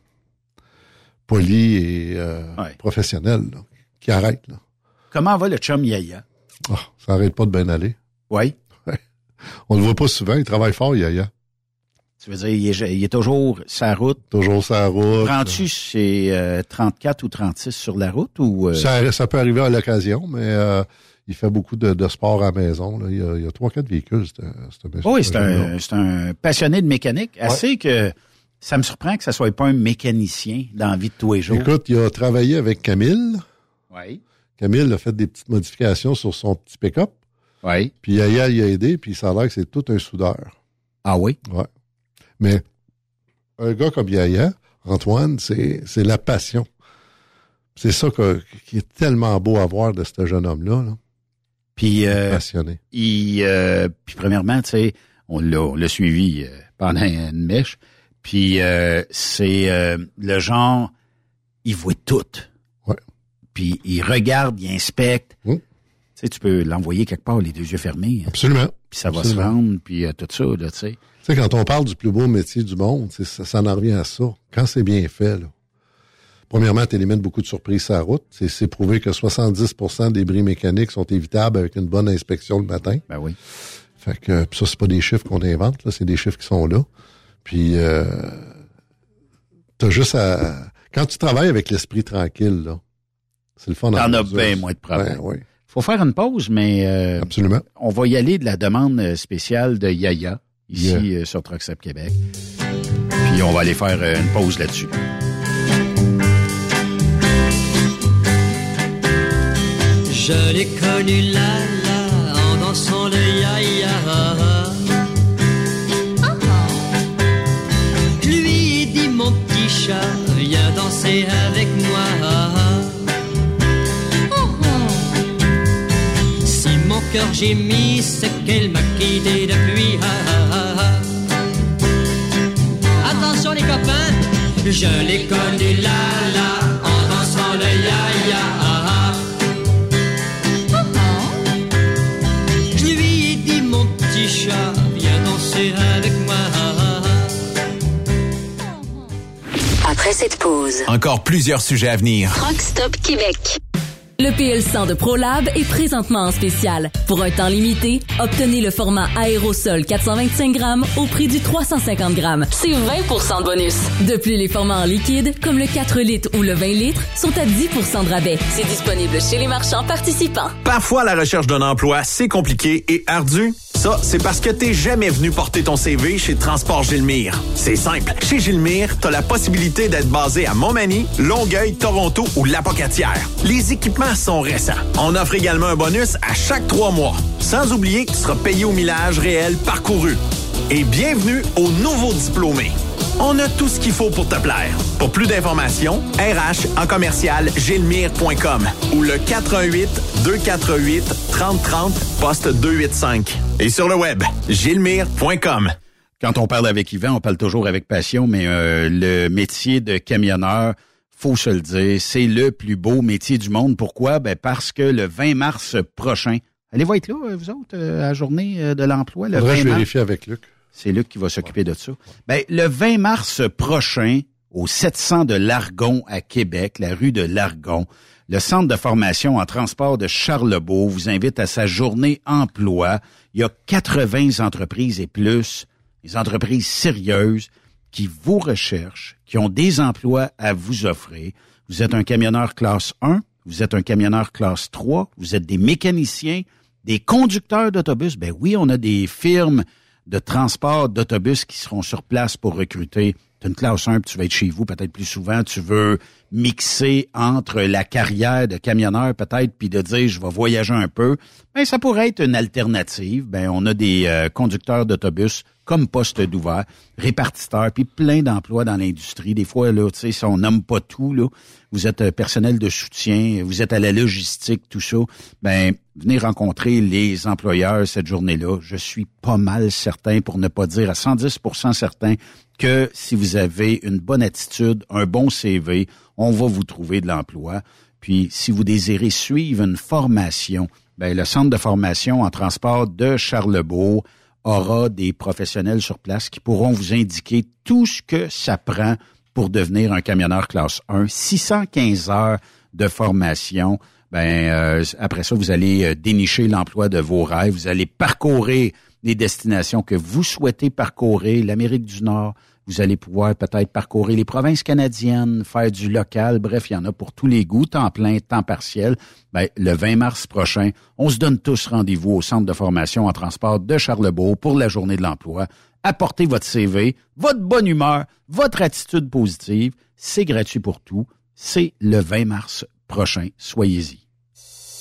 poli et euh, ouais. professionnel là, qui arrête. Là. Comment va le chum Yaya? Oh, ça arrête pas de bien aller. Oui. Ouais. On le voit pas souvent, il travaille fort, Yaya. Tu veux dire, il est, il est toujours sa route? Toujours sa route. Prends-tu c'est euh, trente-quatre ou trente-six sur la route? ou euh... ça, ça peut arriver à l'occasion, mais euh, il fait beaucoup de, de sport à la maison. Là. Il y a, il y a trois, quatre véhicules. C'est, c'est oui, c'est un, c'est un passionné de mécanique. Assez ouais. que ça me surprend que ça soit pas un mécanicien dans la vie de tous les jours. Écoute, il a travaillé avec Camille. Oui. Camille a fait des petites modifications sur son petit pick-up. Oui. Puis Yaya y a aidé, puis ça a l'air que c'est tout un soudeur. Ah oui? Ouais. Mais un gars comme Yaya, Antoine, c'est, c'est la passion. C'est ça que, qui est tellement beau à voir de ce jeune homme-là. Là. Puis, euh, passionné. Il, euh, puis premièrement, tu sais, on l'a, on l'a suivi euh, pendant une mèche. Puis euh, c'est euh, le genre, il voit tout. Ouais. Puis il regarde, il inspecte. Mmh. Tu sais, tu peux l'envoyer quelque part, les deux yeux fermés. Absolument. Puis ça va Absolument. se rendre, puis euh, tout ça, là, tu sais. Tu sais, quand on parle du plus beau métier du monde, ça, ça en revient à ça. Quand c'est bien fait, là. Premièrement, tu élimines beaucoup de surprises sur la route. C'est, c'est prouvé que soixante-dix pour cent des bris mécaniques sont évitables avec une bonne inspection le matin. Ben oui. Fait que ça, c'est pas des chiffres qu'on invente, là, c'est des chiffres qui sont là. Puis euh, t'as juste à... Quand tu travailles avec l'esprit tranquille, là, c'est le fun. T'en as bien moins de problèmes. Ben, oui. Faut faire une pause, mais euh, absolument. On va y aller de la demande spéciale de Yaya, ici yeah. euh, sur Truck Stop Québec. Puis on va aller faire euh, une pause là-dessus. Je l'ai connu là, là, en dansant le Yaya. Je lui ai dit, mon petit chat, viens danser avec moi. Si mon cœur gémit, c'est qu'elle m'a quitté depuis. Attention les copains, je l'ai connu là, là, en dansant le Yaya. Chat, viens danser avec moi. Après cette pause, encore plusieurs sujets à venir. Truck Stop Québec. Le P L cent de ProLab est présentement en spécial. Pour un temps limité, obtenez le format aérosol quatre cent vingt-cinq grammes au prix du trois cent cinquante grammes. C'est vingt pour cent de bonus. De plus, les formats en liquide, comme le quatre litres ou le vingt litres, sont à dix pour cent de rabais. C'est disponible chez les marchands participants. Parfois, la recherche d'un emploi, c'est compliqué et ardu. Ça, c'est parce que t'es jamais venu porter ton C V chez Transport Gilmire. C'est simple. Chez Gilmire, t'as la possibilité d'être basé à Montmagny, Longueuil, Toronto ou Lapocatière. Les équipements sont récents. On offre également un bonus à chaque trois mois. Sans oublier que tu seras payé au millage réel parcouru. Et bienvenue aux nouveaux diplômés. On a tout ce qu'il faut pour te plaire. Pour plus d'informations, R H en commercial gilmire point com ou le quatre un huit, deux quatre huit, trente trente, poste deux cent quatre-vingt-cinq. Et sur le web, gilmire point com. Quand on parle avec Yvan, on parle toujours avec passion, mais euh, le métier de camionneur, faut se le dire, c'est le plus beau métier du monde. Pourquoi? Ben parce que le vingt mars prochain, allez-vous être là, vous autres, à la journée de l'emploi? Le Faudrait vingt que je mars? vérifie avec Luc. C'est Luc qui va s'occuper de ça. Ben, le vingt mars prochain, au sept cents de Largon à Québec, la rue de Largon, le Centre de formation en transport de Charlebourg vous invite à sa journée emploi. Il y a quatre-vingts entreprises et plus, des entreprises sérieuses qui vous recherchent, qui ont des emplois à vous offrir. Vous êtes un camionneur classe un, vous êtes un camionneur classe trois, vous êtes des mécaniciens, des conducteurs d'autobus. Ben oui, on a des firmes de transport d'autobus qui seront sur place pour recruter. Tu as une classe un, puis tu vas être chez vous peut-être plus souvent. Tu veux mixer entre la carrière de camionneur peut-être, puis de dire je vais voyager un peu. Ben ça pourrait être une alternative. Ben on a des euh, conducteurs d'autobus comme poste d'ouvert, répartiteurs, puis plein d'emplois dans l'industrie. Des fois, là, tu sais, si on nomme pas tout, là, vous êtes euh, personnel de soutien, vous êtes à la logistique, tout ça, ben venez rencontrer les employeurs cette journée-là. Je suis pas mal certain, pour ne pas dire à cent dix pour cent certain, que si vous avez une bonne attitude, un bon C V, on va vous trouver de l'emploi. Puis, si vous désirez suivre une formation, ben le Centre de formation en transport de Charlebourg aura des professionnels sur place qui pourront vous indiquer tout ce que ça prend pour devenir un camionneur classe un. six cent quinze heures de formation. Ben euh, après ça, vous allez euh, dénicher l'emploi de vos rêves. Vous allez parcourir les destinations que vous souhaitez parcourir, l'Amérique du Nord. Vous allez pouvoir peut-être parcourir les provinces canadiennes, faire du local. Bref, il y en a pour tous les goûts, temps plein, temps partiel. Ben, le vingt mars prochain, on se donne tous rendez-vous au Centre de formation en transport de Charlebourg pour la journée de l'emploi. Apportez votre C V, votre bonne humeur, votre attitude positive. C'est gratuit pour tout. C'est le vingt mars prochain. Soyez-y. Pour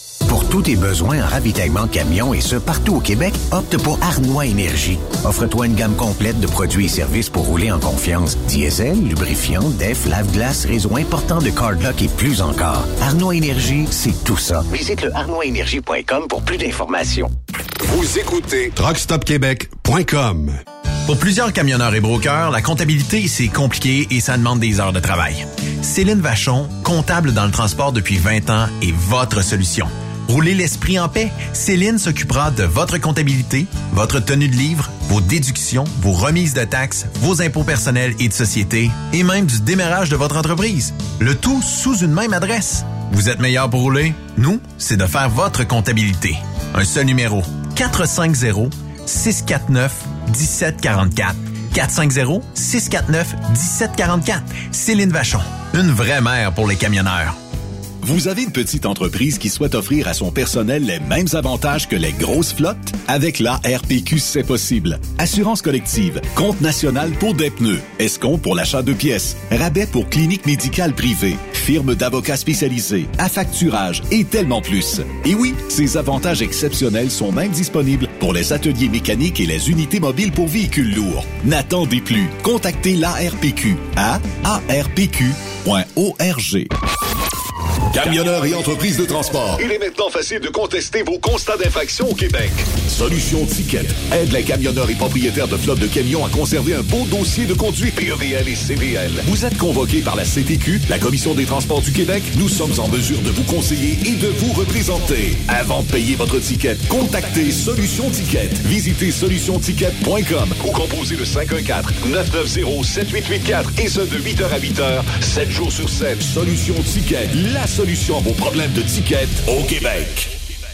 Pour tous tes besoins en ravitaillement de camions et ce, partout au Québec, opte pour Arnois Énergie. Offre-toi une gamme complète de produits et services pour rouler en confiance. Diesel, lubrifiant, def, lave-glace, réseau important de cardlock et plus encore. Arnois Énergie, c'est tout ça. Visite le arnois énergie point com pour plus d'informations. Vous écoutez truck stop québec point com. Pour plusieurs camionneurs et brokers, la comptabilité, c'est compliqué et ça demande des heures de travail. Céline Vachon, comptable dans le transport depuis vingt ans, est votre solution. Roulez l'esprit en paix. Céline s'occupera de votre comptabilité, votre tenue de livre, vos déductions, vos remises de taxes, vos impôts personnels et de société, et même du démarrage de votre entreprise. Le tout sous une même adresse. Vous êtes meilleur pour rouler? Nous, c'est de faire votre comptabilité. Un seul numéro. quatre cinq zéro, six quatre neuf, un sept quatre quatre. quatre cinq zéro, six quatre neuf, un sept quatre quatre. Céline Vachon. Une vraie mère pour les camionneurs. Vous avez une petite entreprise qui souhaite offrir à son personnel les mêmes avantages que les grosses flottes? Avec l'A R P Q, c'est possible. Assurance collective, compte national pour des pneus, escompte pour l'achat de pièces, rabais pour clinique médicale privée, firme d'avocats spécialisés, affacturage et tellement plus. Et oui, ces avantages exceptionnels sont même disponibles pour les ateliers mécaniques et les unités mobiles pour véhicules lourds. N'attendez plus. Contactez l'A R P Q à a r p q point org. Camionneurs et entreprises de transport, il est maintenant facile de contester vos constats d'infraction au Québec. Solution Ticket aide les camionneurs et propriétaires de flottes de camions à conserver un beau dossier de conduite P E V L et C V L. Vous êtes convoqué par la C T Q, la Commission des transports du Québec. Nous sommes en mesure de vous conseiller et de vous représenter. Avant de payer votre ticket, contactez Solution Ticket. Visitez solution ticket point com ou composez le cinq un quatre, neuf neuf zéro, sept huit huit quatre et ce de huit heures à huit heures, sept jours sur sept. Solution Ticket, la solution à vos problèmes de tickets au Québec.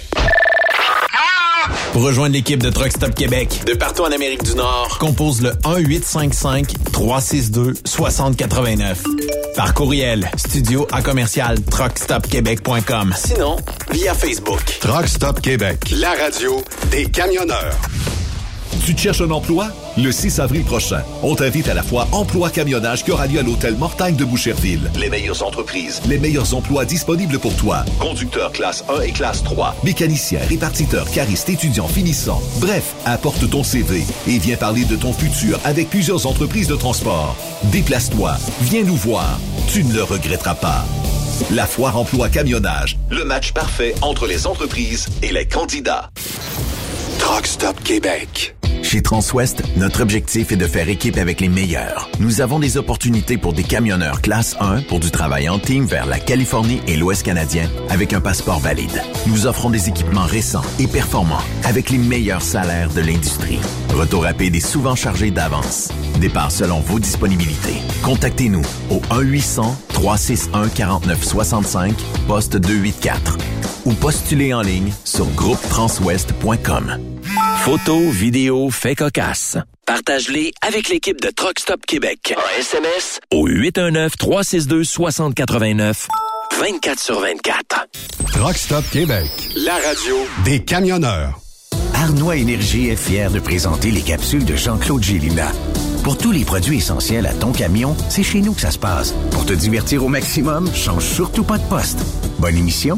Pour rejoindre l'équipe de Truck Stop Québec, de partout en Amérique du Nord, compose le un huit cinq cinq, trois six deux, six zéro huit neuf. Par courriel, studio à commercial truck stop québec point com. Sinon, via Facebook. Truck Stop Québec, la radio des camionneurs. Tu cherches un emploi? Le six avril prochain, on t'invite à la foire Emploi Camionnage qui aura lieu à l'hôtel Mortagne de Boucherville. Les meilleures entreprises, les meilleurs emplois disponibles pour toi. Conducteur classe un et classe trois, mécanicien, répartiteur, cariste, étudiant, finissant. Bref, apporte ton C V et viens parler de ton futur avec plusieurs entreprises de transport. Déplace-toi, viens nous voir, tu ne le regretteras pas. La foire Emploi Camionnage, le match parfait entre les entreprises et les candidats. Truck Stop Québec. Chez Transwest, notre objectif est de faire équipe avec les meilleurs. Nous avons des opportunités pour des camionneurs classe un pour du travail en team vers la Californie et l'Ouest canadien avec un passeport valide. Nous offrons des équipements récents et performants avec les meilleurs salaires de l'industrie. Retour rapide et souvent chargé d'avance. Départ selon vos disponibilités. Contactez-nous au un huit cents, trois six un, quatre neuf six cinq, poste deux cent quatre ou postulez en ligne sur groupe transwest point com. Photos, vidéos, faits cocasses. Partage-les avec l'équipe de Truck Stop Québec. En S M S au huit un neuf, trois six deux, six zéro huit neuf, vingt-quatre sur vingt-quatre. Truck Stop Québec, la radio des camionneurs. Arnois Énergie est fier de présenter les capsules de Jean-Claude Gélina. Pour tous les produits essentiels à ton camion, c'est chez nous que ça se passe. Pour te divertir au maximum, change surtout pas de poste. Bonne émission.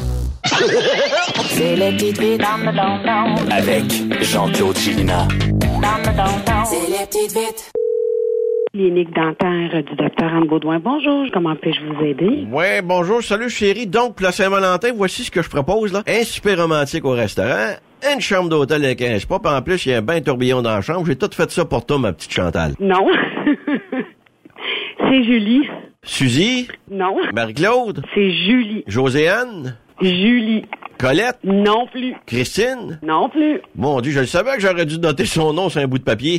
C'est les petites vites Avec Jean-Claude Gélina. C'est les petites vites. Clinique dentaire du docteur Anne Baudouin. Bonjour, comment puis-je vous aider? Ouais, bonjour, salut chérie. Donc, pour la Saint-Valentin, voici ce que je propose, là. Un super romantique au restaurant, une chambre d'hôtel avec un spa, puis en plus, il y a un bain tourbillon dans la chambre. J'ai tout fait ça pour toi, ma petite Chantal. Non. C'est Julie. Suzy? Non. Marie-Claude? C'est Julie. Joséanne? Julie. Colette? Non plus. Christine? Non plus. Mon Dieu, je le savais que j'aurais dû noter son nom sur un bout de papier.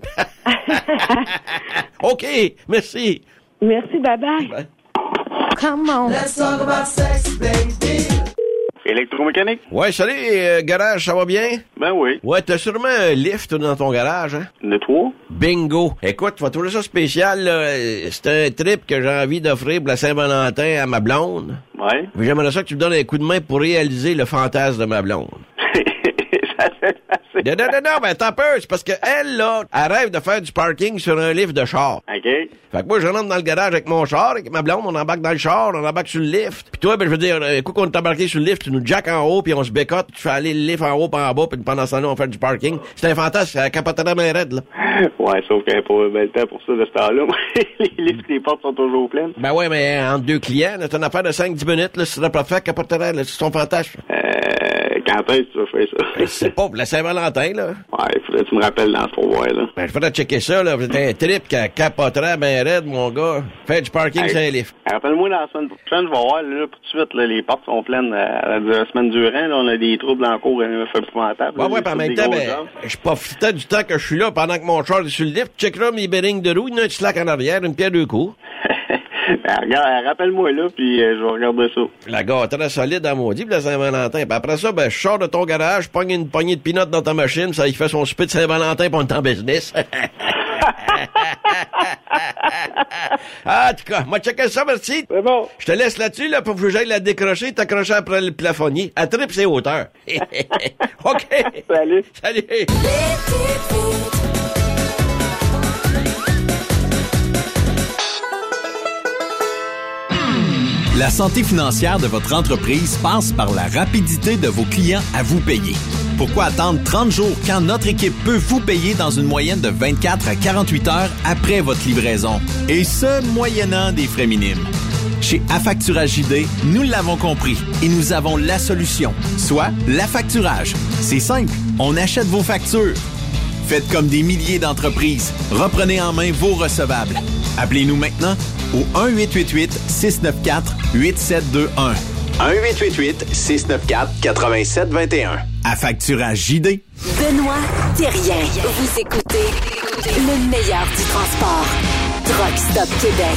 OK, merci. Merci, bye-bye. Bye. Come on. Let's talk about sex, baby. Électromécanique? Ouais, salut, euh, garage, ça va bien? Ben oui. Ouais, t'as sûrement un lift dans ton garage, hein? Le trois? Bingo. Écoute, tu vas trouver ça spécial, là. C'est un trip que j'ai envie d'offrir pour la Saint-Valentin à ma blonde. Ouais. J'aimerais ça que tu me donnes un coup de main pour réaliser le fantasme de ma blonde. ça s'est passé. Non, non, non, non, mais t'as peur. C'est parce qu'elle, là, elle rêve de faire du parking sur un lift de char. OK. Fait que moi, je rentre dans le garage avec mon char, avec ma blonde, on embarque dans le char, on embarque sur le lift. Puis toi, ben, je veux dire, écoute, qu'on est embarqué sur le lift, tu nous jack en haut, puis on se bécote, tu fais aller le lift en haut, puis en bas, puis pendant ce temps-là, on fait du parking. C'est un fantasme, ça capoterait bien raide, là. Ouais, sauf qu'il n'y a pas ben, le temps pour ça de ce temps-là. Les lifts, les portes sont toujours pleines. Ben ouais, mais entre deux clients, là, c'est une affaire de cinq dix minutes, là, si tu serais pas fait, capoterait, là, c'est ton fantasme. Euh, quand est-ce que tu vas faire ça? Ben, c'est pas pour la Saint-Valentin, là. Ouais, il faudrait que tu me rappelles dans ce pourvoir, là. Ben, il faudrait checker ça, là. C'est un trip qui capoterait ben raide, mon gars. Fais du parking, hey, c'est un lift. Rappelle-moi dans la semaine prochaine, je vais voir, là, tout de suite, là, les portes sont pleines. Euh, la semaine durant, là, on a des troubles en cours, un peu épouvantable. Ouais, ouais, pis en même temps, ben, je profitais du temps que je suis là pendant que mon char est sur le lift. Checkeras mes bearings de roue, il y a un petit slack en arrière, une pierre deux coups. Ben, regarde, rappelle-moi là, puis euh, je vais regarder ça. La gare très solide à maudit, pis la Saint-Valentin. Puis après ça, ben, je sors de ton garage, pogne une poignée de peanuts dans ta machine, ça y fait son souper de Saint-Valentin pour on est en business. Ah, en tout cas, moi, checker ça, merci. C'est bon. Je te laisse là-dessus, là, pour que j'aille la décrocher, t'accrocher après le plafonnier. À trip, c'est hauteur. OK. Salut. Salut. La santé financière de votre entreprise passe par la rapidité de vos clients à vous payer. Pourquoi attendre trente jours quand notre équipe peut vous payer dans une moyenne de vingt-quatre à quarante-huit heures après votre livraison? Et ce, moyennant des frais minimes. Chez Affacturage J D, nous l'avons compris et nous avons la solution, soit l'affacturage. C'est simple, on achète vos factures. Faites comme des milliers d'entreprises. Reprenez en main vos recevables. Appelez-nous maintenant au un huit huit huit six neuf quatre huit sept deux un. un huit huit huit six neuf quatre huit sept deux un. Affacturage J D. Benoît Thérien. Vous écoutez le meilleur du transport. Truck Stop Québec.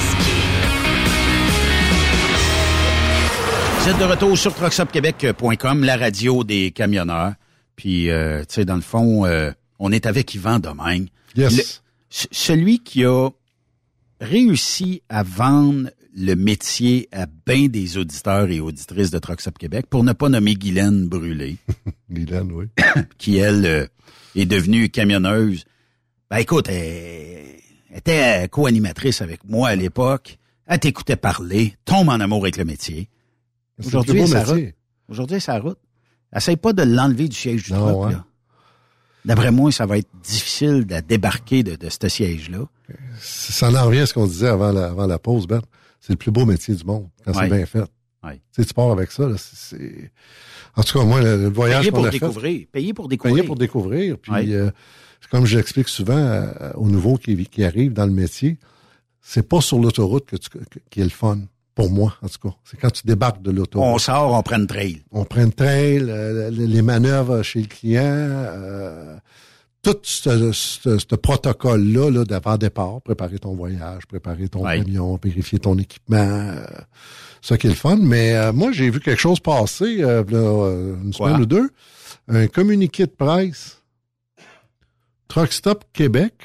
Vous êtes de retour sur truck stop québec point com, la radio des camionneurs. Puis, euh, tu sais, dans le fond, euh, on est avec Yvan Domingue. Yes. Le, c- celui qui a réussi à vendre le métier à bien des auditeurs et auditrices de Truck Stop Québec, pour ne pas nommer Guylaine Brûlé. Guylaine, oui. Qui, elle, euh, est devenue camionneuse. Ben, écoute, elle, elle était co-animatrice avec moi à l'époque. Elle t'écoutait parler, tombe en amour avec le métier. C'est Aujourd'hui, le plus beau ça route. métier. Aujourd'hui, ça route. Essaye pas de l'enlever du siège du Non, truck, hein. là. D'après moi, ça va être difficile de débarquer de, de ce siège-là. Ça en revient à ce qu'on disait avant la, avant la pause, Ben. C'est le plus beau métier du monde, quand Ouais. c'est bien fait. Ouais. Tu sais, tu pars avec ça, là, c'est, c'est... En tout cas, moi, le, le voyage Payer qu'on pour a découvrir. fait... Payer pour découvrir. Payer pour découvrir. Puis, Ouais. euh, comme j'explique souvent euh, aux nouveaux qui, qui arrivent dans le métier, c'est pas sur l'autoroute que tu, que, qui est le fun. Pour moi, en tout cas. C'est quand tu débarques de l'autoroute. On sort, on prend une trail. On prend une trail, euh, les manœuvres chez le client, euh, tout ce, ce, ce protocole-là là, d'avant-départ, préparer ton voyage, préparer ton Ouais. camion, vérifier ton équipement, euh, ça qui est le fun. Mais euh, moi, j'ai vu quelque chose passer euh, là, une Quoi? semaine ou deux, un communiqué de presse Truck Stop Québec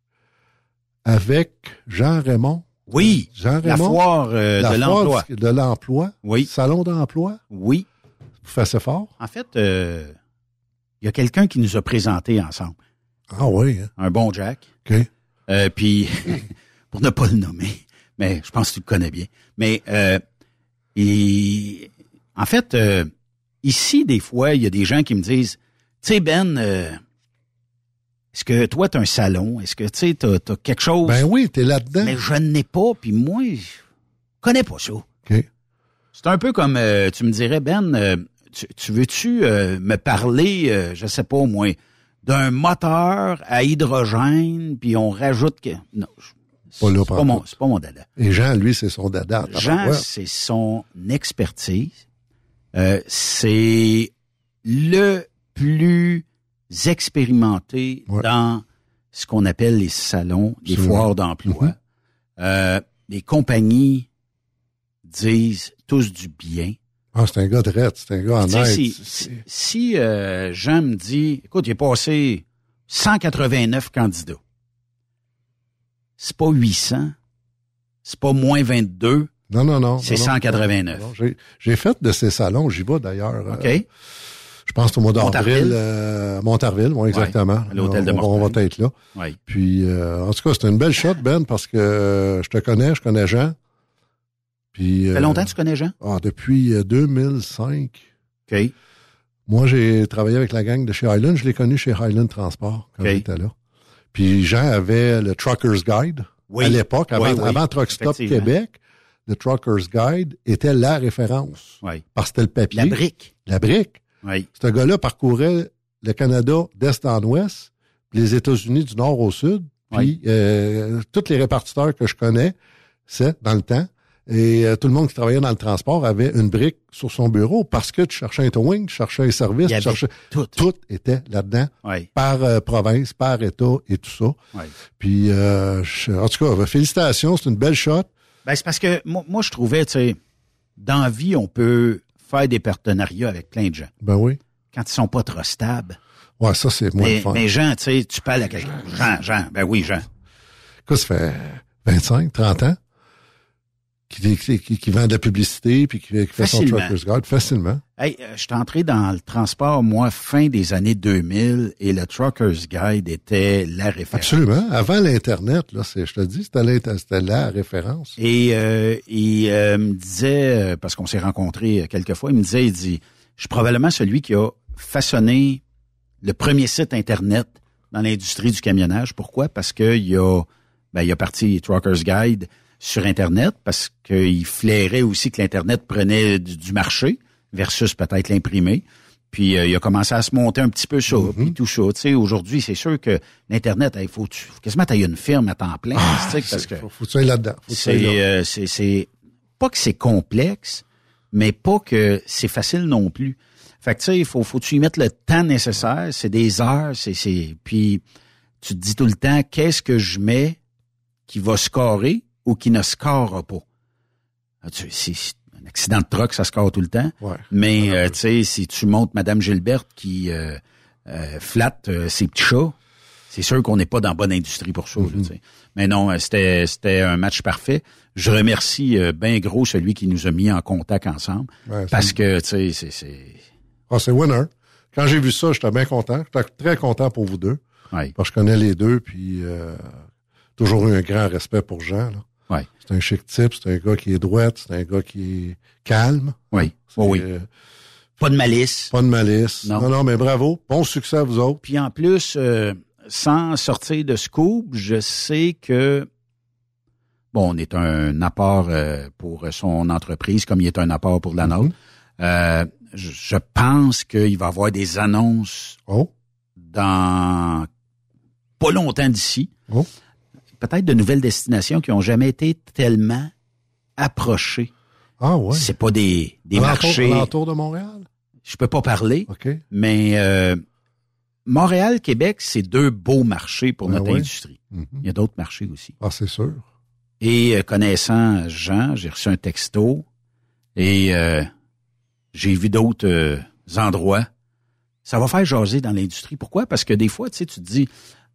avec Jean Raymond. Oui, Jean la Raymond, foire euh, la de foire l'emploi. du- de l'emploi. Oui. Salon d'emploi. Oui. Vous faites ça fort? En fait, euh, il y a quelqu'un qui nous a présenté ensemble. Ah oui. Hein? Un bon Jack. OK. Euh, puis, pour ne pas le nommer, mais je pense que tu le connais bien. Mais, euh, et, en fait, euh, ici, des fois, il y a des gens qui me disent, tu sais, Ben, euh, est-ce que toi, tu as un salon? Est-ce que, tu sais, tu as quelque chose? Ben oui, t'es là-dedans. Mais je n'ai pas, puis moi, je connais pas ça. OK. C'est un peu comme, euh, tu me dirais, Ben, euh, tu, tu veux-tu euh, me parler, euh, je sais pas au moins, d'un moteur à hydrogène, puis on rajoute que... Non, je- Pas là, c'est par pas, mon, contre. c'est pas mon dada. Et Jean, lui, c'est son dada. Jean, Ouais. c'est son expertise. Euh, c'est le plus expérimenté Ouais. dans ce qu'on appelle les salons, les Absolument. foires d'emploi. Mhm. Euh, les compagnies disent tous du bien. Ah, c'est un gars de raide, c'est un gars en Tu sais, aide. si, C'est- si, si, euh, Jean me dit, écoute, il est passé cent quatre-vingt-neuf candidats. C'est pas huit cents, c'est pas moins vingt-deux, Non, non, non. c'est non, non. cent quatre-vingt-neuf. Non, J'ai, j'ai fait de ces salons, j'y vais d'ailleurs. OK. Euh, Je pense au mois d'avril, euh, à Montarville, oui, exactement. Ouais, à l'hôtel de on, Mortagne. on va être là. Oui. Puis, euh, en tout cas, c'était une belle shot, Ben, parce que euh, je te connais, je connais Jean. Puis, Ça fait euh, longtemps que tu connais Jean? Ah, depuis euh, deux mille cinq. OK. Moi, j'ai travaillé avec la gang de chez Highland. Je l'ai connu chez Highland Transport quand Okay. j'étais là. Puis Jean avait le Trucker's Guide. Oui. À l'époque, avant, Oui, oui. avant Truck Stop Effectivement. Québec, le Trucker's Guide était la référence. Oui. Parce que c'était le papier. La brique. La brique. Oui. Ce gars-là parcourait le Canada d'est en ouest, puis les États-Unis du nord au sud. Puis Oui. euh, tous les répartiteurs que je connais, c'est dans le temps. Et euh, tout le monde qui travaillait dans le transport avait une brique sur son bureau parce que tu cherchais un towing, tu cherchais un service, Il y tu avait cherchais... tout. Tout était là-dedans, Oui. par euh, province, par État et tout ça. Oui. Puis, euh, je- en tout cas, félicitations, c'est une belle shot. Ben, c'est parce que moi, moi je trouvais, tu sais, dans la vie, on peut faire des partenariats avec plein de gens. Ben oui. Quand ils sont pas trop stables. Ouais, ça, c'est moins Mais, le fun. mais Jean, tu sais, tu parles à quelqu'un. Jean, Jean, ben oui, Jean. Écoute, ça fait vingt-cinq, trente ans qui, qui, qui, qui vend de la publicité puis qui, qui fait son Facilement. Trucker's Guide facilement. Hey, euh, je suis entré dans le transport, moi, fin des années deux mille, et le Trucker's Guide était la référence. Absolument. Avant l'Internet, là, c'est, je te dis, c'était, l'inter- c'était la référence. Et euh, il euh, me disait, euh, parce qu'on s'est rencontrés quelques fois, il me disait, il dit, je suis probablement celui qui a façonné le premier site Internet dans l'industrie du camionnage. Pourquoi? Parce que il a, ben, il a parti Trucker's Guide sur Internet, parce qu'il flairait aussi que l'Internet prenait du, du marché versus peut-être l'imprimé. Puis euh, il a commencé à se monter un petit peu ça, Mm-hmm. puis tout ça. Tu sais, aujourd'hui, c'est sûr que l'Internet, il faut, faut quasiment t'ailles une firme à temps plein. Ah, tu sais, parce que faut, faut que tu ailles là-dedans. Faut que tu ailles c'est, là. euh, c'est, c'est pas que c'est complexe, mais pas que c'est facile non plus. Fait que tu sais, il faut, faut que tu y mettes le temps nécessaire. C'est des heures, c'est, c'est, puis tu te dis tout le temps, qu'est-ce que je mets qui va scorer ou qui ne scorera pas. Ah, tu- c'est, c'est un accident de truck, ça score tout le temps. Ouais. Mais euh, tu sais, si tu montes Madame Gilberte qui euh, euh, flatte euh, ses petits chats, c'est sûr qu'on n'est pas dans la bonne industrie pour ça. là, tu sais. Mais non, euh, c'était c'était un match parfait. Je remercie euh, ben gros celui qui nous a mis en contact ensemble. Ouais, parce c'est- que, tu sais, c'est... c'est... Ah, c'est winner. Quand j'ai vu ça, j'étais bien content. J'étais très content pour vous deux. Ouais. Parce que je connais les deux, puis euh, toujours eu un grand respect pour Jean. Là. Ouais. C'est un chic type, c'est un gars qui est droit, c'est un gars qui est calme. Oui, C'est, oui, oui. euh, Pas de malice. Pas de malice. Non. Non, non, mais bravo. Bon succès à vous autres. Puis en plus, euh, sans sortir de scoop, je sais que, bon, on est un apport euh, pour son entreprise, comme il est un apport pour la nôtre. Euh, je, je pense qu'il va y avoir des annonces oh. dans pas longtemps d'ici. Oh. Peut-être de nouvelles destinations qui ont jamais été tellement approchées. Ah ouais. C'est pas des, des Alentour- marchés. alentour de Montréal? Je peux pas parler. OK. Mais euh, Montréal, Québec, c'est deux beaux marchés pour Ben notre oui. industrie. Mhm. Il y a d'autres marchés aussi. Ah, c'est sûr. Et euh, connaissant Jean, j'ai reçu un texto et euh, j'ai vu d'autres euh, endroits. Ça va faire jaser dans l'industrie. Pourquoi? Parce que des fois, tu sais, tu te dis,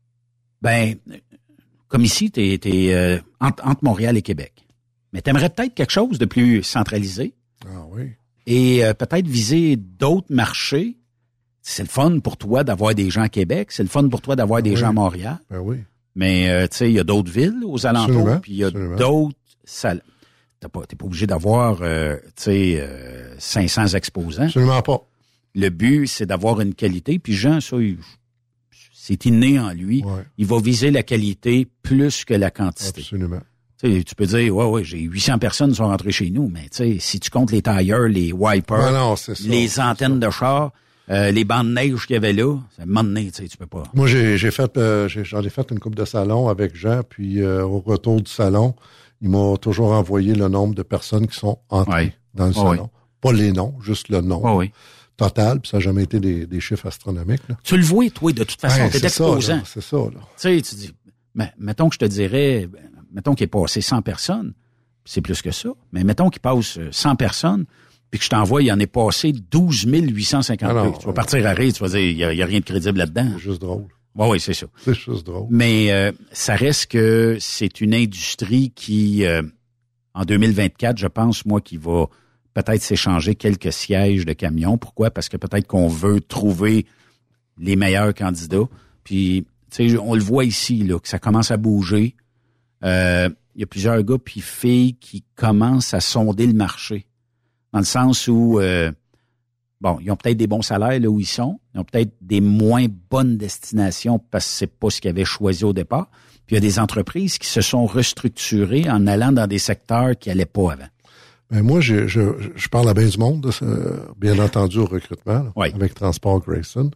ben, comme ici, t'es, t'es euh, entre, entre Montréal et Québec. Mais t'aimerais peut-être quelque chose de plus centralisé. Ah oui. Et euh, peut-être viser d'autres marchés. C'est le fun pour toi d'avoir des gens à Québec. C'est le fun pour toi d'avoir des oui. gens à Montréal. Ben oui. Mais, euh, tu sais, il y a d'autres villes aux alentours. Absolument, Puis il y a absolument. d'autres salles. T'as pas, t'es pas obligé d'avoir, euh, tu sais, euh, cinq cents exposants. Absolument pas. Le but, c'est d'avoir une qualité. Puis Jean, ça, il- c'est inné en lui. Ouais. Il va viser la qualité plus que la quantité. Absolument. Tu sais, tu peux dire, ouais, ouais, j'ai huit cents personnes qui sont rentrées chez nous, mais tu sais, si tu comptes les tailleurs, les wipers, Ah non, c'est ça, les c'est antennes de char, euh, les bancs de neige qu'il y avait là, c'est un moment donné, tu sais, tu peux pas. Moi, j'ai, j'ai fait, euh, j'ai- j'en ai fait une coupe de salon avec Jean, puis euh, au retour du salon, il m'a toujours envoyé le nombre de personnes qui sont entrées Ouais. dans le Ouais, salon. Pas les noms, juste le nom. Ouais, ouais. Total, puis ça n'a jamais été des, des chiffres astronomiques. Là. Tu le vois, toi, de toute façon, Ouais, t'es c'est ça, exposant. là, c'est ça, là. Tu sais, tu dis, mais, mettons que je te dirais, ben, mettons qu'il est passé cent personnes, c'est plus que ça, mais mettons qu'il passe euh, cent personnes, puis que je t'envoie, il en est passé douze mille huit cent cinquante-deux. Ah non, tu vas partir à rire, tu vas dire, il y a, il y a rien de crédible là-dedans. C'est juste drôle. Oui, oui, c'est ça. C'est juste drôle. Mais euh, ça reste que c'est une industrie qui, euh, en deux mille vingt-quatre, je pense, moi, qui va peut-être s'échanger quelques sièges de camions. Pourquoi? Parce que peut-être qu'on veut trouver les meilleurs candidats. Puis, tu sais, on le voit ici, là, que ça commence à bouger. Euh, il y a plusieurs gars puis filles qui commencent à sonder le marché. Dans le sens où, euh, bon, ils ont peut-être des bons salaires là où ils sont. Ils ont peut-être des moins bonnes destinations parce que c'est pas ce qu'ils avaient choisi au départ. Puis il y a des entreprises qui se sont restructurées en allant dans des secteurs qui allaient pas avant. Ben moi, je, je, je parle à bien du monde, euh, bien entendu, au recrutement, là, oui. avec Transport Grayson.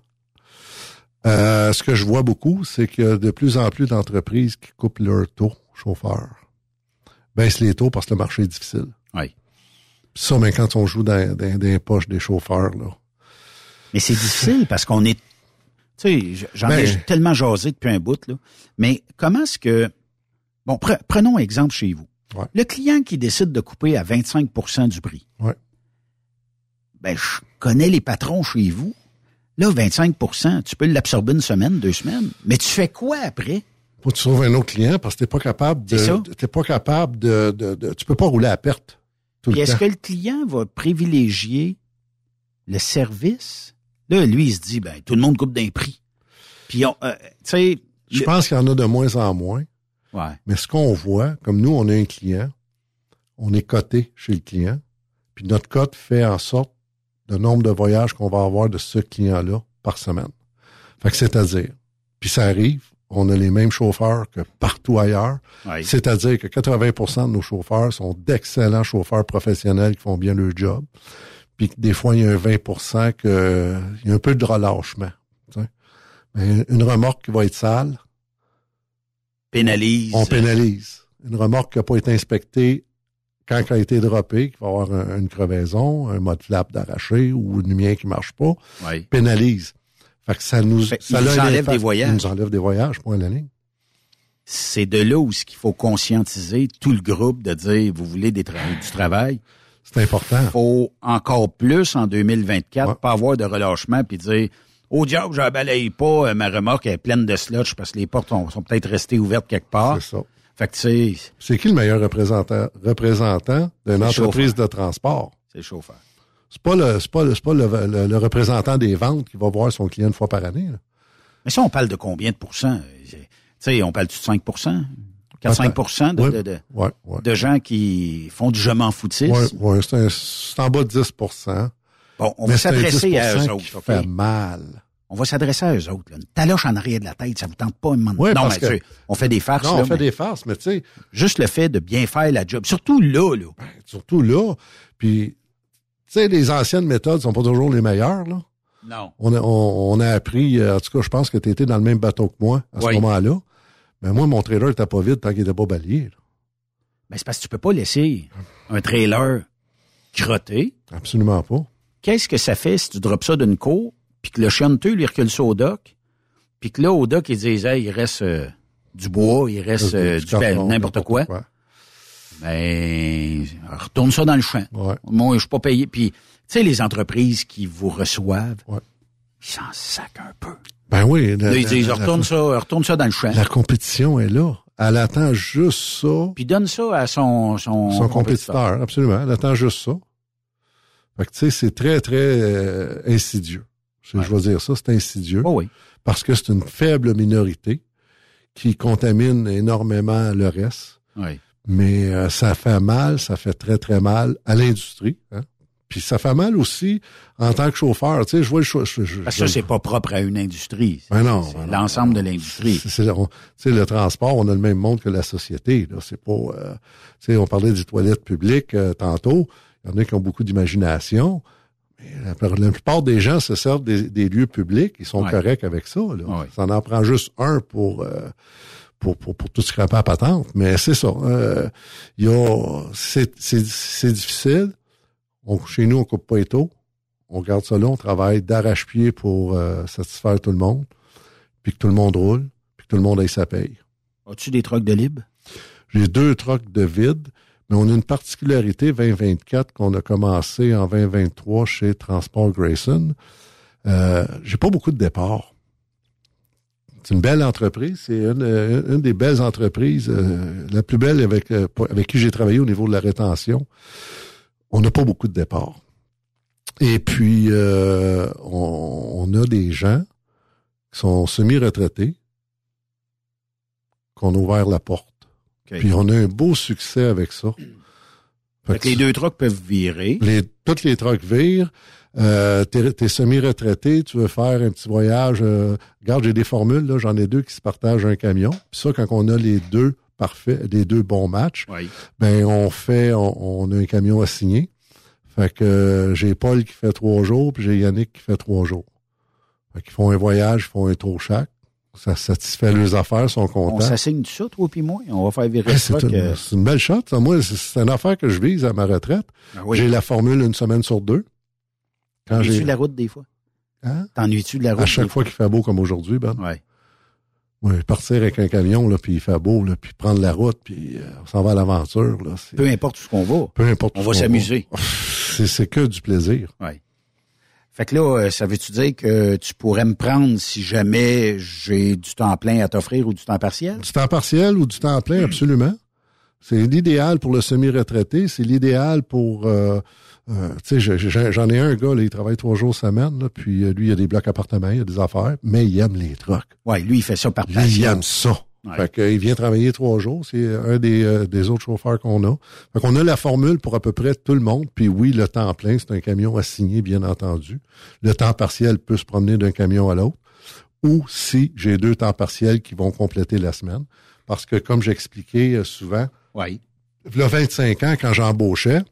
Euh, ce que je vois beaucoup, c'est qu'il y a de plus en plus d'entreprises qui coupent leur taux chauffeurs. Baissent les taux parce que le marché est difficile. Oui. Puis ça, mais quand on joue dans, dans, dans les poches des chauffeurs, là. Mais c'est difficile parce qu'on est, tu sais, j'en ben, ai tellement jasé depuis un bout, là. Mais comment est-ce que, bon, pre, prenons un exemple chez vous. Ouais. Le client qui décide de couper à vingt-cinq pour cent du prix. Ouais. Ben, je connais les patrons chez vous. Là, vingt-cinq pour cent, tu peux l'absorber une semaine, deux semaines. Mais tu fais quoi après? Faut que tu trouves un autre client parce que t'es pas capable de, t'es pas capable de, de, de, tu peux pas rouler à perte tout Puis le est-ce temps. que le client va privilégier le service? Là, lui, il se dit, ben, tout le monde coupe d'un prix. Puis, on, euh, tu sais. Je le... pense qu'il y en a de moins en moins. Ouais. Mais ce qu'on voit, comme nous, on a un client, on est coté chez le client, puis notre cote fait en sorte le nombre de voyages qu'on va avoir de ce client-là par semaine. Fait que c'est-à-dire, puis ça arrive, on a les mêmes chauffeurs que partout ailleurs. Oui. C'est-à-dire que quatre-vingts pour cent de nos chauffeurs sont d'excellents chauffeurs professionnels qui font bien leur job. Puis que des fois, il y a un vingt pour cent que il y a un peu de relâchement. Mais une remorque qui va être sale, pénalise. On pénalise. Une remorque qui n'a pas été inspectée quand elle a été droppée, qui va avoir un, une crevaison, un mode flap d'arraché ou une lumière qui marche pas, oui. pénalise. Fait que ça nous, fait, ça il nous enlève des voyages. Il nous enlève des voyages, point à la ligne. C'est de là où il faut conscientiser tout le groupe de dire, vous voulez des tra- du travail. C'est important. Il faut encore plus en deux mille vingt-quatre, ouais. pas avoir de relâchement puis dire, au diable, je ne balaye pas, ma remorque est pleine de sludge parce que les portes sont, sont peut-être restées ouvertes quelque part. C'est ça. Fait que tu sais. C'est qui le meilleur représentant, représentant d'une entreprise chauffeur. de transport? C'est le chauffeur. C'est pas le, c'est pas le, c'est pas le, le, le représentant des ventes qui va voir son client une fois par année, là. Mais ça, on parle de combien de pourcents? Tu sais, on parle de cinq pour cent? quatre à cinq pour cent de, ouais, de, de, ouais, ouais. de gens qui font du je m'en foutisme? Oui, ouais, c'est, un, c'est en bas de dix pour cent. Bon, on va s'adresser à eux autres. Qui okay? fait mal. On va s'adresser à eux autres. Là. Une taloche en arrière de la tête, ça vous tente pas un moment. Oui, non, parce mais que... tu sais, on fait des farces. Non, là, on fait mais... des farces, mais tu sais... Juste le fait de bien faire la job. Surtout là, là. Ben, surtout là. Puis, tu sais, les anciennes méthodes sont pas toujours les meilleures, là. Non. On a, on, on a appris, en tout cas, je pense que tu étais dans le même bateau que moi à oui. ce moment-là. Mais moi, mon trailer était pas vide tant qu'il était pas balayé, là. Ben, c'est parce que tu peux pas laisser un trailer crotter. Absolument pas. Qu'est-ce que ça fait si tu drops ça d'une cour, puis que le chanteux, lui, recule ça au dock, puis que là, au dock, ils disent, hey, il reste euh, du bois, il reste euh, du, du carton, n'importe quoi. quoi. Ben, retourne ça dans le champ. Ouais. Moi, je suis pas payé. Puis, tu sais, les entreprises qui vous reçoivent, ouais. ils s'en sacent un peu. Ben oui. La, là, ils disent, la, retourne la, ça, retourne ça dans le champ. La compétition est là. Elle attend juste ça. Puis donne ça à son, son, son compétiteur. compétiteur. Absolument. Elle attend juste ça. Fait que, tu sais, c'est très, très euh, insidieux. Je, ouais. je vais dire ça, c'est insidieux. Oh oui. Parce que c'est une faible minorité qui contamine énormément le reste. Oui. Mais euh, ça fait mal, ça fait très, très mal à l'industrie. Hein? Puis ça fait mal aussi en tant que chauffeur. Tu sais, je vois le cho- je, je, Parce que ça, c'est pas propre à une industrie. Ben non. C'est ben l'ensemble non. de l'industrie. C'est, c'est, on, tu sais, le transport, on a le même monde que la société. Là. C'est pas... Euh, tu sais, on parlait des toilettes publiques euh, tantôt. Il y en a qui ont beaucoup d'imagination. Mais la, la plupart des gens se servent des, des lieux publics. Ils sont ouais. corrects avec ça. Là. Ouais. Ça en prend juste un pour... Euh, Pour, pour, pour tout scraper à patente. Mais c'est ça. Euh, y a, c'est, c'est, c'est difficile. On, chez nous, on coupe pas les taux. On garde ça là. On travaille d'arrache-pied pour euh, satisfaire tout le monde. Puis que tout le monde roule. Puis que tout le monde ait sa paye. As-tu des trucks de libre? J'ai deux trucks de vide. Mais on a une particularité vingt vingt-quatre qu'on a commencé en vingt vingt-trois chez Transport Grayson. Euh, j'ai pas beaucoup de départs. C'est une belle entreprise. C'est une, une des belles entreprises, euh, la plus belle avec, euh, avec qui j'ai travaillé au niveau de la rétention. on n'a pas beaucoup de départs. Et puis, euh, on, on a des gens qui sont semi-retraités, qu'on a ouvert la porte. Okay. Puis on a un beau succès avec ça. Fait que les deux trucks peuvent virer. Les, toutes les trucks virent. Euh, t'es, t'es semi-retraité, tu veux faire un petit voyage. Euh, regarde, j'ai des formules, là, j'en ai deux qui se partagent un camion. Puis ça, quand on a les deux parfaits, les deux bons matchs, oui. ben on fait, on, on a un camion assigné. Fait que euh, j'ai Paul qui fait trois jours, puis j'ai Yannick qui fait trois jours. Fait qu'ils font un voyage, ils font un tour chaque. Ça satisfait leurs affaires, ils sont contents. On s'assigne ça, toi puis moi. On va faire virer hey, ça. C'est, que... c'est une belle shot. Ça. Moi, c'est, c'est une affaire que je vise à ma retraite. Ah oui. J'ai la formule une semaine sur deux. Quand T'ennuies-tu j'ai... de la route des fois? Hein? T'ennuies-tu de la route? À chaque fois qu'il fait beau comme aujourd'hui, Ben. Oui. Oui, partir avec un camion, là, puis il fait beau, là, puis prendre la route, puis euh, on s'en va à l'aventure. Là, c'est... Peu importe où on va. Peu importe où on va s'amuser. Va. C'est, c'est que du plaisir. Oui. Fait que là, ça veut-tu dire que tu pourrais me prendre si jamais j'ai du temps plein à t'offrir ou du temps partiel? Du temps partiel ou du temps plein, absolument. C'est l'idéal pour le semi-retraité. C'est l'idéal pour... Euh, euh, tu sais, j'en ai un gars, là, il travaille trois jours semaine, là, puis lui, il a des blocs appartements, il a des affaires, mais il aime les trucks. Oui, lui, il fait ça par passion. Lui, il aime ça. Ouais. Fait qu'il vient travailler trois jours. C'est un des, euh, des autres chauffeurs qu'on a. Fait qu'on a la formule pour à peu près tout le monde. Puis oui, le temps plein, c'est un camion assigné, bien entendu. Le temps partiel peut se promener d'un camion à l'autre. Ou si j'ai deux temps partiels qui vont compléter la semaine. Parce que comme j'expliquais euh, souvent, oui. il y a vingt-cinq ans, quand j'embauchais,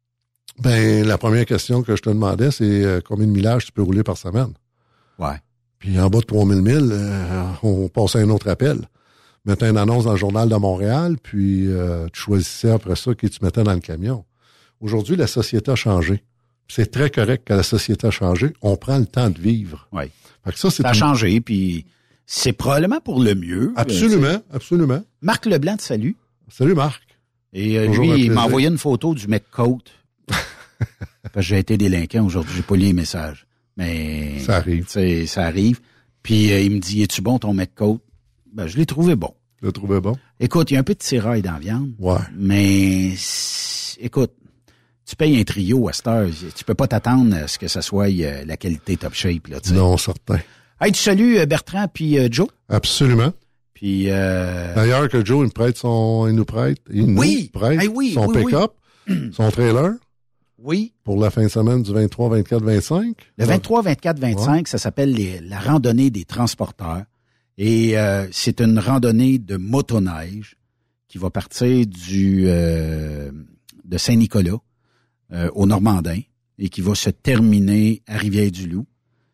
ben la première question que je te demandais, c'est euh, combien de millages tu peux rouler par semaine? Ouais. Puis en bas de trois mille milles, euh, on passait à un autre appel. Mettais une annonce dans le Journal de Montréal, puis euh, tu choisissais après ça qui tu mettais dans le camion. Aujourd'hui, la société a changé. C'est très correct que la société a changé. On prend le temps de vivre. Oui. Fait que ça, c'est ça a une... changé, puis c'est probablement pour le mieux. Absolument, euh, absolument. Marc Leblanc te salue. Salut, Marc. Et euh, lui, il m'a envoyé une photo du McCoat. Parce que j'ai été délinquant aujourd'hui, j'ai pas lu les messages. Mais ça arrive. Ça arrive. Puis euh, il me dit, es-tu bon ton McCoat? Ben, je l'ai trouvé bon. Je l'ai trouvé bon? Écoute, il y a un peu de tirail dans la viande. Ouais. Mais, écoute, tu payes un trio à cette heure. Tu peux pas t'attendre à ce que ça soit euh, la qualité top shape, là, tu sais. Non, certain. Hey, tu salues Bertrand puis euh, Joe? Absolument. Puis, euh... D'ailleurs, que Joe, il me prête son, il nous prête, il nous oui. prête hey, oui, son oui, pick-up, oui. son trailer. Oui. Pour la fin de semaine du vingt-trois, vingt-quatre, vingt-cinq. Le vingt-trois, vingt-quatre, vingt-cinq, ouais. Ça s'appelle les, la randonnée des transporteurs. Et euh, c'est une randonnée de motoneige qui va partir du euh, de Saint-Nicolas euh, au Normandin et qui va se terminer à Rivière-du-Loup.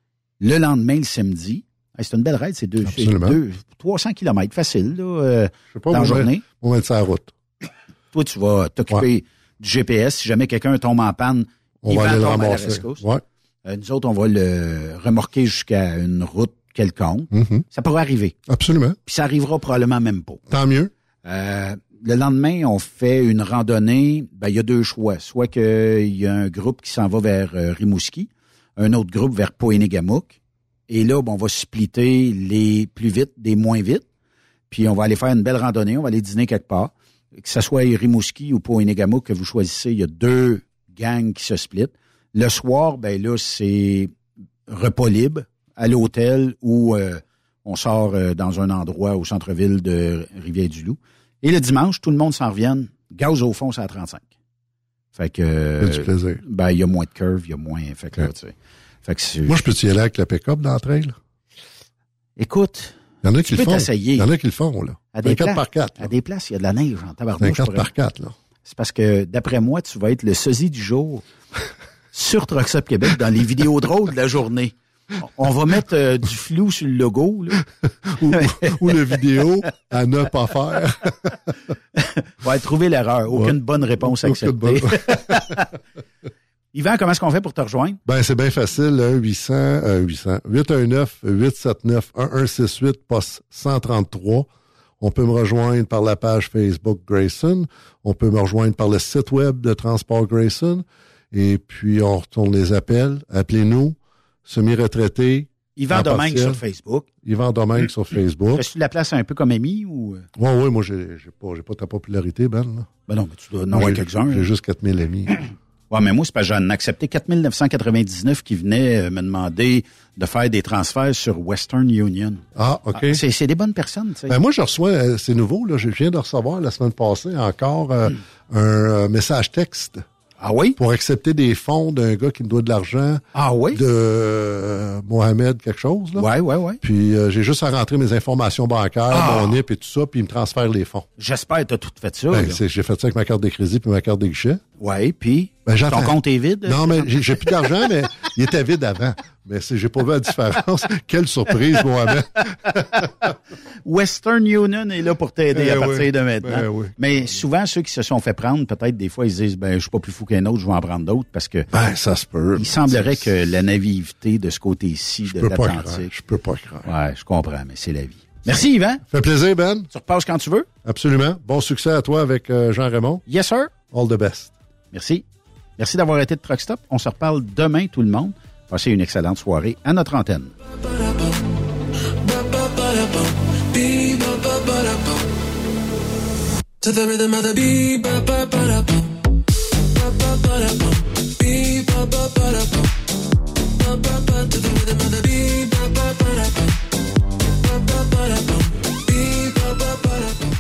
Le lendemain, le samedi, hey, c'est une belle raide, c'est deux, c'est deux trois cents kilomètres, facile là, euh, Je sais pas, dans la journée. On va mettre ça à la route. Toi, tu vas t'occuper ouais. du G P S. Si jamais quelqu'un tombe en panne, on il va va aller le tomber à la ramasser. rescousse. Ouais. Euh, nous autres, on va le remorquer jusqu'à une route quelconque. Mm-hmm. Ça pourrait arriver. Absolument. Puis ça arrivera probablement même pas. Tant mieux. Euh, le lendemain, on fait une randonnée. Ben, il y a deux choix. Soit qu'il y a un groupe qui s'en va vers euh, Rimouski, un autre groupe vers Poénégamouk. Et là, ben, on va splitter les plus vite des moins vite. Puis on va aller faire une belle randonnée. On va aller dîner quelque part. Que ce soit Rimouski ou Poénégamouk que vous choisissez, il y a deux gangs qui se splitent. Le soir, ben là, c'est repas libre à l'hôtel où euh, on sort euh, dans un endroit au centre-ville de Rivière-du-Loup. Et le dimanche, tout le monde s'en revient. Gaz au fond, c'est à trente-cinq. Fait que... Euh, du plaisir. Ben, il y a moins de curve, il y a moins... Fait que, ouais. là, tu sais, fait que c'est... Moi, je peux-tu y aller avec la pick-up dans le trail? Écoute, il y en a qui tu le peux font. t'essayer. Il y en a qui le font, là. À des quatre par quatre. À des places, il y a de la neige en tabarnouche. quatre par quatre, là. C'est parce que, d'après moi, tu vas être le sosie du jour sur Truck Stop Québec dans les vidéos drôles de la journée. On va mettre euh, du flou sur le logo, là. ou, ou la vidéo à ne pas faire. On va trouver l'erreur. Aucune ouais. bonne réponse acceptée. Bonne... Yvan, comment est-ce qu'on fait pour te rejoindre? Ben, c'est bien facile. un huit cents, euh, huit cents, huit un neuf, huit sept neuf, un un six huit, poste cent trente-trois. On peut me rejoindre par la page Facebook Grayson. On peut me rejoindre par le site web de Transport Grayson. Et puis, on retourne les appels. Appelez-nous. Semi-retraité. Yvan Domingue sur Facebook. Yvan Domingue sur Facebook. Fais-tu la place un peu comme Amy ou? Oui, oui, moi, j'ai, j'ai pas, j'ai pas ta popularité, Ben, là. Ben non, mais tu dois en avoir quelques-uns. J'ai juste quatre mille amis. Ouais, mais moi, c'est parce que j'en ai accepté quatre mille neuf cent quatre-vingt-dix-neuf qui venaient me demander de faire des transferts sur Western Union. Ah, OK. Ah, c'est, c'est des bonnes personnes, tu sais. Ben, moi, je reçois, euh, c'est nouveau, là, je viens de recevoir la semaine passée encore euh, hmm. un euh, message texte. Ah oui? Pour accepter des fonds d'un gars qui me doit de l'argent. Ah oui? De euh, Mohamed quelque chose, là. Ouais, ouais, ouais. Puis euh, j'ai juste à rentrer mes informations bancaires, ah. mon I P et tout ça, puis il me transfère les fonds. J'espère que t'as tout fait ça. Ben, c'est, j'ai fait ça avec ma carte de crédit puis ma carte de guichet. Ouais, puis ben, ton compte est vide? Non, mais j'ai, j'ai plus d'argent, mais il était vide avant. Mais c'est, j'ai pas vu la différence. Quelle surprise, Mohamed. Western Union est là pour t'aider eh à partir oui, de maintenant. Ben oui. Mais souvent, ceux qui se sont fait prendre, peut-être des fois, ils se disent, ben, je suis pas plus fou qu'un autre, je vais en prendre d'autres, parce que... Ben, ça se peut. Il semblerait que la naïveté de ce côté-ci je de peux l'Atlantique... Pas je peux pas croire. Ouais, je comprends, mais c'est la vie. Merci, Yvan. Fait plaisir, Ben. Tu repasses quand tu veux. Absolument. Bon succès à toi avec euh, Jean-Raymond. Yes, sir. All the best. Merci. Merci d'avoir été de Truck Stop. On se reparle demain, tout le monde. Passez une excellente soirée à notre antenne. To the rhythm of the beat, ba ba ba da bum, ba ba ba da bum, beat ba ba ba da bum, ba ba ba. To the rhythm of the beat, ba ba ba da bum, ba ba ba da bum, beat ba ba ba da bum.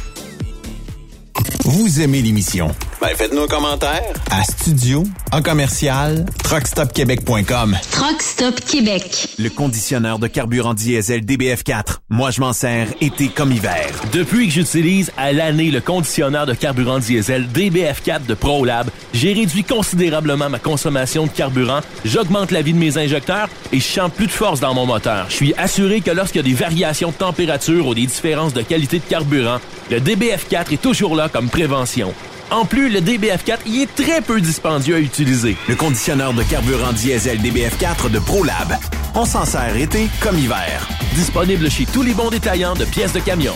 Vous aimez l'émission? Ben, faites-nous un commentaire à studio en commercial truck stop québec point com. Truck Stop Québec. Le conditionneur de carburant diesel D B F quatre. Moi, je m'en sers été comme hiver. Depuis que j'utilise à l'année le conditionneur de carburant diesel D B F quatre de ProLab, j'ai réduit considérablement ma consommation de carburant, j'augmente la vie de mes injecteurs et je sens plus de force dans mon moteur. Je suis assuré que lorsqu'il y a des variations de température ou des différences de qualité de carburant, le D B F quatre est toujours là comme prévention. En plus, le D B F quatre y est très peu dispendieux à utiliser. Le conditionneur de carburant diesel D B F quatre de ProLab. On s'en sert été comme hiver. Disponible chez tous les bons détaillants de pièces de camion.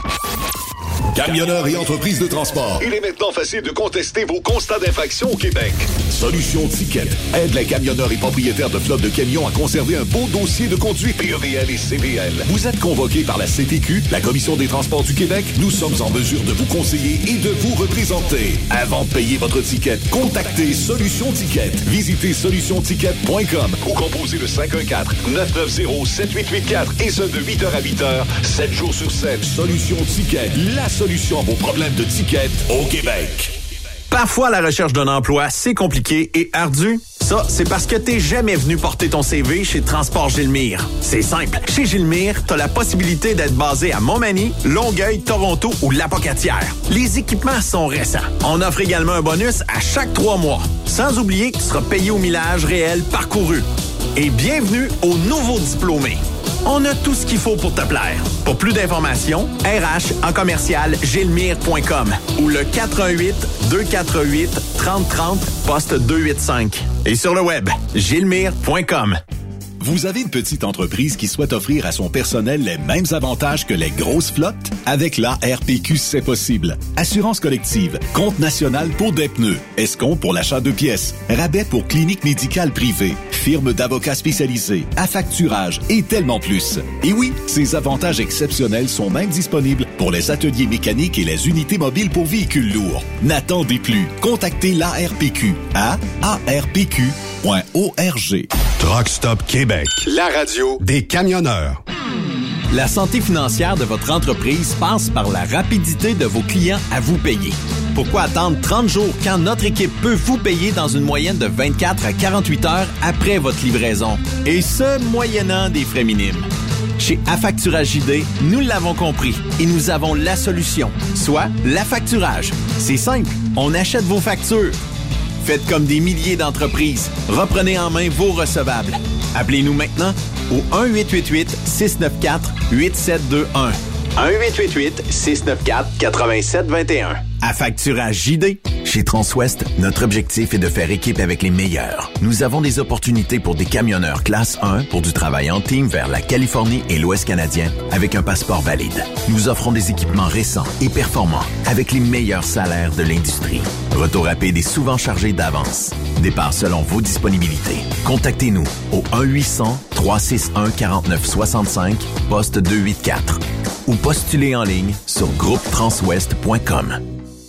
Camionneurs et entreprises de transport. Il est maintenant facile de contester vos constats d'infraction au Québec. Solution Ticket aide les camionneurs et propriétaires de flottes de camions à conserver un beau dossier de conduite P E V L et C V L. Vous êtes convoqué par la C T Q, la Commission des transports du Québec. Nous sommes en mesure de vous conseiller et de vous représenter. Avant de payer votre ticket, contactez Solution Ticket. Visitez solution ticket point com ou composez le cinq un quatre, neuf neuf zéro, sept huit huit quatre et ce de huit heures à huit heures, sept jours sur sept. Solution Ticket, la solution à vos problèmes de ticket au Québec. Parfois, la recherche d'un emploi, c'est compliqué et ardu. Ça, c'est parce que t'es jamais venu porter ton C V chez Transport Gilmire. C'est simple. Chez Gilmire, t'as la possibilité d'être basé à Montmagny, Longueuil, Toronto ou Lapocatière. Les équipements sont récents. On offre également un bonus à chaque trois mois. Sans oublier que tu seras payé au millage réel parcouru. Et bienvenue aux nouveaux diplômés. On a tout ce qu'il faut pour te plaire. Pour plus d'informations, R H en commercial gilmire point com ou le quatre un huit, deux quatre huit, trente trente, poste deux huit cinq. Et sur le web, gilmire point com. Vous avez une petite entreprise qui souhaite offrir à son personnel les mêmes avantages que les grosses flottes? Avec l'A R P Q, c'est possible. Assurance collective, compte national pour des pneus, escompte pour l'achat de pièces, rabais pour clinique médicale privée, firme d'avocats spécialisés, affacturage et tellement plus. Et oui, ces avantages exceptionnels sont même disponibles pour les ateliers mécaniques et les unités mobiles pour véhicules lourds. N'attendez plus. Contactez l'A R P Q à a r p q point org. Truck Stop Québec. La radio des camionneurs. La santé financière de votre entreprise passe par la rapidité de vos clients à vous payer. Pourquoi attendre trente jours quand notre équipe peut vous payer dans une moyenne de vingt-quatre à quarante-huit heures après votre livraison? Et ce, moyennant des frais minimes. Chez Affacturage I D, nous l'avons compris et nous avons la solution, soit l'affacturage. C'est simple, on achète vos factures. Faites comme des milliers d'entreprises. Reprenez en main vos recevables. Appelez-nous maintenant au un huit huit huit, six neuf quatre, huit sept deux un. un huit huit huit, six neuf quatre, huit sept deux un. Affacturage J D. Chez Transwest, notre objectif est de faire équipe avec les meilleurs. Nous avons des opportunités pour des camionneurs classe un pour du travail en team vers la Californie et l'Ouest canadien avec un passeport valide. Nous offrons des équipements récents et performants avec les meilleurs salaires de l'industrie. Retour rapide et souvent chargé d'avance. Départ selon vos disponibilités. Contactez-nous au un huit cents, trois six un, quarante-neuf soixante-cinq, poste deux cent quatre-vingt-quatre ou postulez en ligne sur groupe transwest point com.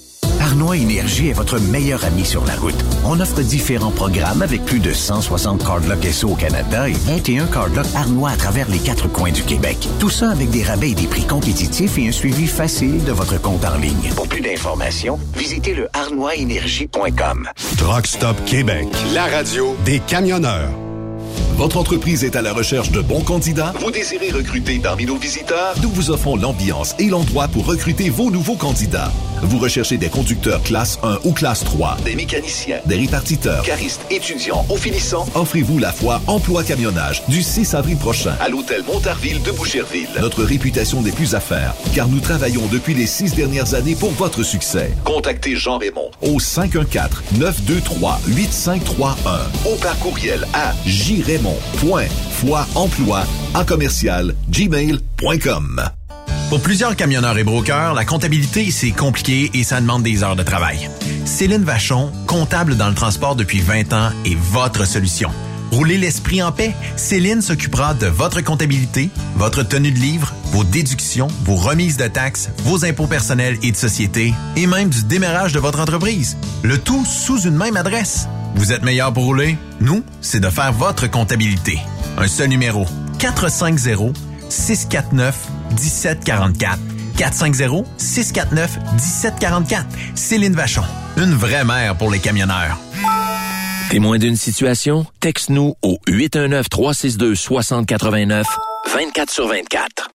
Arnois Énergie est votre meilleur ami sur la route. On offre différents programmes avec plus de cent soixante cardlocks S O au Canada et vingt et un cardlocks Arnois à travers les quatre coins du Québec. Tout ça avec des rabais et des prix compétitifs et un suivi facile de votre compte en ligne. Pour plus d'informations, visitez le arnois énergie point com. Truck Stop Québec, la radio des camionneurs. Votre entreprise est à la recherche de bons candidats? Vous désirez recruter parmi nos visiteurs? Nous vous offrons l'ambiance et l'endroit pour recruter vos nouveaux candidats. Vous recherchez des conducteurs classe un ou classe trois, des mécaniciens, des répartiteurs, caristes, étudiants ou finissants? Offrez-vous la foire Emploi Camionnage du six avril prochain à l'hôtel Montarville de Boucherville. Notre réputation n'est plus à faire, car nous travaillons depuis les six dernières années pour votre succès. Contactez Jean Raymond au cinq un quatre, neuf deux trois, huit cinq trois un ou par courriel à jraymond point foireemploi à commercial gmail point com. Pour plusieurs camionneurs et brokers, la comptabilité, c'est compliqué et ça demande des heures de travail. Céline Vachon, comptable dans le transport depuis vingt ans, est votre solution. Roulez l'esprit en paix. Céline s'occupera de votre comptabilité, votre tenue de livre, vos déductions, vos remises de taxes, vos impôts personnels et de société, et même du démarrage de votre entreprise. Le tout sous une même adresse. Vous êtes meilleur pour rouler? Nous, c'est de faire votre comptabilité. Un seul numéro. quatre cinq zéro, six quatre neuf, un sept quatre quatre. quatre cinq zéro, six quatre neuf, un sept quatre quatre. Céline Vachon. Une vraie mère pour les camionneurs. Témoin d'une situation? Texte-nous au huit un neuf, trois six deux, six zéro huit neuf, vingt-quatre sur vingt-quatre.